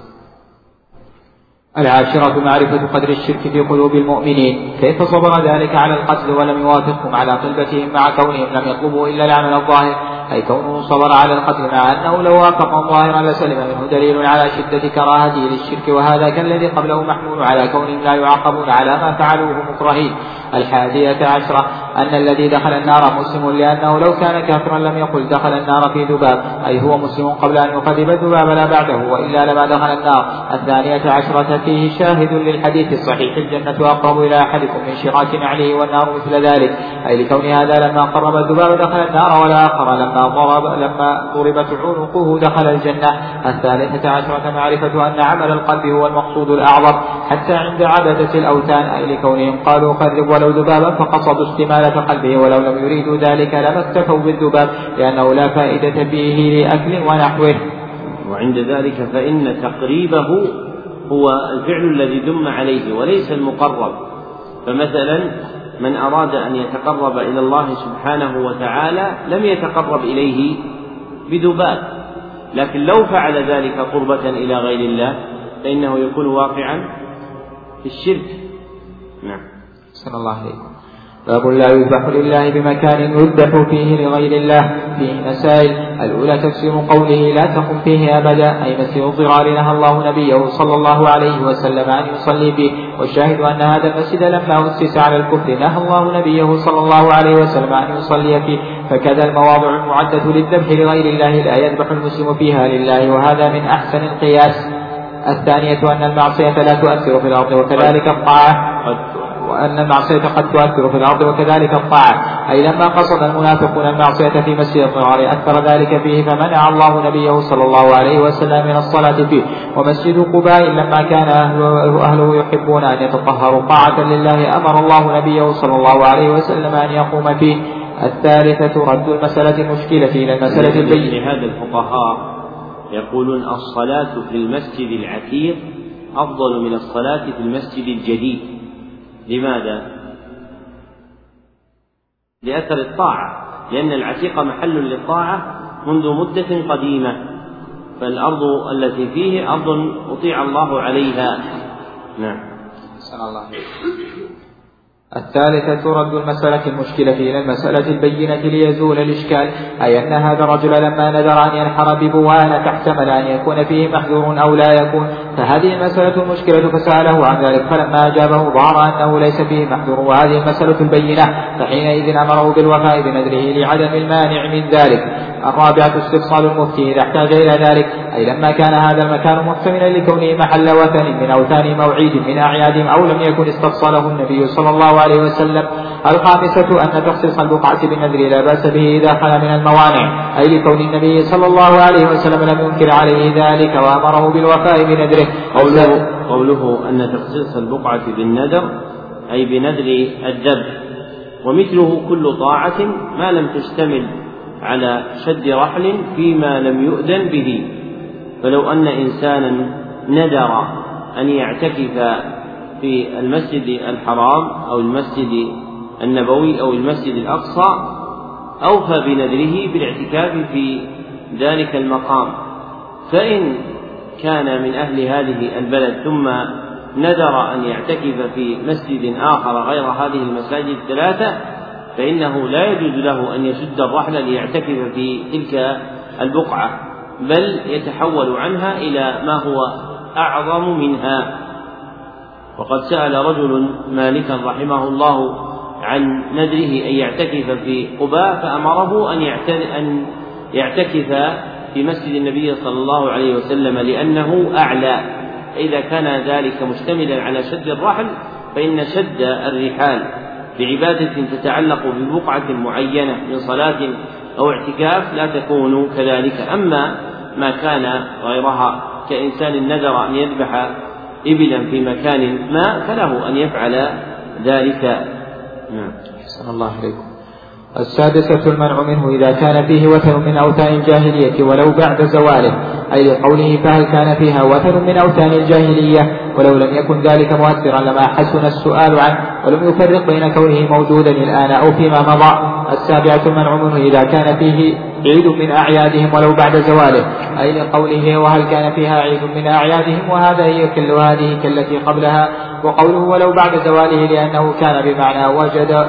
B: العاشرة معرفة قدر الشرك في قلوب المؤمنين، كيف صبر ذلك على القتل ولم يوافقهم على طلبتهم مع كونهم لم يطلبوا إلا العمل الظاهر، أي كونه صبر على القتل مع أنه لو وافقهم ظاهرا لسلم منه دليل على شدة كراهته للشرك، وهذا كالذي قبله محمول على كونهم لا يعاقبون على ما فعلوه مكرهين. الحادية عشرة أن الذي دخل النار مسلم لأنه لو كان كافرا لم يقل دخل النار في ذباب، أي هو مسلم قبل أن يقذف الذباب لا بعده، وإلا لما دخل النار. الثانية عشرة فيه شاهد للحديث الصحيح الجنة أقرب إلى أحدكم من شراك نعله والنار مثل ذلك، أي لكون هذا لما قرب الذباب دخل النار، والآخر لما ضرب لما ضربت عنقه دخل الجنة. الثالثة عشرة معرفة أن عمل القلب هو المقصود الأعظم حتى عند عبدة الأوثان، أي لكونهم قالوا قرب ولو ذبابا فقصدوا استمالة قلبه، ولو لم يريدوا ذلك لما اكتفوا بالذباب لأنه لا فائدة فيه لأكل ونحوه.
A: وعند ذلك فإن تقريبه هو الفعل الذي دم عليه وليس المقرب، فمثلا من أراد أن يتقرب إلى الله سبحانه وتعالى لم يتقرب إليه بذباب، لكن لو فعل ذلك قربة إلى غير الله فإنه يكون واقعا في الشرك. نعم.
B: صلى الله عليه وسلم. باب لا يذبح لله بمكان يذبح فيه لغير الله. فيه مسائل: الأولى تفسير قوله لا تقم فيه أبدا، أي مسجد الضرار نهى الله نبيه صلى الله عليه وسلم أن يصلي فيه، والشاهد أن هذا المسجد لما أسس على الكفر نهى الله نبيه صلى الله عليه وسلم أن يصلي فيه، فكذا المواضع المعدة للذبح لغير الله لا يذبح المسلم فيها لله، وهذا من أحسن القياس. الثانية أن المعصية لا تؤثر في الأرض وكذلك الطاعة. وأن المعصية قد تؤثر في الأرض وكذلك الطاعة، أي لما قصد المنافقون المعصية في مسجد الضرار أثر ذلك فيه فمنع الله نبيه صلى الله عليه وسلم من الصلاة فيه. ومسجد قباء لما كان أهله, أهله يحبون أن يتطهروا طاعة لله أمر الله نبيه صلى الله عليه وسلم أن يقوم فيه. الثالثة رد المسألة المشكلة إلى المسألة البينة.
A: لهذا الفقهاء يقولون الصلاة في المسجد العتيق أفضل من الصلاة في المسجد الجديد. لماذا؟ لأثر الطاعة، لأن العتيق محل للطاعة منذ مدة قديمة، فالأرض التي فيه أرض أطيع الله عليها. نعم.
B: صلى الله عليه وسلم. الثالثة رد المسألة المشكلة إلى المسألة البينة ليزول الإشكال، أي أن هذا الرجل لما نذر أن ينحر ببوانة احتمل أن يكون فيه محذور أو لا يكون، فهذه المسألة المشكلة فسأله عن ذلك فلما أجابه ظهر أنه ليس فيه محذور وهذه المسألة البينة، فحينئذ أمره بالوفاء بنذره لعدم المانع من ذلك. الرابعة استفصال المفتي إذا احتاج إلى ذلك، أي لما كان هذا المكان محتملا لكونه محل وثن من أوثان موعيد من أعيادهم أو لم يكن استفصله النبي صلى الله عليه وسلم. الخامسة أن تخصيص البقعة بالنذر لا بأس به إذا خلا من الموانع، أي لكون النبي صلى الله عليه وسلم لم ينكر عليه ذلك وأمره بالوفاء بنذره.
A: قوله, قوله أن تخصيص البقعة بالنذر أي بنذر الذبح، ومثله كل طاعة ما لم تشتمل على شد رحل فيما لم يؤذن به. فلو أن إنسانا نذر أن يعتكف في المسجد الحرام أو المسجد النبوي أو المسجد الأقصى أوفى بنذره بالاعتكاف في ذلك المقام، فإن كان من أهل هذه البلد ثم نذر أن يعتكف في مسجد آخر غير هذه المساجد الثلاثة فإنه لا يجوز له أن يشد الرحل ليعتكف في تلك البقعة، بل يتحول عنها إلى ما هو أعظم منها. وقد سأل رجل مالكا رحمه الله عن نذره أن يعتكف في قباء فأمره أن يعتكف في مسجد النبي صلى الله عليه وسلم لأنه أعلى. إذا كان ذلك مشتملا على شد الرحل فإن شد الرحال بعبادة تتعلق ببقعة معينة من صلاة أو اعتكاف لا تكون كذلك. أما ما كان غيرها كإنسان نذر أن يذبح إبلا في مكان ما فله أن يفعل ذلك. نعم.
B: أحسن الله عليكم. السادسة المنع منه إذا كان فيه وثن من أوثان الجاهلية ولو بعد زواله، أي لقوله فهل كان فيها وثن من أوثان الجاهلية ولو لم يكن ذلك مؤثرا لما حسن السؤال عنه ولم يفرق بين كونه موجودا الآن أو فيما مضى. السابعة المنع منه إذا كان فيه عيد من أعيادهم ولو بعد زواله، أي لقوله وهل كان فيها عيد من أعيادهم وهذا هي كل هذه كالتي قبلها، وقوله ولو بعد زواله لأنه كان بمعنى وجد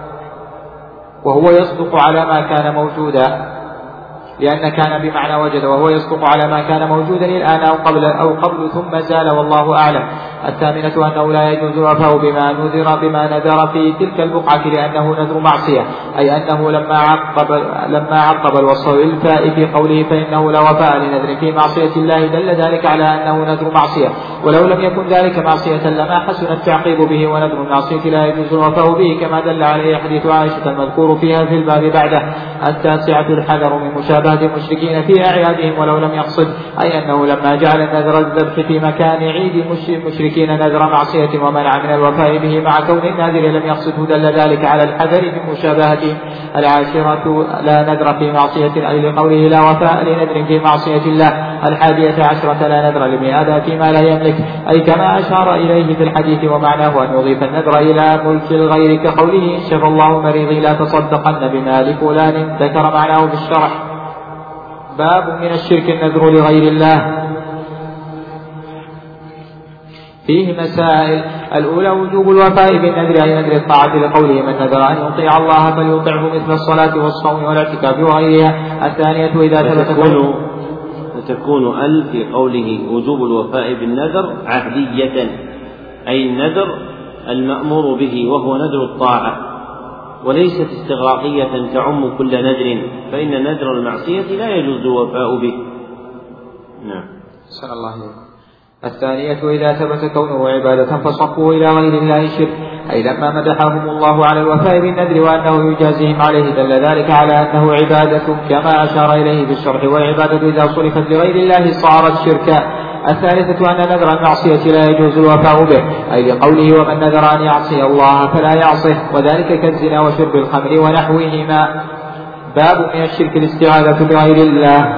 B: وهو يصدق على ما كان موجودا، لأن كان بمعنى وجد وهو يصدق على ما كان موجودا الآن أو قبل أو قبل ثم زال والله أعلم. الثامنة أنه لا يجوز وفاء بما نذر بما نذر في تلك البقعة لأنه نذر معصية، أي أنه لما عقب لما عقب الوصف بالفاء في قوله فإنه لا وفاء لنذر في معصية الله دل ذلك على أنه نذر معصية، ولو لم يكن ذلك معصية لما حسن التعقيب به، ونذر المعصية لا يجوز الوفاء به كما دل عليه حديث عائشة المذكور فيها في الباب بعده. التاسعة الحذر من مشابهة المشركين في أعيادهم ولو لم يقصد، أي أنه لما جعل نذر الذبح في مكان عيد المشركين نذر معصية ومنع من الوفاء به مع كون الناذر لم يقصده دل ذلك على الحذر من مشابهته. العاشرة لا نذر في معصية، أي لقوله لا وفاء لنذر في معصية الله. الحادية عشرة لا نذر لمئة فيما لا يملك، أي كما أشار إليه في الحديث ومعناه أن يضيف النذر إلى ملك الغير كقوله إن شفى الله مريضي لا تصدقن بمال فلان، ذكر معناه في الشرح. باب من الشرك النذر لغير الله. فيه مسائل. الأولى وجوب الوفاء بالنذر، أي نذر الطاعة لقوله من نذر أن يطيع الله فليطعه مثل الصلاة والصوم والاعتكاف وغيرها. الثانية إذا ثبت
A: وتكون ال في قوله وجوب الوفاء بالنذر عهدية، أي النذر المأمور به وهو نذر الطاعة، وليست استغراقية تعم كل نذر، فإن نذر المعصية لا يجوز الوفاء به. نعم.
B: صلى الله عليه وسلم. الثانية إذا ثبت كونه عبادة فصفوه إلى غير الله شرك، أي لما مدحهم الله على الوفاء بالنذر وأنه يجازيهم عليه دل ذلك على أنه عبادة كما أشار إليه بالشرح، والعبادة إذا صرفت لغير الله صارت شركا. الثالثة أن نذر المعصية لا يجوز الوفاء به، أي لقوله ومن نذر أن يعصي الله فلا يعصه، وذلك كالزنا وشرب الخمر ونحوهما. باب من الشرك الاستعاذة بغير الله.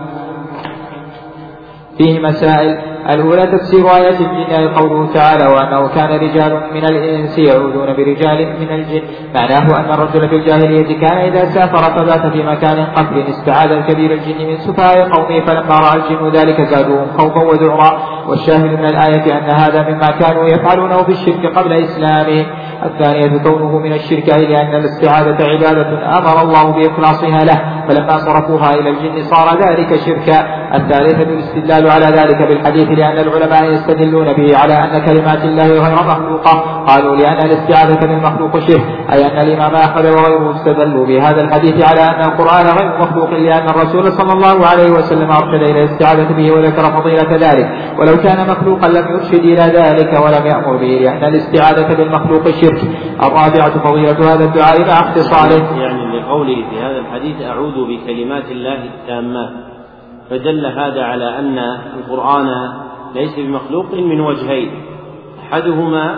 B: فيه مسائل. الأولى تفسير آية الجن، قوله تعالى وأنه كان رجال من الإنس يعوذون برجال من الجن، معناه أن الرجل في الجاهلية كان إذا سافر فبات في مكان قفل استعاذ الكبير الجن من سفهاء قومه، فلما رأى الجن ذلك زادوهم خوفا وذعرا. والشاهد من الآية أن هذا مما كانوا يفعلونه في الشرك قبل إسلامه. الثانية كونه من الشرك، أي لأن الاستعاذة عبادة أمر الله بإخلاصها له، فلما صرفوها إلى الجن صار ذلك شركا. الثالثة الاستدلال على ذلك بالحديث، لأن العلماء يستدلون به على أن كلمات الله غير مخلوقة، قالوا لأن الاستعاذة بالمخلوق شرك، أي أن الإمام أحمد وغيره استدلوا بهذا الحديث على أن القرآن غير مخلوق، لأن الرسول صلى الله عليه وسلم أرشد إلى الاستعاذة به وذكر فضيلة ذلك، ولو كان مخلوقا لم يرشد إلى ذلك ولم يأمر به، لأن الاستعاذة بالمخلوق شرك. الرابعة فضيلة هذا الدعاء مع اختصاره،
A: يعني لقوله في هذا الحديث أعوذ بكلمات الله التامات، فدل هذا على أن القرآن ليس بمخلوق من وجهين، أحدهما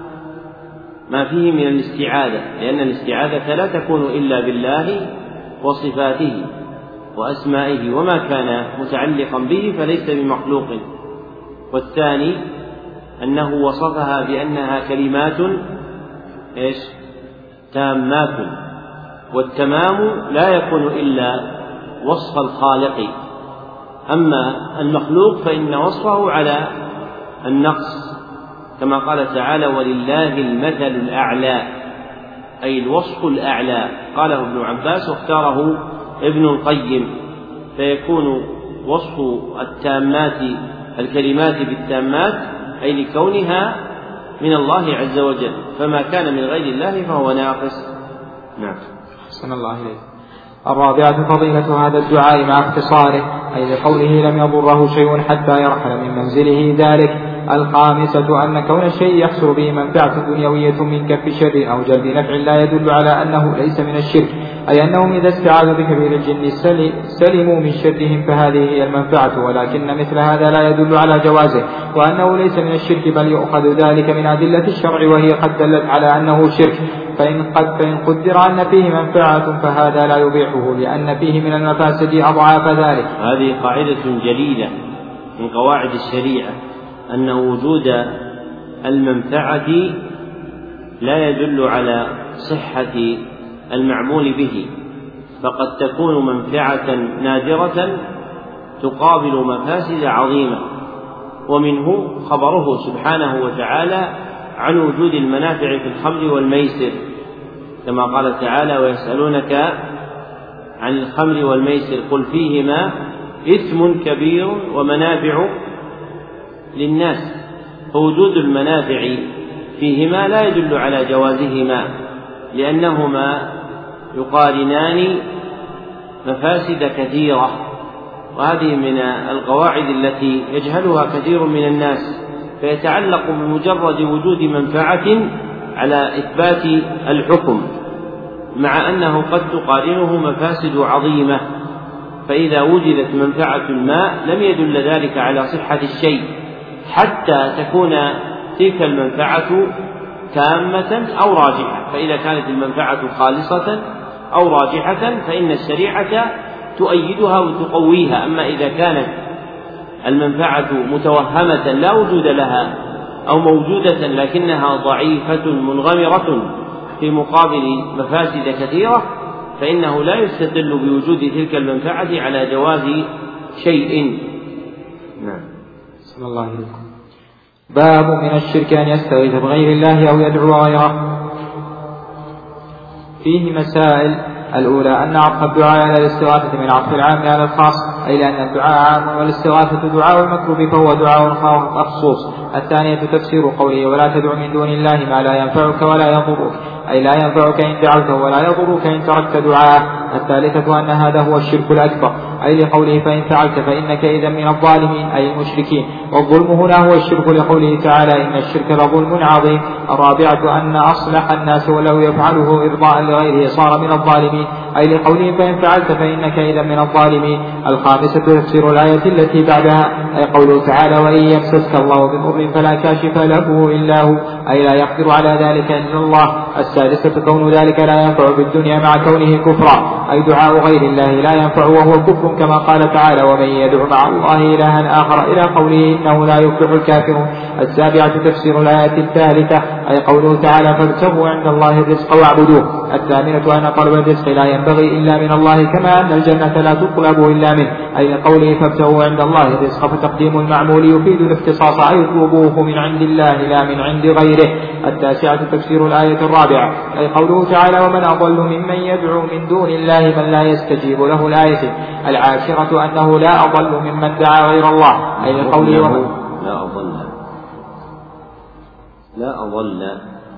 A: ما فيه من الاستعاذة، لأن الاستعاذة لا تكون إلا بالله وصفاته وأسمائه، وما كان متعلقا به فليس بمخلوق. والثاني أنه وصفها بأنها كلمات إيش؟ تامات، والتمام لا يكون إلا وصف الخالق، أما المخلوق فإن وصفه على النقص، كما قال تعالى ولله المثل الأعلى، أي الوصف الأعلى، قاله ابن عباس واختاره ابن القيم، فيكون وصف التامات الكلمات بالتامات أي لكونها من الله عز وجل، فما كان من غير الله فهو ناقص. نعم.
B: حسن الله إليك. الرابعة فضيلة هذا الدعاء مع اختصاره، أي لقوله لم يضره شيء حتى يرحل من منزله ذلك. الخامسة أن كون الشيء يحصل به منفعة دنيوية من كف شر أو جلب نفع لا يدل على أنه ليس من الشرك، أي أنهم إذا استعاذوا بكبير الجن سلموا من شرهم فهذه هي المنفعة، ولكن مثل هذا لا يدل على جوازه وأنه ليس من الشرك، بل يؤخذ ذلك من أدلة الشرع وهي قد دلت على أنه شرك، فإن قد فإن قدر أن فيه منفعة فهذا لا يبيحه، لأن فيه من المفاسد أضعاف ذلك.
A: هذه قاعدة جليلة من قواعد الشريعة، أن وجود المنفعة لا يدل على صحة المعمول به، فقد تكون منفعة نادرة تقابل مفاسد عظيمة، ومنه خبره سبحانه وتعالى عن وجود المنافع في الخمر والميسر، كما قال تعالى ويسألونك عن الخمر والميسر قل فيهما إثم كبير ومنافع للناس، فوجود المنافع فيهما لا يدل على جوازهما، لأنهما يقارنان مفاسد كثيرة، وهذه من القواعد التي يجهلها كثير من الناس، فيتعلق بمجرد وجود منفعة على إثبات الحكم، مع أنه قد تقارنه مفاسد عظيمة، فإذا وجدت منفعة ما لم يدل ذلك على صحة الشيء حتى تكون تلك المنفعة تامة أو راجحة، فإذا كانت المنفعة خالصة أو راجحة فإن الشريعة تؤيدها وتقويها، أما إذا كانت المنفعة متوهمة لا وجود لها أو موجودة لكنها ضعيفة منغمرة في مقابل مفاسد كثيرة، فإنه لا يستدل بوجود تلك المنفعة على جواز شيء.
B: نعم. صلى الله عليه وسلم. باب من الشرك أن يستغيث بغير الله أو يدعو غيره. فيه مسائل. الأولى أن عطف الدعاء على الاستغاثة من عطف العام على الخاص، أي لأن الدعاء عام والاستغاثة دعاء المكروب فهو دعاء مخصوص. الثانية تفسير قوله ولا تدع من دون الله ما لا ينفعك ولا يضرك، أي لا ينفعك إن دعوته ولا يضرك إن تركت دعاءه. الثالثة أن هذا هو الشرك الأكبر، أي لقوله فإن فعلت فإنك إذا من الظالمين أي المشركين. والظلم هنا هو الشرك لقوله تعالى إن الشرك لظلم عظيم. الرابعة أن أصلح الناس ولو يفعله إرضاء لغيره صار من الظالمين أي لقوله فإن فعلت فإنك إذا من الظالمين. الخامسة تفسير الآية التي بعدها أي قوله تعالى وإن يمسسك الله بضر فلا كاشف له إلا هو أي لا يقدر على ذلك إلا الله. السادسة كون ذلك لا ينفع بالدنيا مع كونه كفرا أي دعاء غير الله لا ينفع وهو كفر كما قال تعالى ومن يدعو مع الله إلها آخر إلى قوله إنه لا يفلح الكافرون. السابعة تفسير الآية الثالثة أي قوله تعالى فابتغوا عند الله الرزق واعبدوه. الثامنة أن طلب الرزق لا ينبغي إلا من الله كما أن الجنة لا تطلب إلا منه أي قوله فابتغوا عند الله الرزق فتقديم المعمول يفيد الاختصاص أي اطلبوه من عند الله لا من عند غيره. التاسعة تفسير الآية الرابعة أي قوله تعالى ومن أضل ممن يدعو من دون الله من لا يستجيب له. الآية العاشرة أنه لا أضل ممن دعا غير الله أي قوله ومن
A: لا أضل لا أضل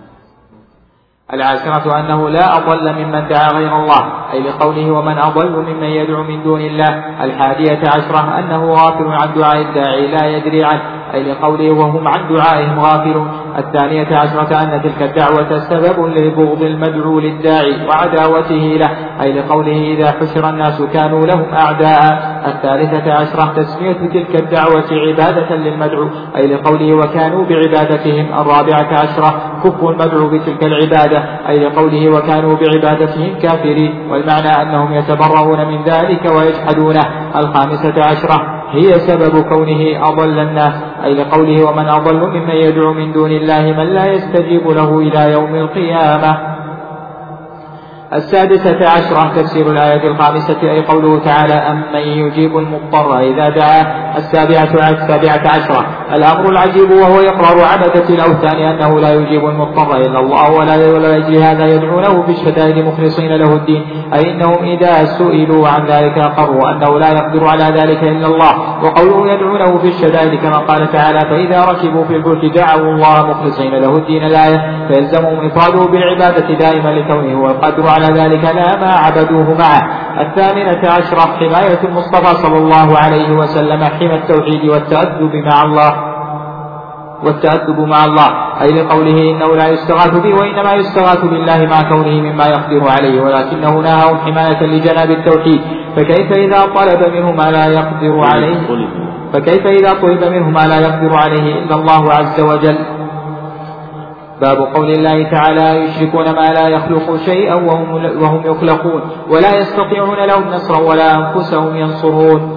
B: العاشرة أنه لا أضل ممن دعا غير الله أي لقوله ومن أضل ممن يدعو من دون الله. الحادية عشرة أنه غافل عن دعاء الداعي لا يدري عنه أي لقوله وهم عن دعائهم غافلون. الثانية عشرة أن تلك الدعوة سبب لبغض المدعو للداعي وعداوته له أي لقوله إذا حشر الناس كانوا لهم أعداء. الثالثة عشرة تسمية تلك الدعوة عبادة للمدعو أي لقوله وكانوا بعبادتهم. الرابعة عشرة كفر المدعو بتلك العبادة أي لقوله وكانوا بعبادتهم كافرين والمعنى أنهم يتبرؤون من ذلك ويجحدونه. الخامسة عشرة هي سبب كونه أضل الناس أي لقوله ومن أضل ممن يدعو من دون الله من لا يستجيب له إلى يوم القيامة. السادسة عشرة تفسير الآية الخامسة أي قوله تعالى أمن يجيب المضطر إذا دعاه. السابعة السابعة عشرة الأمر العجيب وهو إقرار عبدة الأوثان أنه لا يجيب المضطر إلا الله ولا ولا يجري هذا يدعونه في الشدائد مخلصين له الدين أي إنهم إذا سئلوا عن ذلك أقروا أنه لا يقدر على ذلك إلا الله. وقوله يدعونه في الشدائد كما قال تعالى فإذا ركبوا في الفلك دعوا الله مخلصين له الدين الآية فيلزمهم إفراده بالعبادة دائما لكونه هو القادر على ذلك لا ما عبدوه معه. الثامنة عشرة حماية المصطفى صلى الله عليه وسلم حمى التوحيد والتأدب مع الله والتأدب مع الله أي لقوله إنه لا يستغاث به وإنما يستغاث بالله مع كونه مما يقدر عليه ولكنه نهاهم حماية لجناب التوحيد. فكيف إذا طلب منه ما لا يقدر عليه فكيف إذا طلب منه ما لا يقدر عليه إلا الله عز وجل. باب قول الله تعالى يشركون ما لا يخلق شيئا وهم, وهم يخلقون ولا يستطيعون لهم نصرا ولا أنفسهم ينصرون.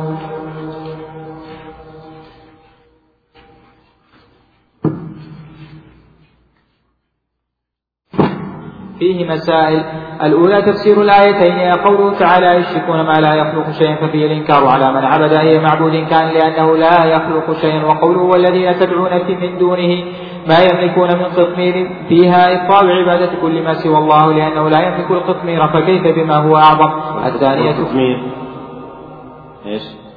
B: فيه مسائل. الأولى تفسير الآيتين قوله تعالى يشركون ما لا يخلق شيئا ففيه الإنكار على من عبد أي معبود كان لأنه لا يخلق شيئا. وقوله والذين تدعون من دونه ما يملكون من قطمير فيها إبطال عبادة كل ما سوى الله لأنه لا يملك القطمير فكيف بما هو أعظم. الثانية
A: القطمير إيش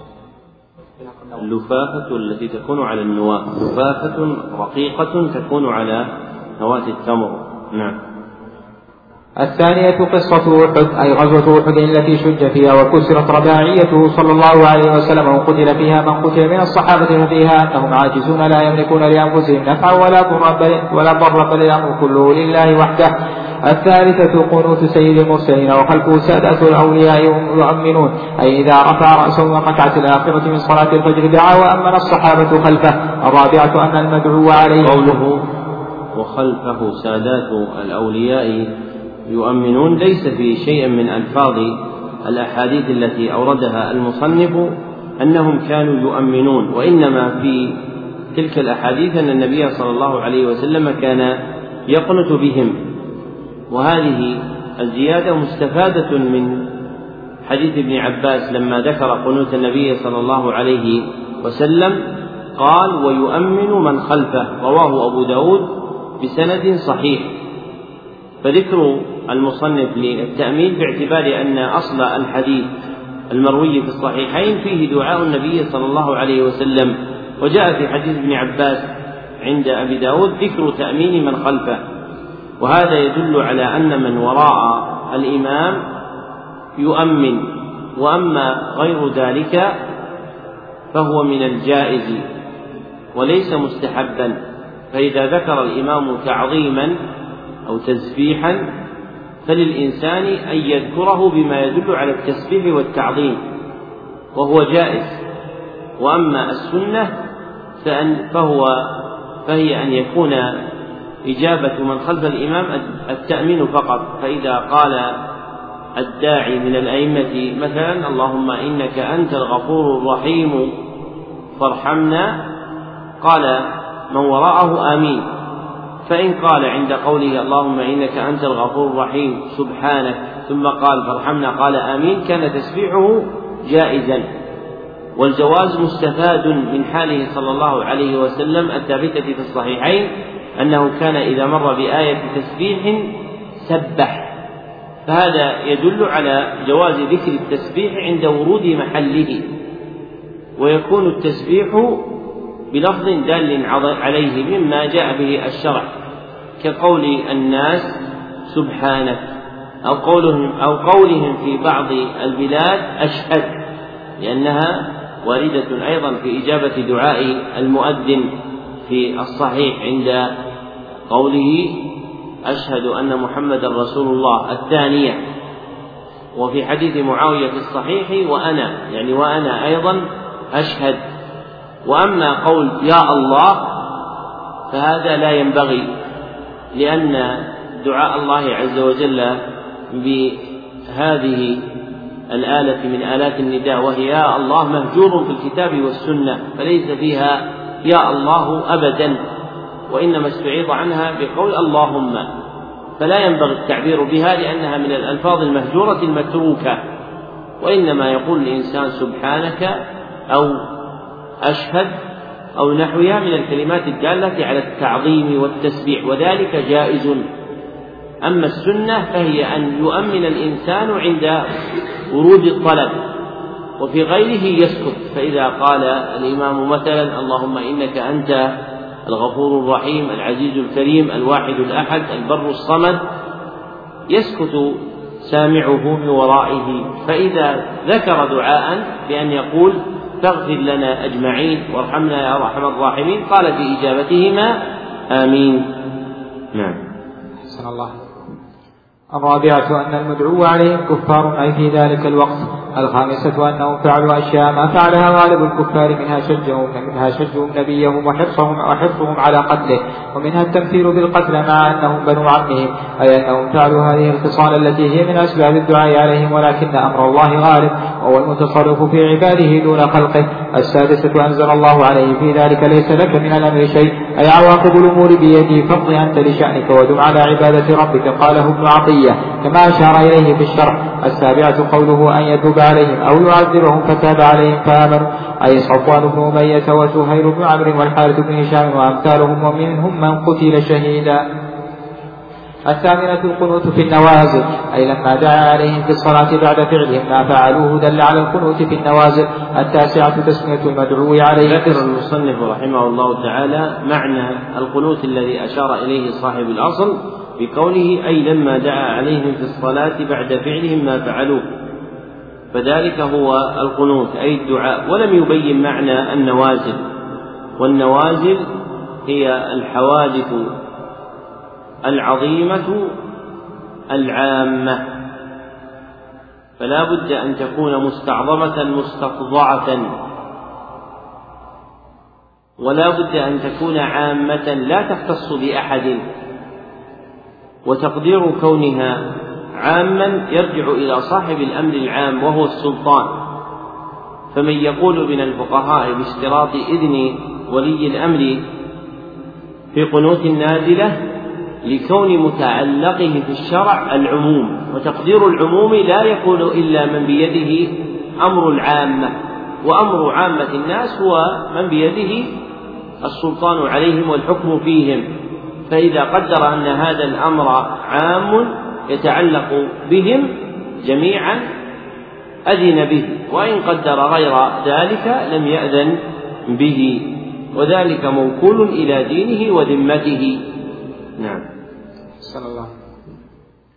A: اللفافة التي تكون على النواة لفافة رقيقة تكون على نواة التمر. نعم.
B: الثانية قصة أحد أي غزوة أحد التي شج فيها وكسرت رباعيته صلى الله عليه وسلم وقتل فيها من قتل من الصحابة ففيها أنهم عاجزون لا يملكون لأنفسهم نفعا ولا ضرا ولا ضرا بل الأمر كله لله وحده. الثالثة قنوت سيد المرسلين وخلفه سادة الأولياء يؤمنون أي إذا رفع رأسه وقطعت الآخرة من صلاة الفجر دعا وأمن الصحابة خلفه. الرابعة أن المدعو عليه
A: قوله وخلفه سادات الأولياء يؤمنون ليس في شيء من ألفاظ الأحاديث التي أوردها المصنف أنهم كانوا يؤمنون وإنما في تلك الأحاديث أن النبي صلى الله عليه وسلم كان يقنت بهم. وهذه الزيادة مستفادة من حديث ابن عباس لما ذكر قنوت النبي صلى الله عليه وسلم قال ويؤمن من خلفه رواه أبو داود بسند صحيح. فذكر المصنف للتأمين باعتبار أن أصل الحديث المروي في الصحيحين فيه دعاء النبي صلى الله عليه وسلم وجاء في حديث ابن عباس عند أبي داود ذكر تأمين من خلفه. وهذا يدل على أن من وراء الإمام يؤمن وأما غير ذلك فهو من الجائز وليس مستحبا. فإذا ذكر الإمام تعظيما أو تسبيحا فللإنسان أن يذكره بما يدل على التسبيح والتعظيم وهو جائز. وأما السنة فهو فهي أن يكون إجابة من خلف الإمام التأمين فقط. فإذا قال الداعي من الأئمة مثلا اللهم إنك أنت الغفور الرحيم فارحمنا، قال من وراءه آمين. فإن قال عند قوله اللهم إنك أنت الغفور الرحيم سبحانك ثم قال فارحمنا قال آمين كان تسبيحه جائزا. والجواز مستفاد من حاله صلى الله عليه وسلم الثابتة في الصحيحين أنه كان إذا مر بآية تسبيح سبح، فهذا يدل على جواز ذكر التسبيح عند ورود محله، ويكون التسبيح بلفظ دال عليه مما جاء به الشرع كقول الناس سبحانك أو قولهم, أو قولهم في بعض البلاد أشهد، لأنها واردة أيضا في إجابة دعاء المؤذن في الصحيح عند قوله أشهد أن محمدا رسول الله الثانية. وفي حديث معاوية في الصحيح وأنا يعني وأنا أيضا أشهد. وأما قول يا الله فهذا لا ينبغي، لأن دعاء الله عز وجل بهذه الآلة من آلات النداء وهي يا الله مهجور في الكتاب والسنة، فليس فيها يا الله أبدا، وإنما استعيض عنها بقول اللهم، فلا ينبغي التعبير بها لأنها من الألفاظ المهجورة المتروكة، وإنما يقول الإنسان سبحانك أو أشهد أو نحوها من الكلمات الدالة على التعظيم والتسبيح، وذلك جائز. أما السنة فهي أن يؤمن الإنسان عند ورود الطلب، وفي غيره يسكت. فإذا قال الإمام مثلا اللهم إنك أنت الغفور الرحيم العزيز الكريم الواحد الأحد البر الصمد، يسكت سامعه من ورائه. فإذا ذكر دعاء بأن يقول فاغفر لنا أجمعين وارحمنا يا أرحم الراحمين قال في إجابتهما آمين. نعم.
B: أحسن الله. الرابعة أن المدعو عليهم كفار أي في ذلك الوقت. الخامسة أنهم فعلوا أشياء ما فعلها غالب الكفار، منها شجهم منها شجهم نبيهم وحرصهم وحرصهم على قتله، ومنها التمثيل بالقتل مع أنهم بنو عمهم، أي أنهم فعلوا هذه الخصال التي هي من أسباب الدعاء عليهم، ولكن أمر الله غالب وهو المتصرف في عباده دون خلقه. السادسة أنزل الله عليه في ذلك ليس لك من الأمر شيء، أي عواقب الأمور بيده فاقض أنت لشأنك ودم على عبادة ربك، قاله ابن عطية كما أشار إليه في الشرح. السابعة قوله أن يتوب عليهم أو يعذبهم فتاب عليهم فآمنوا، أي صفوان بن أمية وزهير بن عمرو والحارث بن هشام وأمثالهم، ومنهم من قتل شهيدا. الثامنة القنوت في النوازل، أي لما دعا عليهم في الصلاة بعد فعلهم ما فعلوه دل على القنوت في النوازل. التاسعة تسمية المدعو عليه.
A: ذكر المصنف رحمه الله تعالى معنى القنوت الذي أشار إليه صاحب الأصل بقوله أي لما دعا عليهم في الصلاة بعد فعلهم ما فعلوه، فذلك هو القنوت أي الدعاء، ولم يبين معنى النوازل. والنوازل هي الحوادث العظيمة العامة، فلا بد أن تكون مستعظمة مستفضعة، ولا بد أن تكون عامة لا تختص بأحد. وتقدير كونها عاما يرجع إلى صاحب الأمر العام وهو السلطان. فمن يقول من الفقهاء باشتراط إذن ولي الأمر في قنوت النازلة لكون متعلقه في الشرع العموم، وتقدير العموم لا يكون إلا من بيده أمر العامة، وأمر عامة الناس هو من بيده السلطان عليهم والحكم فيهم. فإذا قدر أن هذا الأمر عام يتعلق بهم جميعا أذن به، وإن قدر غير ذلك لم يأذن به، وذلك موكول إلى دينه وذمته. نعم.
B: صلى الله.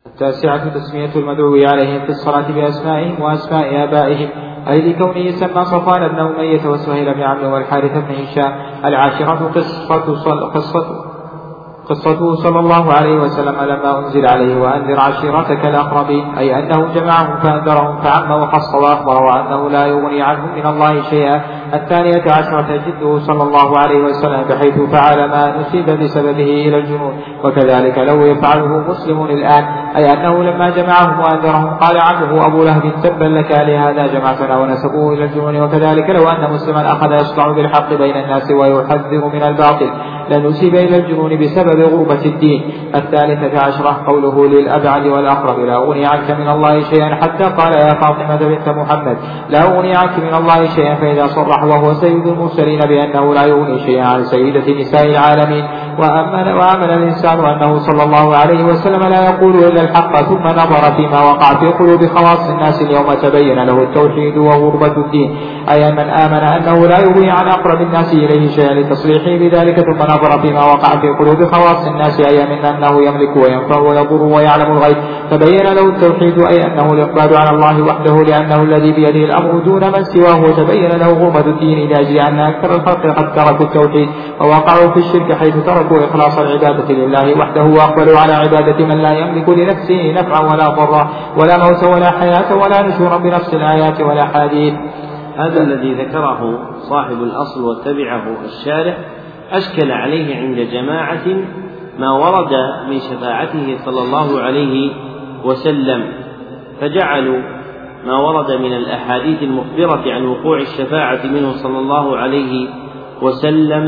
B: التاسعة تسمية المدعو عليهم في الصلاة بأسمائهم وأسماء آبائهم، أي لكونه سمى صفوان بن أمية وسهيل بن عمرو والحارث بن هشام. العاشرة قصة قصة قصته صلى الله عليه وسلم لما أنزل عليه وأنذر عشيرتك الأقربين، أي أنه جمعهم فأنذرهم فعم وخص وأخبر وأنه لا يغني عنهم من الله شيئا. الثانية عشرة جده صلى الله عليه وسلم بحيث فعل ما نسب بسببه إلى الجنون، وكذلك لو يفعله مسلم الآن، أي أنه لما جمعهم وأنذرهم قال عمه أبو لهب تبا لك لهذا جمعتنا ونسبوه إلى الجنون. وكذلك لو أن مسلما أخذ يصدع بالحق بين الناس ويحذر من الباطل لنسب إلى الجنون بسبب غربة الدين. الثالثة عشرة قوله للأبعد والأقرب لا أغني عنك من الله شيئا، حتى قال يا فاطمة بنت محمد لا أغني عنك من الله شيئا، فإذا صرح وهو سيد المرسلين بأنه لا يغني شيئا عن سيدة نساء العالمين. وأمن, وأمن الإنسان أنه صلى الله عليه وسلم لا يقول إلا الحق، ثم نظر فيما وقع في قلوب خواص الناس اليوم تبين له التوحيد وغربة الدين، أي من آمن أنه لا يغني عن أقرب الناس إليه شيئا لتصريحه بذلك، ثم نظر فيما وقع في قلوب خواص الناس أي من أنه يملك وينفع ويضر ويعلم الغيب تبين له التوحيد، أي أنه الإقبال على الله وحده لأنه الذي بيده الأمر دون من سواه، وتبين له غربة الدين لأجل أن أكثر الخلق قد تركوا التوحيد ووقعوا في الشرك، حيث تركوا إخلاص العبادة لله وحده وأقبلوا على عبادة من لا يملك لنفسه نفعا ولا ضرا ولا موتا ولا حياة ولا نشورا بنفس الآيات ولا حديث.
A: هذا الذي ذكره صاحب الأصل وتبعه الشارح أشكل عليه عند جماعة ما ورد من شفاعته صلى الله عليه وسلم، فجعلوا ما ورد من الأحاديث المخبرة عن وقوع الشفاعة منه صلى الله عليه وسلم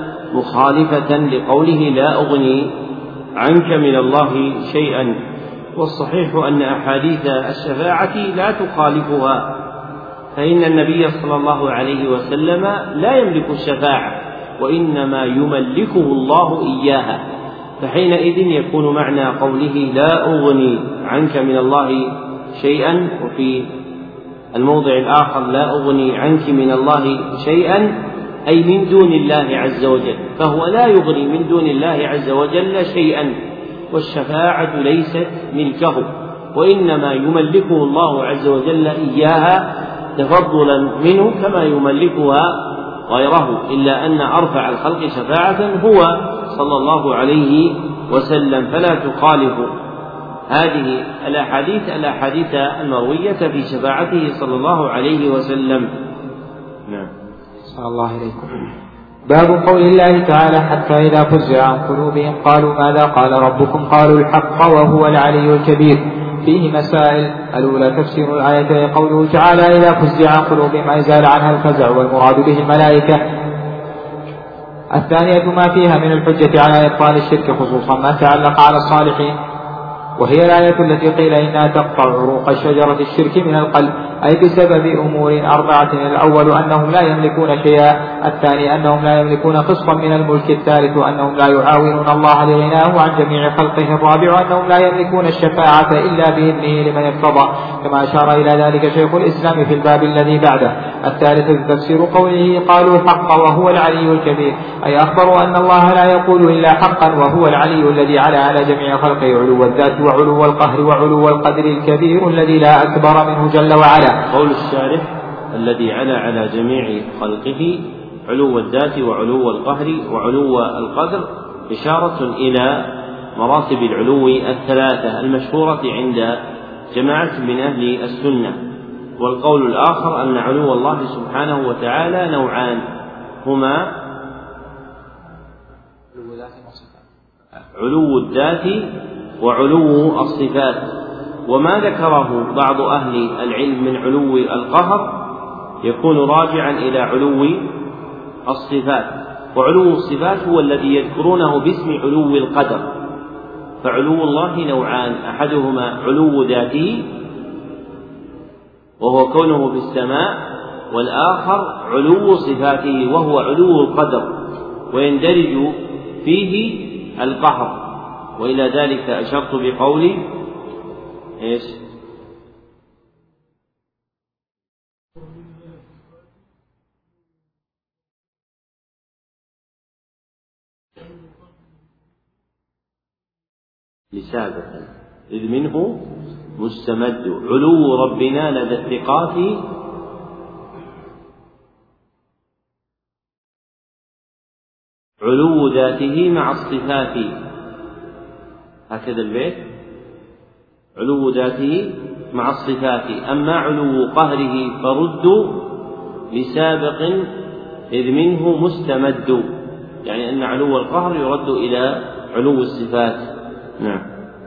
A: مخالفة لقوله لا أغني عنك من الله شيئا، والصحيح أن أحاديث الشفاعة لا تخالفها، فإن النبي صلى الله عليه وسلم لا يملك الشفاعة وإنما يملكه الله إياها، فحينئذ يكون معنى قوله لا أغني عنك من الله شيئا، وفي الموضع الآخر لا أغني عنك من الله شيئا أي من دون الله عز وجل، فهو لا يغني من دون الله عز وجل شيئا، والشفاعة ليست ملكه وإنما يملكه الله عز وجل إياها تفضلا منه كما يملكها غيره، إلا أن أرفع الخلق شفاعة هو صلى الله عليه وسلم، فلا تخالف هذه الأحاديث الأحاديث المروية في شفاعته صلى الله عليه وسلم.
B: نعم. صلى الله عليكم. باب قول الله تعالى حتى إذا فزع عن قلوبهم قالوا ماذا قال ربكم قالوا الحق وهو العلي الكبير. فيه مسائل. الأولى تفسير الآية قوله تعالى إذا فزع عن قلوبهم أي زال عنها الفزع والمراد به الملائكة. الثانية ما فيها من الحجة على إبطال الشرك خصوصا ما تعلق على الصالحين، وهي الآية التي قيل إنها تقطع عروق شجرة الشرك من القلب أي بسبب أمور أربعة. الأول أنهم لا يملكون شيئا، الثاني أنهم لا يملكون قسطا من الملك، الثالث أنهم لا يعاونون الله لغناه عن جميع خلقه، الرابع أنهم لا يملكون الشفاعة إلا بإذنه لمن ارتضى كما أشار إلى ذلك شيخ الإسلام في الباب الذي بعده. الثالث تفسير قوله قالوا الحق وهو العلي الكبير أي أخبروا أن الله لا يقول إلا حقا وهو العلي الذي على على جميع خلقه علو الذات وعلو القهر وعلو القدر الكبير الذي لا أكبر منه جل وعلا.
A: قول الشارح الذي على على جميع خلقه علو الذات وعلو القهر وعلو القدر إشارة إلى مراتب العلو الثلاثة المشهورة عند جماعة من أهل السنة. والقول الآخر أن علو الله سبحانه وتعالى نوعان، هما علو الذات وعلو الصفات، وما ذكره بعض أهل العلم من علو القهر يكون راجعا إلى علو الصفات، وعلو الصفات هو الذي يذكرونه باسم علو القدر. فعلو الله نوعان، أحدهما علو ذاته وهو كونه في السماء، والآخر علو صفاته وهو علو القدر، ويندرج فيه القهر. وإلى ذلك أشرت بقولي إيش؟ لسابقا إذ منه مستمد. علو ربنا لدى الثقات علو ذاته مع الصفات، هكذا البيت، علو ذاته مع الصفات. أما علو قهره فرد لسابق إذ منه مستمد، يعني أن علو القهر يرد إلى علو الصفات. نعم.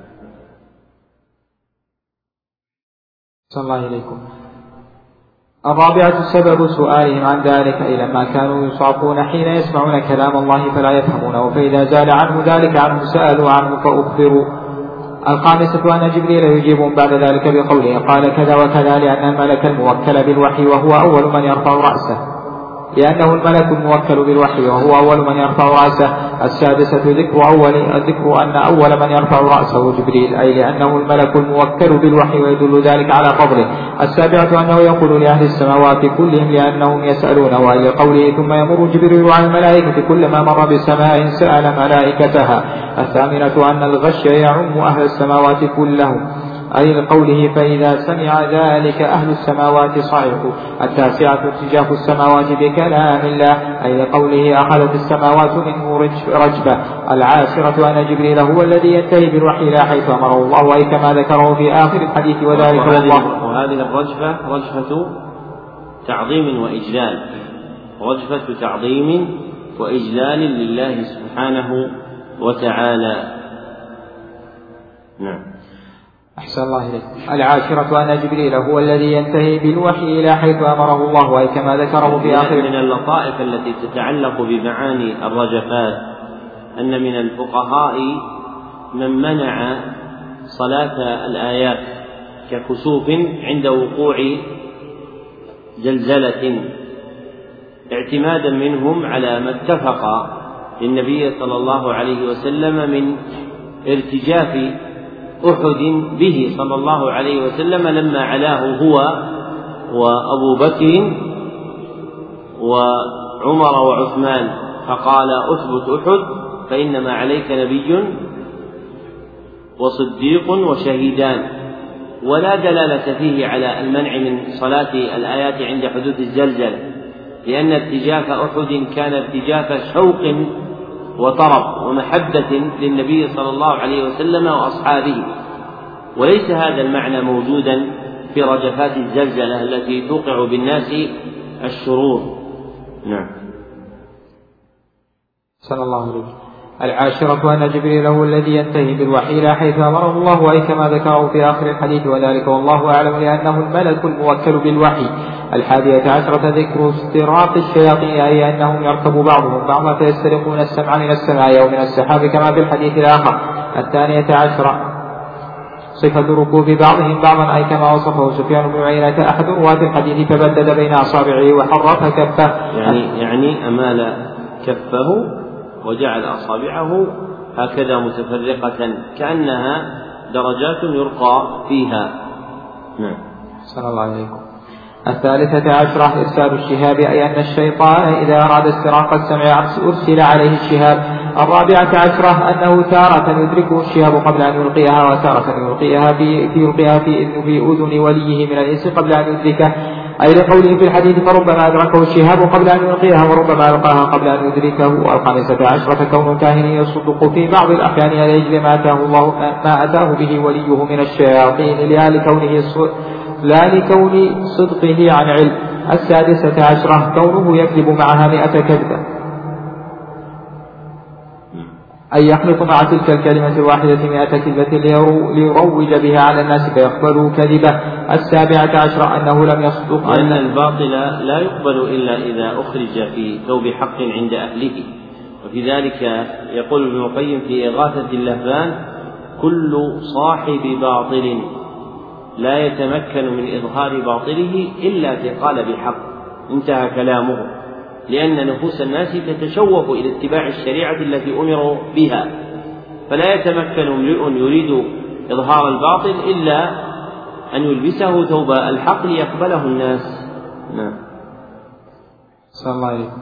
B: صلى الله عليكم. الرابعة سبب سؤالهم عن ذلك أي لما كانوا يصعقون حين يسمعون كلام الله فلا يفهمونه، فإذا زال عنه ذلك عنه سألوا عنه فأخبروا. الخامسة أن جبريل يجيبهم بعد ذلك بقوله قال كذا وكذا، لأن الملك الموكل بالوحي وهو أول من يرفع رأسه لأنه الملك الموكل بالوحي وهو أول من يرفع رأسه. السادسة ذكر أول ذكر أن أول من يرفع رأسه جبريل، أي لأنه الملك الموكل بالوحي ويدل ذلك على فضله. السابعة أنه يقول لأهل السماوات كلهم لأنهم يسألونه، أي لقوله ثم يمر جبريل على الملائكة كلما مر بسماء سأل ملائكتها. الثامنة أن الغش يعم أهل السماوات كلهم، أي لقوله فإذا سمع ذلك أهل السماوات صعقوا. التاسعة ارتجاف السماوات بكلام الله، أي لقوله أخذت السماوات منه رجفة. العاشرة أن جبريل هو الذي ينتهي بالوحي لا حيث أمره الله، أي كما ذكره في آخر الحديث وذلك
A: والله. وهذه الرجفة رجفة تعظيم وإجلال، رجفة تعظيم وإجلال لله سبحانه وتعالى. نعم.
B: أحسن الله إليك. العاشرة أن جبريل هو الذي ينتهي بالوحي إلى حيث أمره الله، وأي كما ذكره في آخر.
A: من اللطائف التي تتعلق بمعاني الرجفات أن من الفقهاء من منع صلاة الآيات ككسوف عند وقوع زلزلة، اعتمادا منهم على ما اتفق للنبي صلى الله عليه وسلم من ارتجاف أحد به صلى الله عليه وسلم لما علاه هو وأبو بكر وعمر وعثمان، فقال أثبت أحد فإنما عليك نبي وصديق وشهيدان. ولا دلالة فيه على المنع من صلاة الآيات عند حدوث الزلزلة، لأن ارتجاف أحد كان ارتجاف شوق وطرب ومحبة للنبي صلى الله عليه وسلم وأصحابه، وليس هذا المعنى موجودا في رجفات الزلزلة التي توقع بالناس الشرور. نعم.
B: صلى الله عليه وسلم. العاشرة أن جبريل هو الذي ينتهي بالوحي لا حيث أمره الله، وأي كما ذكره في آخر الحديث وذلك والله أعلم لأنه الملك الموكل بالوحي. الحادية عشرة ذكر استراق الشياطين، أي أنهم يركب بعضهم بعضا فيسترقون السمع من السماء أو من السحاب كما في الحديث الآخر. الثانية عشرة صفة ركوب بعضهم بعضا، أي كما وصفه سفيان بن عيينة أحد رواة الحديث فبدد بين أصابعه وحرف كفه،
A: يعني, يعني أمال كفه وجعل أصابعه هكذا متفرقة كأنها درجات يرقى فيها. نعم.
B: صلى الله عليكم. الثالثة عشرة إرسال الشهاب، أي أن الشيطان إذا أراد استراق السمع أرسل عليه الشهاب. الرابعة عشرة أنه تارة يدركه الشهاب قبل أن يلقيها، وتارة يلقيها في في يلقيها في, في أذن وليه من الإنس قبل أن يدركه، أي لقوله في الحديث فربما أدركه الشهاب قبل أن يلقيها وربما ألقاها قبل أن يدركه. والخامسة عشرة كون الكاهن يصدق في بعض الأحيان لأجل ما أتاه الله ما أتاه به وليه من الشياطين لا لكونه لا لكون صدقه عن علم. السادسة عشرة كونه يكذب معها مئة كذبة، أي يخلط مع تلك الكلمة الواحدة مئة كذبة ليروج بها على الناس فيقبلوا كذبة. السابعة عشرة أنه لم يصدق،
A: أن الباطل لا يقبل إلا إذا أخرج في ثوب حق عند أهله. وفي ذلك يقول ابن القيم في إغاثة اللهفان كل صاحب باطل لا يتمكن من إظهار باطله إلا في قالب الحق، انتهى كلامه، لأن نفوس الناس تتشوف إلى اتباع الشريعة التي أمروا بها، فلا يتمكن امرئ يريد إظهار الباطل إلا أن يلبسه ثوب الحق ليقبله الناس. نعم.
B: صلى الله عليه وسلم.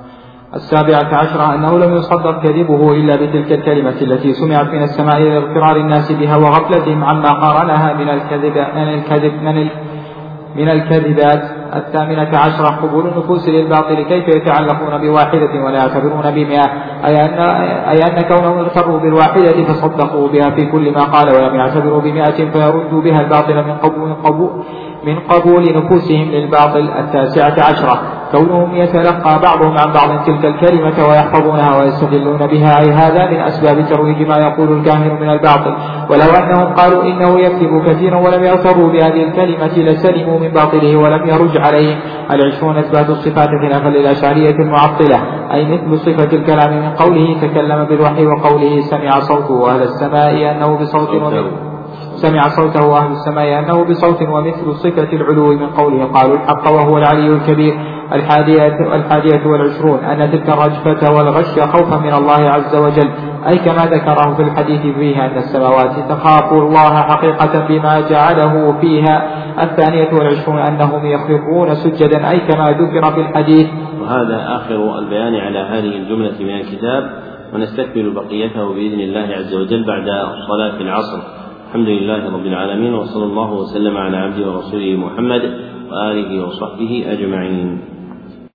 B: السابعة عشرة أنه لم يصدق كذبه إلا بتلك الكلمة التي سمعت من السماء إلى اضطرار الناس بها وغفلتهم عما قارنها من الكذب من الكذب من, ال من الكذبات. الثامنة عشرة قبول النفوس للباطل كيف يتعلقون بواحدة ولا يعتبرون بمئة، أي أن, أي أن كونهم اغتروا بالواحدة فصدقوا بها في كل ما قال ولم يعتبروا بمئة فيردوا بها الباطل من قبول, قبول من قبول نفوسهم للباطل. التاسعة عشرة كونهم يتلقى بعضهم عن بعض تلك الكلمة ويحفظونها ويستدلون بها، أي هذا من أسباب ترويج ما يقول الكاهن من الباطل. ولو أنهم قالوا إنه يكذب كثيرا ولم يغتروا بهذه الكلمة لسلموا من باطله ولم يرج عليهم. العشرون إثبات الصفات خلافا للأشعرية المعطلة، أي مثل صفة الكلام من قوله تكلم بالوحي وقوله سمع صوته أهل السماء أنه بصوت ومثل سمع صوته أهل السماء أنه بصوت ومثل صفة العلو من قوله قالوا الحق وهو العلي الكبير. الحادية, الحادية والعشرون أن تلك الرجفة والغش خوفا من الله عز وجل، أي كما ذكره في الحديث فيها أن السماوات تخاف الله حقيقة بما جعله فيها. الثانية والعشرون أنهم يخرقون سجدا، أي كما ذكر في الحديث.
A: وهذا آخر البيان على هذه الجملة من الكتاب، ونستكمل بقيته بإذن الله عز وجل بعد صلاة العصر. الحمد لله رب العالمين، وصلى الله وسلم على عبده ورسوله محمد وآله وصحبه أجمعين.